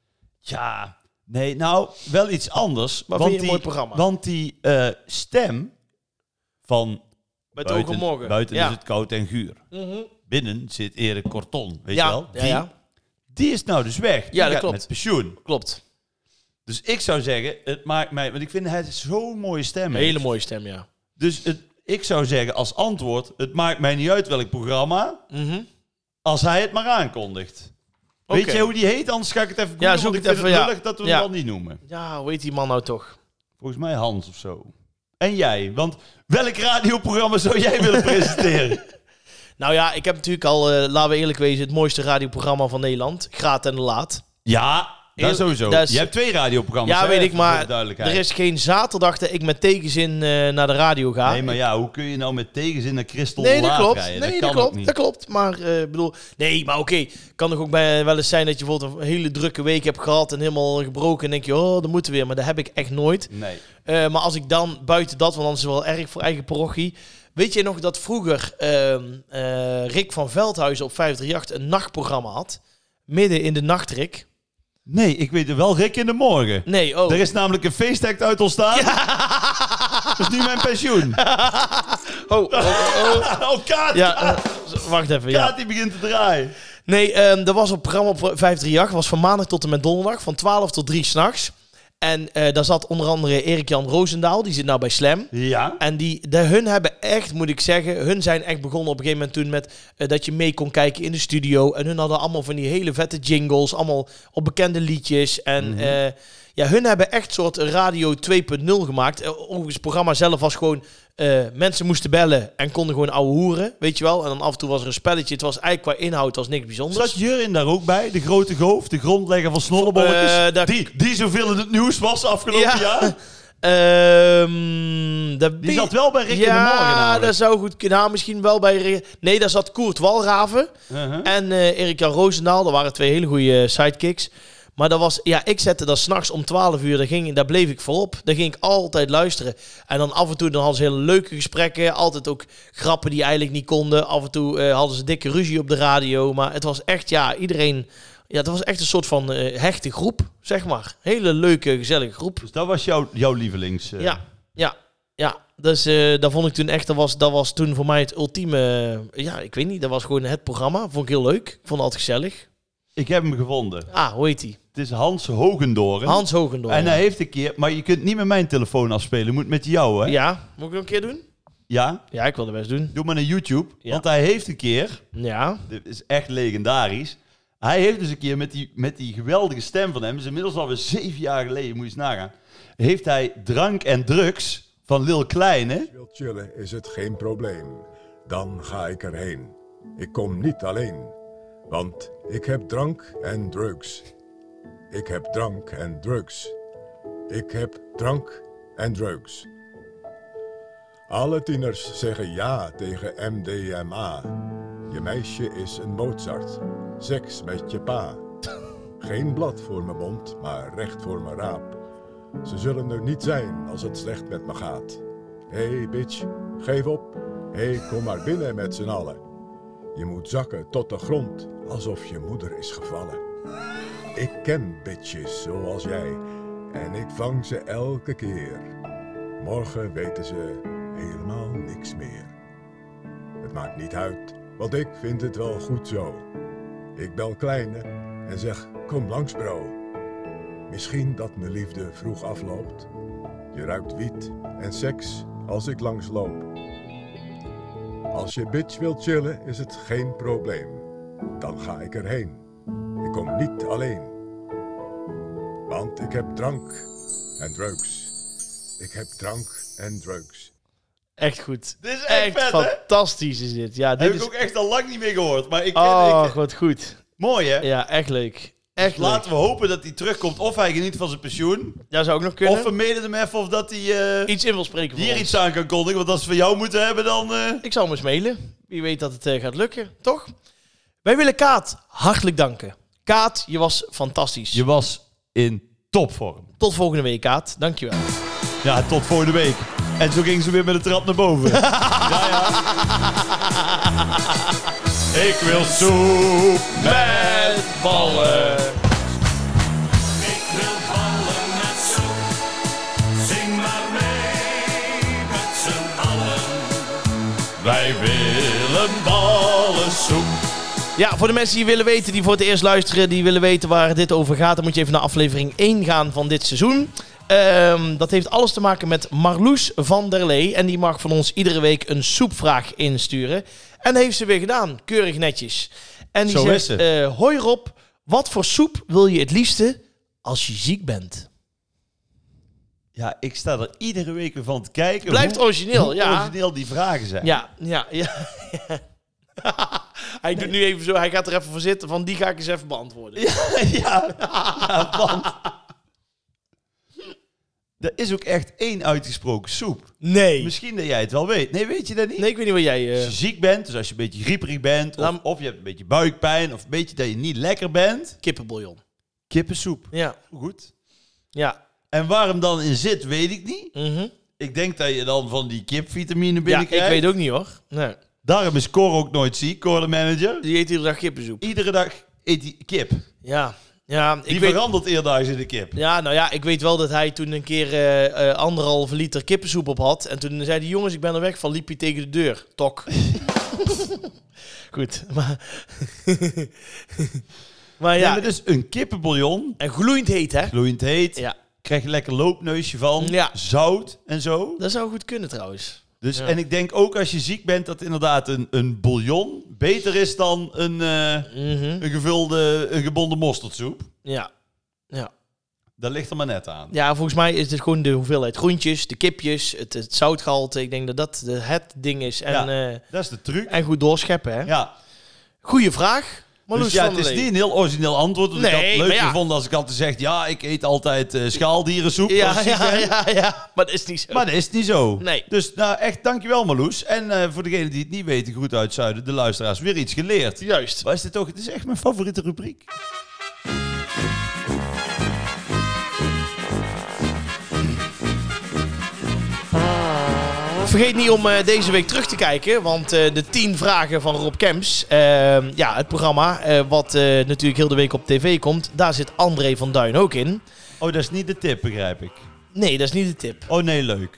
[SPEAKER 2] ja... Nee, nou, wel iets anders.
[SPEAKER 1] Maar
[SPEAKER 2] want
[SPEAKER 1] vind je een
[SPEAKER 2] die,
[SPEAKER 1] mooi programma?
[SPEAKER 2] Want die uh, stem van...
[SPEAKER 1] Met
[SPEAKER 2] buiten,
[SPEAKER 1] ogen morgen.
[SPEAKER 2] buiten
[SPEAKER 1] Ja.
[SPEAKER 2] is het koud en guur.
[SPEAKER 1] Mhm.
[SPEAKER 2] Binnen zit Erik Corton, weet
[SPEAKER 1] Ja,
[SPEAKER 2] je wel?
[SPEAKER 1] ja,
[SPEAKER 2] Die,
[SPEAKER 1] ja.
[SPEAKER 2] die is nou dus weg. Die
[SPEAKER 1] Ja, dat
[SPEAKER 2] gaat
[SPEAKER 1] klopt.
[SPEAKER 2] met pensioen.
[SPEAKER 1] Klopt.
[SPEAKER 2] Dus ik zou zeggen, het maakt mij... Want ik vind hij zo'n mooie stem.
[SPEAKER 1] Een
[SPEAKER 2] heeft.
[SPEAKER 1] hele mooie stem, ja.
[SPEAKER 2] Dus het, ik zou zeggen als antwoord... Het maakt mij niet uit welk programma...
[SPEAKER 1] Mhm.
[SPEAKER 2] Als hij het maar aankondigt.
[SPEAKER 1] Oké.
[SPEAKER 2] Weet je hoe die heet? Anders ga ik het even googlen,
[SPEAKER 1] Ja, zoek
[SPEAKER 2] want ik
[SPEAKER 1] het
[SPEAKER 2] vind
[SPEAKER 1] even,
[SPEAKER 2] het
[SPEAKER 1] ja.
[SPEAKER 2] lullig dat we
[SPEAKER 1] Ja.
[SPEAKER 2] hem dan niet noemen.
[SPEAKER 1] Ja, hoe heet die man nou toch?
[SPEAKER 2] Volgens mij Hans of zo. En jij? Want welk radioprogramma zou jij willen presenteren?
[SPEAKER 1] Nou ja, ik heb natuurlijk al, uh, laten we eerlijk wezen, het mooiste radioprogramma van Nederland. Graat en de Laat.
[SPEAKER 2] Ja, dat
[SPEAKER 1] Heel-
[SPEAKER 2] sowieso.
[SPEAKER 1] dat is-
[SPEAKER 2] Je hebt twee radioprogramma's.
[SPEAKER 1] Ja,
[SPEAKER 2] hè,
[SPEAKER 1] weet ik,
[SPEAKER 2] even voor
[SPEAKER 1] maar
[SPEAKER 2] de duidelijkheid.
[SPEAKER 1] er is geen zaterdag dat ik met tegenzin uh, naar de radio ga.
[SPEAKER 2] Nee, maar ja, hoe kun je nou met tegenzin naar Christel
[SPEAKER 1] Nee, dat
[SPEAKER 2] Laat
[SPEAKER 1] klopt.
[SPEAKER 2] rijden?
[SPEAKER 1] Nee,
[SPEAKER 2] dat
[SPEAKER 1] dat,
[SPEAKER 2] kan ook
[SPEAKER 1] klopt.
[SPEAKER 2] niet.
[SPEAKER 1] Dat klopt. Maar uh, bedoel, nee, maar oké. Kan toch ook bij, wel eens zijn dat je bijvoorbeeld een hele drukke week hebt gehad en helemaal gebroken en denk je, oh, dan moeten we weer. Maar dat heb ik echt nooit.
[SPEAKER 2] Nee.
[SPEAKER 1] Uh, maar als ik dan buiten dat, want dan is het wel erg voor eigen parochie. Weet je nog dat vroeger uh, uh, Rick van Veldhuizen op vijf drie acht een nachtprogramma had? Midden in de nacht, Rick.
[SPEAKER 2] Nee, ik weet het wel. Rick in de morgen.
[SPEAKER 1] Nee, oh.
[SPEAKER 2] Er is namelijk een feestact uit ontstaan. Dat is nu mijn pensioen.
[SPEAKER 1] Oh, oh, oh, oh.
[SPEAKER 2] Oh, Kaat!
[SPEAKER 1] Ja, uh, wacht even. Ja.
[SPEAKER 2] Kaat die begint te draaien.
[SPEAKER 1] Nee, um, er was een programma op vijf drie acht. was van maandag tot en met donderdag. Van twaalf tot drie s'nachts. En uh, daar zat onder andere Erik-Jan Roosendaal. Die zit nou bij Slam.
[SPEAKER 2] Ja.
[SPEAKER 1] En die, de, hun hebben echt, moet ik zeggen... Hun zijn echt begonnen op een gegeven moment toen met... Uh, dat je mee kon kijken in de studio. En hun hadden allemaal van die hele vette jingles. Allemaal op bekende liedjes. En
[SPEAKER 2] Mhm.
[SPEAKER 1] uh, ja, hun hebben echt soort radio twee punt nul gemaakt. Uh, overigens, het programma zelf was gewoon... Uh, mensen moesten bellen en konden gewoon ouwe hoeren, weet je wel. En dan af en toe was er een spelletje. Het was eigenlijk qua inhoud was niks bijzonders.
[SPEAKER 2] Zat Jurin daar ook bij? De grote goof, de grondlegger van Snollebolletjes?
[SPEAKER 1] Uh, dat-
[SPEAKER 2] die, die zoveel in het nieuws was afgelopen jaar?
[SPEAKER 1] Ehm, dat
[SPEAKER 2] Die
[SPEAKER 1] weet-
[SPEAKER 2] zat wel bij Rick
[SPEAKER 1] ja,
[SPEAKER 2] in de Morgen namelijk.
[SPEAKER 1] dat zou goed kunnen. Nou, misschien wel bij... Rick- Nee, daar zat Koert Walraven
[SPEAKER 2] Uh-huh.
[SPEAKER 1] en uh, Erik-Jan Roosendaal. Dat waren twee hele goede sidekicks. Maar dat was... Ja, ik zette dat s'nachts om twaalf uur. Daar, ging, daar bleef ik voorop. Daar ging ik altijd luisteren. En dan af en toe dan hadden ze hele leuke gesprekken. Altijd ook grappen die eigenlijk niet konden. Af en toe uh, hadden ze dikke ruzie op de radio. Maar het was echt... Ja, iedereen... Ja, dat was echt een soort van uh, hechte groep, zeg maar. Hele leuke, gezellige groep.
[SPEAKER 2] Dus dat was jouw, jouw lievelings... Uh...
[SPEAKER 1] Ja, ja, ja. Dus uh, dat vond ik toen echt, dat was, dat was toen voor mij het ultieme... Uh, ja, ik weet niet, dat was gewoon het programma. Vond ik heel leuk. Ik vond het altijd gezellig.
[SPEAKER 2] Ik heb hem gevonden.
[SPEAKER 1] Ah, hoe heet hij?
[SPEAKER 2] Het is Hans Hogendoorn.
[SPEAKER 1] Hans Hogendoorn.
[SPEAKER 2] En hij heeft een keer... Maar je kunt niet met mijn telefoon afspelen. Je moet met jou, hè?
[SPEAKER 1] Ja, moet ik nog een keer doen?
[SPEAKER 2] Ja?
[SPEAKER 1] Ja, ik wil het best doen.
[SPEAKER 2] Doe maar naar YouTube.
[SPEAKER 1] Ja.
[SPEAKER 2] Want hij heeft een keer...
[SPEAKER 1] Ja.
[SPEAKER 2] Dit is echt legendarisch. Hij heeft dus een keer met die, met die geweldige stem van hem... is inmiddels alweer zeven jaar geleden, moet je eens nagaan... heeft hij Drank en Drugs van Lil Kleine...
[SPEAKER 5] Als je wilt chillen is het geen probleem. Dan ga ik erheen. Ik kom niet alleen. Want ik heb drank en drugs. Ik heb drank en drugs. Ik heb drank en drugs. Alle tieners zeggen ja tegen M D M A. Je meisje is een Mozart. Seks met je pa. Geen blad voor mijn mond, maar recht voor mijn raap. Ze zullen er niet zijn als het slecht met me gaat. Hé hey bitch, geef op. Hé, hey, kom maar binnen met z'n allen. Je moet zakken tot de grond, alsof je moeder is gevallen. Ik ken bitches zoals jij en ik vang ze elke keer. Morgen weten ze helemaal niks meer. Het maakt niet uit, want ik vind het wel goed zo. Ik bel Kleine en zeg, kom langs bro. Misschien dat mijn liefde vroeg afloopt. Je ruikt wiet en seks als ik langs loop. Als je bitch wilt chillen is het geen probleem. Dan ga ik erheen. Ik kom niet alleen. Want ik heb drank en drugs. Ik heb drank en drugs.
[SPEAKER 1] Echt goed.
[SPEAKER 2] Dit is echt,
[SPEAKER 1] echt
[SPEAKER 2] vet, hè?
[SPEAKER 1] fantastisch is dit. Ja, dit
[SPEAKER 2] Heb
[SPEAKER 1] is...
[SPEAKER 2] ik ook echt al lang niet meer gehoord. Maar ik,
[SPEAKER 1] Oh,
[SPEAKER 2] ik,
[SPEAKER 1] wat goed.
[SPEAKER 2] mooi, hè?
[SPEAKER 1] Ja, echt leuk. Echt leuk.
[SPEAKER 2] Laten we hopen dat hij terugkomt. Of hij geniet van zijn pensioen.
[SPEAKER 1] Dat zou ook nog kunnen.
[SPEAKER 2] Of we mailen hem even of dat hij uh,
[SPEAKER 1] iets in wil spreken voor
[SPEAKER 2] hier
[SPEAKER 1] ons.
[SPEAKER 2] iets aan kan kondigen. Want als we van jou moeten hebben, dan... Uh...
[SPEAKER 1] Ik zou hem eens mailen. Wie weet dat het uh, gaat lukken, toch? Wij willen Kaat hartelijk danken. Kaat, je was fantastisch.
[SPEAKER 2] Je was in topvorm.
[SPEAKER 1] Tot volgende week, Kaat. Dankjewel.
[SPEAKER 2] Ja, tot volgende week. En zo ging ze weer met de trap naar boven. Ja, ja. Ik wil soep met ballen.
[SPEAKER 6] Ik wil ballen met soep. Zing maar mee met z'n allen.
[SPEAKER 2] Wij willen ballensoep.
[SPEAKER 1] Ja, voor de mensen die willen weten, die voor het eerst luisteren, die willen weten waar dit over gaat, dan moet je even naar aflevering één gaan van dit seizoen. Um, dat heeft alles te maken met Marloes van der Lee. En die mag van ons iedere week een soepvraag insturen. En dat heeft ze weer gedaan. Keurig netjes. En die
[SPEAKER 2] Zo
[SPEAKER 1] zegt,
[SPEAKER 2] is ze.
[SPEAKER 1] Uh, hoi Rob, wat voor soep wil je het liefste als je ziek bent?
[SPEAKER 2] Ja, ik sta er iedere week weer van te kijken.
[SPEAKER 1] Blijft
[SPEAKER 2] hoe,
[SPEAKER 1] origineel,
[SPEAKER 2] hoe
[SPEAKER 1] ja.
[SPEAKER 2] origineel die vragen zijn.
[SPEAKER 1] Ja, ja, ja. Hij doet nu even zo, hij gaat er even voor zitten van die ga ik eens even beantwoorden.
[SPEAKER 2] Ja, ja, ja, want... Er is ook echt één uitgesproken soep.
[SPEAKER 1] Nee.
[SPEAKER 2] Misschien dat jij het wel weet. Nee, weet je dat niet?
[SPEAKER 1] Nee, ik weet niet wat jij... Uh...
[SPEAKER 2] Als je ziek bent, dus als je een beetje grieperig bent... Of,
[SPEAKER 1] Nou,
[SPEAKER 2] of je hebt een beetje buikpijn... of een beetje dat je niet lekker bent...
[SPEAKER 1] Kippenbouillon.
[SPEAKER 2] Kippensoep.
[SPEAKER 1] Ja.
[SPEAKER 2] Goed.
[SPEAKER 1] Ja.
[SPEAKER 2] En waar hem dan in zit, weet ik niet.
[SPEAKER 1] Mm-hmm.
[SPEAKER 2] Ik denk dat je dan van die kipvitamine
[SPEAKER 1] Ja,
[SPEAKER 2] binnenkrijgt.
[SPEAKER 1] ik weet ook niet hoor. Nee.
[SPEAKER 2] Daarom is Cor ook nooit ziek, Cor de manager.
[SPEAKER 1] Die eet iedere dag kippensoep.
[SPEAKER 2] Iedere dag eet hij kip.
[SPEAKER 1] Ja. Ja, ik
[SPEAKER 2] Die
[SPEAKER 1] weet...
[SPEAKER 2] verandert eerdaags in de kip.
[SPEAKER 1] Ja, nou ja, ik weet wel dat hij toen een keer uh, uh, anderhalve liter kippensoep op had. En toen zei hij, jongens, ik ben er weg van, liep hij tegen de deur. Tok. Goed, maar... maar
[SPEAKER 2] Ja,
[SPEAKER 1] ja,
[SPEAKER 2] maar dus een kippenbouillon,
[SPEAKER 1] en gloeiend heet, hè?
[SPEAKER 2] gloeiend heet,
[SPEAKER 1] Ja,
[SPEAKER 2] krijg je lekker loopneusje van,
[SPEAKER 1] Ja.
[SPEAKER 2] zout en zo.
[SPEAKER 1] dat zou goed kunnen trouwens.
[SPEAKER 2] Dus,
[SPEAKER 1] Ja.
[SPEAKER 2] En ik denk ook als je ziek bent dat inderdaad een, een bouillon beter is dan een, uh,
[SPEAKER 1] Mhm.
[SPEAKER 2] een gevulde, een gebonden mosterdsoep.
[SPEAKER 1] Ja. Ja.
[SPEAKER 2] Dat ligt er maar net aan.
[SPEAKER 1] Ja, volgens mij is het gewoon de hoeveelheid groentjes, de kipjes, het, het zoutgehalte. Ik denk dat dat de, het ding is. En,
[SPEAKER 2] Ja.
[SPEAKER 1] uh,
[SPEAKER 2] Dat is de truc.
[SPEAKER 1] en goed doorscheppen, hè?
[SPEAKER 2] Ja.
[SPEAKER 1] Goeie vraag. Marloes
[SPEAKER 2] Dus ja,
[SPEAKER 1] van
[SPEAKER 2] het
[SPEAKER 1] der
[SPEAKER 2] is
[SPEAKER 1] Lee.
[SPEAKER 2] niet een heel origineel antwoord. Want ik had
[SPEAKER 1] Nee,
[SPEAKER 2] het leuk
[SPEAKER 1] maar ja.
[SPEAKER 2] gevonden als ik altijd zeg... Ja, ik eet altijd uh, schaaldierensoep. als
[SPEAKER 1] Ja,
[SPEAKER 2] ik ziek
[SPEAKER 1] ja,
[SPEAKER 2] ben.
[SPEAKER 1] ja, ja. Maar dat is niet zo.
[SPEAKER 2] Maar dat is niet zo.
[SPEAKER 1] Nee.
[SPEAKER 2] Dus nou, echt dankjewel Marloes. En uh, voor degenen die het niet weten, goed uit Zuiden, de luisteraars, weer iets geleerd.
[SPEAKER 1] Juist.
[SPEAKER 2] Maar is dit toch, het is echt mijn favoriete rubriek.
[SPEAKER 1] vergeet niet om uh, deze week terug te kijken. Want uh, de tien vragen van Rob Kemps. Uh, ja, het programma uh, wat uh, natuurlijk heel de week op tv komt. Daar zit André van Duin ook in.
[SPEAKER 2] Oh, dat is niet de tip, begrijp ik.
[SPEAKER 1] Nee, dat is niet de tip.
[SPEAKER 2] Oh nee, leuk.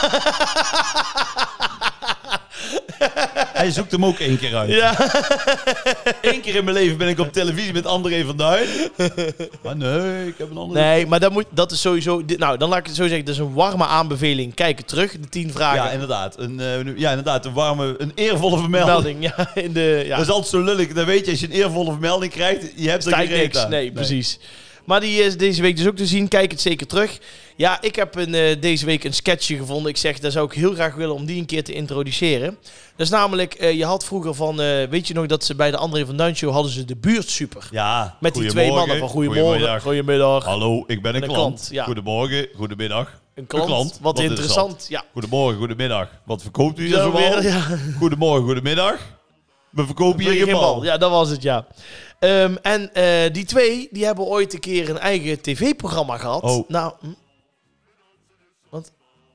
[SPEAKER 2] Hij zoekt hem ook één keer uit.
[SPEAKER 1] Ja.
[SPEAKER 2] Eén keer in mijn leven ben ik op televisie met André van Duin. Maar nee, ik heb een andere...
[SPEAKER 1] Nee, maar dat, moet, dat is sowieso... Dit, nou, dan laat ik het zo zeggen. Dat is een warme aanbeveling. Kijk het terug, de tien vragen.
[SPEAKER 2] Ja, inderdaad. Een, uh, ja, inderdaad. Een warme, een eervolle vermelding.
[SPEAKER 1] Melding, ja, in de, ja.
[SPEAKER 2] Dat is altijd zo lullig. Dan weet je, als je een eervolle vermelding krijgt, je hebt er
[SPEAKER 1] Stijgt
[SPEAKER 2] geen reet
[SPEAKER 1] niks.
[SPEAKER 2] aan.
[SPEAKER 1] Nee, nee, precies. Maar die is deze week dus ook te zien. Kijk het zeker terug. Ja, ik heb een, uh, deze week een sketchje gevonden. Ik zeg, dat zou ik heel graag willen om die een keer te introduceren. Dat is namelijk, uh, je had vroeger van... Uh, weet je nog dat ze bij de André van Duin Show hadden ze de buurtsuper.
[SPEAKER 2] Ja,
[SPEAKER 1] met die twee mannen van goedemorgen, goedemiddag. goedemiddag.
[SPEAKER 2] Hallo, ik ben een,
[SPEAKER 1] een
[SPEAKER 2] klant.
[SPEAKER 1] klant ja.
[SPEAKER 2] Goedemorgen, goedemiddag.
[SPEAKER 1] Een klant, een klant. Wat, wat interessant. interessant. Ja.
[SPEAKER 2] Goedemorgen, goedemiddag. Wat verkoopt u hier
[SPEAKER 1] zo
[SPEAKER 2] zo
[SPEAKER 1] weer? Ja.
[SPEAKER 2] Goedemorgen, goedemiddag. We verkopen hier geen bal. bal.
[SPEAKER 1] Ja, dat was het, ja. Um, en uh, die twee, die hebben ooit een keer een eigen tv-programma gehad.
[SPEAKER 2] Oh.
[SPEAKER 1] Nou, hm. Wat?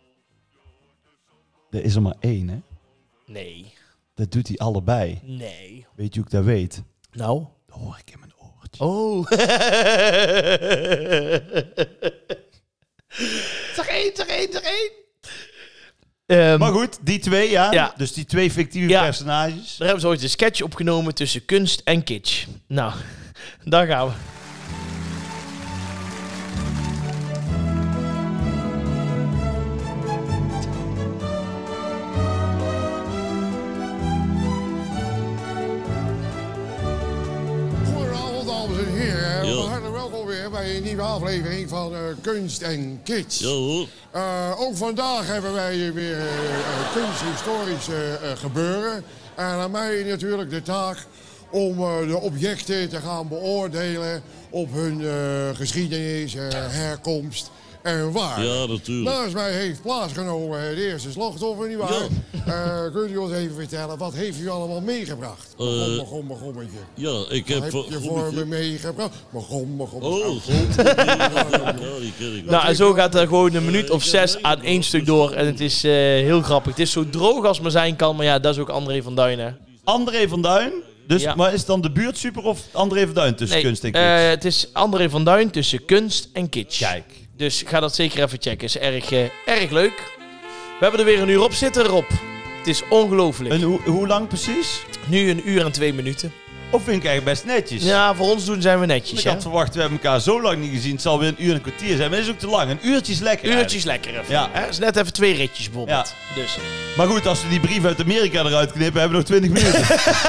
[SPEAKER 2] Er is er maar één, hè?
[SPEAKER 1] Nee.
[SPEAKER 2] Dat doet hij allebei.
[SPEAKER 1] Nee.
[SPEAKER 2] Weet je hoe ik dat weet?
[SPEAKER 1] Nou?
[SPEAKER 2] Dat hoor ik in mijn oortje.
[SPEAKER 1] Oh. Zeg één, zeg één, zeg één. Um,
[SPEAKER 2] maar goed, die twee, ja.
[SPEAKER 1] ja.
[SPEAKER 2] Dus die twee fictieve ja. personages.
[SPEAKER 1] Daar hebben ze ooit een sketch opgenomen tussen kunst en kitsch. Nou, daar gaan we.
[SPEAKER 7] Goedenavond, dames en heren. Ja. Van harte welkom weer bij een nieuwe aflevering van uh, Kunst en Kitsch.
[SPEAKER 8] Ja hoor.
[SPEAKER 7] Uh, ook vandaag hebben wij weer uh, kunsthistorisch uh, uh, gebeuren. En aan mij natuurlijk de taak om uh, de objecten te gaan beoordelen op hun uh, geschiedenis, uh, herkomst en waar.
[SPEAKER 8] Ja, natuurlijk.
[SPEAKER 7] Naast mij heeft plaatsgenomen het eerste slachtoffer, nietwaar? Ja. Uh, kunt u ons even vertellen, wat heeft u allemaal meegebracht?
[SPEAKER 8] Uh,
[SPEAKER 7] begon, begon, begommetje.
[SPEAKER 8] Ja, ik heb...
[SPEAKER 7] Wat heb je voor me meegebracht? Begon, begon, begon.
[SPEAKER 8] Oh, ja, die ken ik.
[SPEAKER 1] Nou, en zo gaat er gewoon een minuut of zes aan één stuk door. En het is uh, heel grappig. Het is zo droog als maar zijn kan. Maar ja, dat is ook André van Duin, hè.
[SPEAKER 2] André van Duin? Dus,
[SPEAKER 1] ja.
[SPEAKER 2] Maar is het dan de buurtsuper of André van Duin tussen
[SPEAKER 1] nee,
[SPEAKER 2] kunst en kitsch?
[SPEAKER 1] Uh, het is André van Duin tussen kunst en kitsch.
[SPEAKER 2] Kijk.
[SPEAKER 1] Dus ga dat zeker even checken. Is erg, uh, erg leuk. We hebben er weer een uur op zitten, Rob. Het is ongelooflijk.
[SPEAKER 2] En hoe, hoe lang precies?
[SPEAKER 1] Nu een uur en twee minuten.
[SPEAKER 2] Of vind ik eigenlijk best netjes.
[SPEAKER 1] Ja, voor ons doen zijn we netjes.
[SPEAKER 2] Ik
[SPEAKER 1] hè?
[SPEAKER 2] had verwacht, we hebben elkaar zo lang niet gezien. Het zal weer een uur en een kwartier zijn. Maar dat is ook te lang. Een uurtje is lekker.
[SPEAKER 1] Uurtje is lekker even.
[SPEAKER 2] Ja.
[SPEAKER 1] Het is net even twee ritjes bijvoorbeeld. Ja. Dus.
[SPEAKER 2] Maar goed, als we die brief uit Amerika eruit knippen, hebben we nog twintig minuten.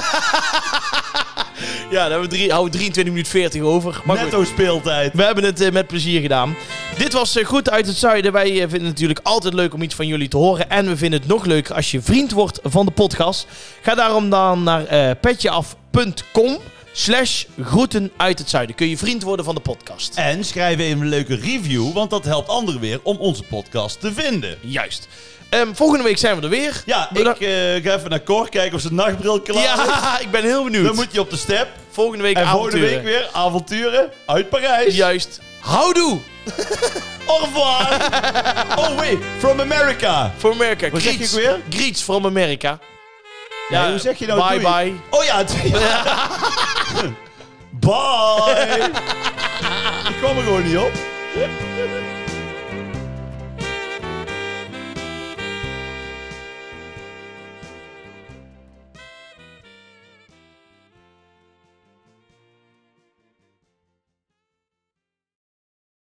[SPEAKER 1] Ja, dan hebben we drie, houden we drieëntwintig minuten veertig over. Maar
[SPEAKER 2] Netto
[SPEAKER 1] goed,
[SPEAKER 2] speeltijd.
[SPEAKER 1] we hebben het uh, met plezier gedaan. Dit was uh, Goed uit het Zuiden. Wij uh, vinden het natuurlijk altijd leuk om iets van jullie te horen. En we vinden het nog leuker als je vriend wordt van de podcast. Ga daarom dan naar uh, petjeaf punt com slash groeten uit het zuiden. Kun je vriend worden van de podcast.
[SPEAKER 2] En schrijf even een leuke review, want dat helpt anderen weer om onze podcast te vinden.
[SPEAKER 1] Juist. Um, volgende week zijn we er weer.
[SPEAKER 2] Ja,
[SPEAKER 1] Bedan-
[SPEAKER 2] ik uh, ga even naar Cor kijken of zijn nachtbril klaar is.
[SPEAKER 1] Ja, ik ben heel benieuwd.
[SPEAKER 2] Dan moet je op de step.
[SPEAKER 1] Volgende week
[SPEAKER 2] En
[SPEAKER 1] avonturen.
[SPEAKER 2] volgende week weer avonturen uit Parijs.
[SPEAKER 1] Juist. Houdoe.
[SPEAKER 2] Au revoir. Oh wait, from America.
[SPEAKER 1] For America.
[SPEAKER 2] Wat zeg
[SPEAKER 1] Greets.
[SPEAKER 2] je ook weer?
[SPEAKER 1] Greets from America.
[SPEAKER 2] Ja, hoe zeg je nou?
[SPEAKER 1] Bye
[SPEAKER 2] doei?
[SPEAKER 1] bye.
[SPEAKER 2] Oh ja, het- Bye. Ik kwam er gewoon niet op.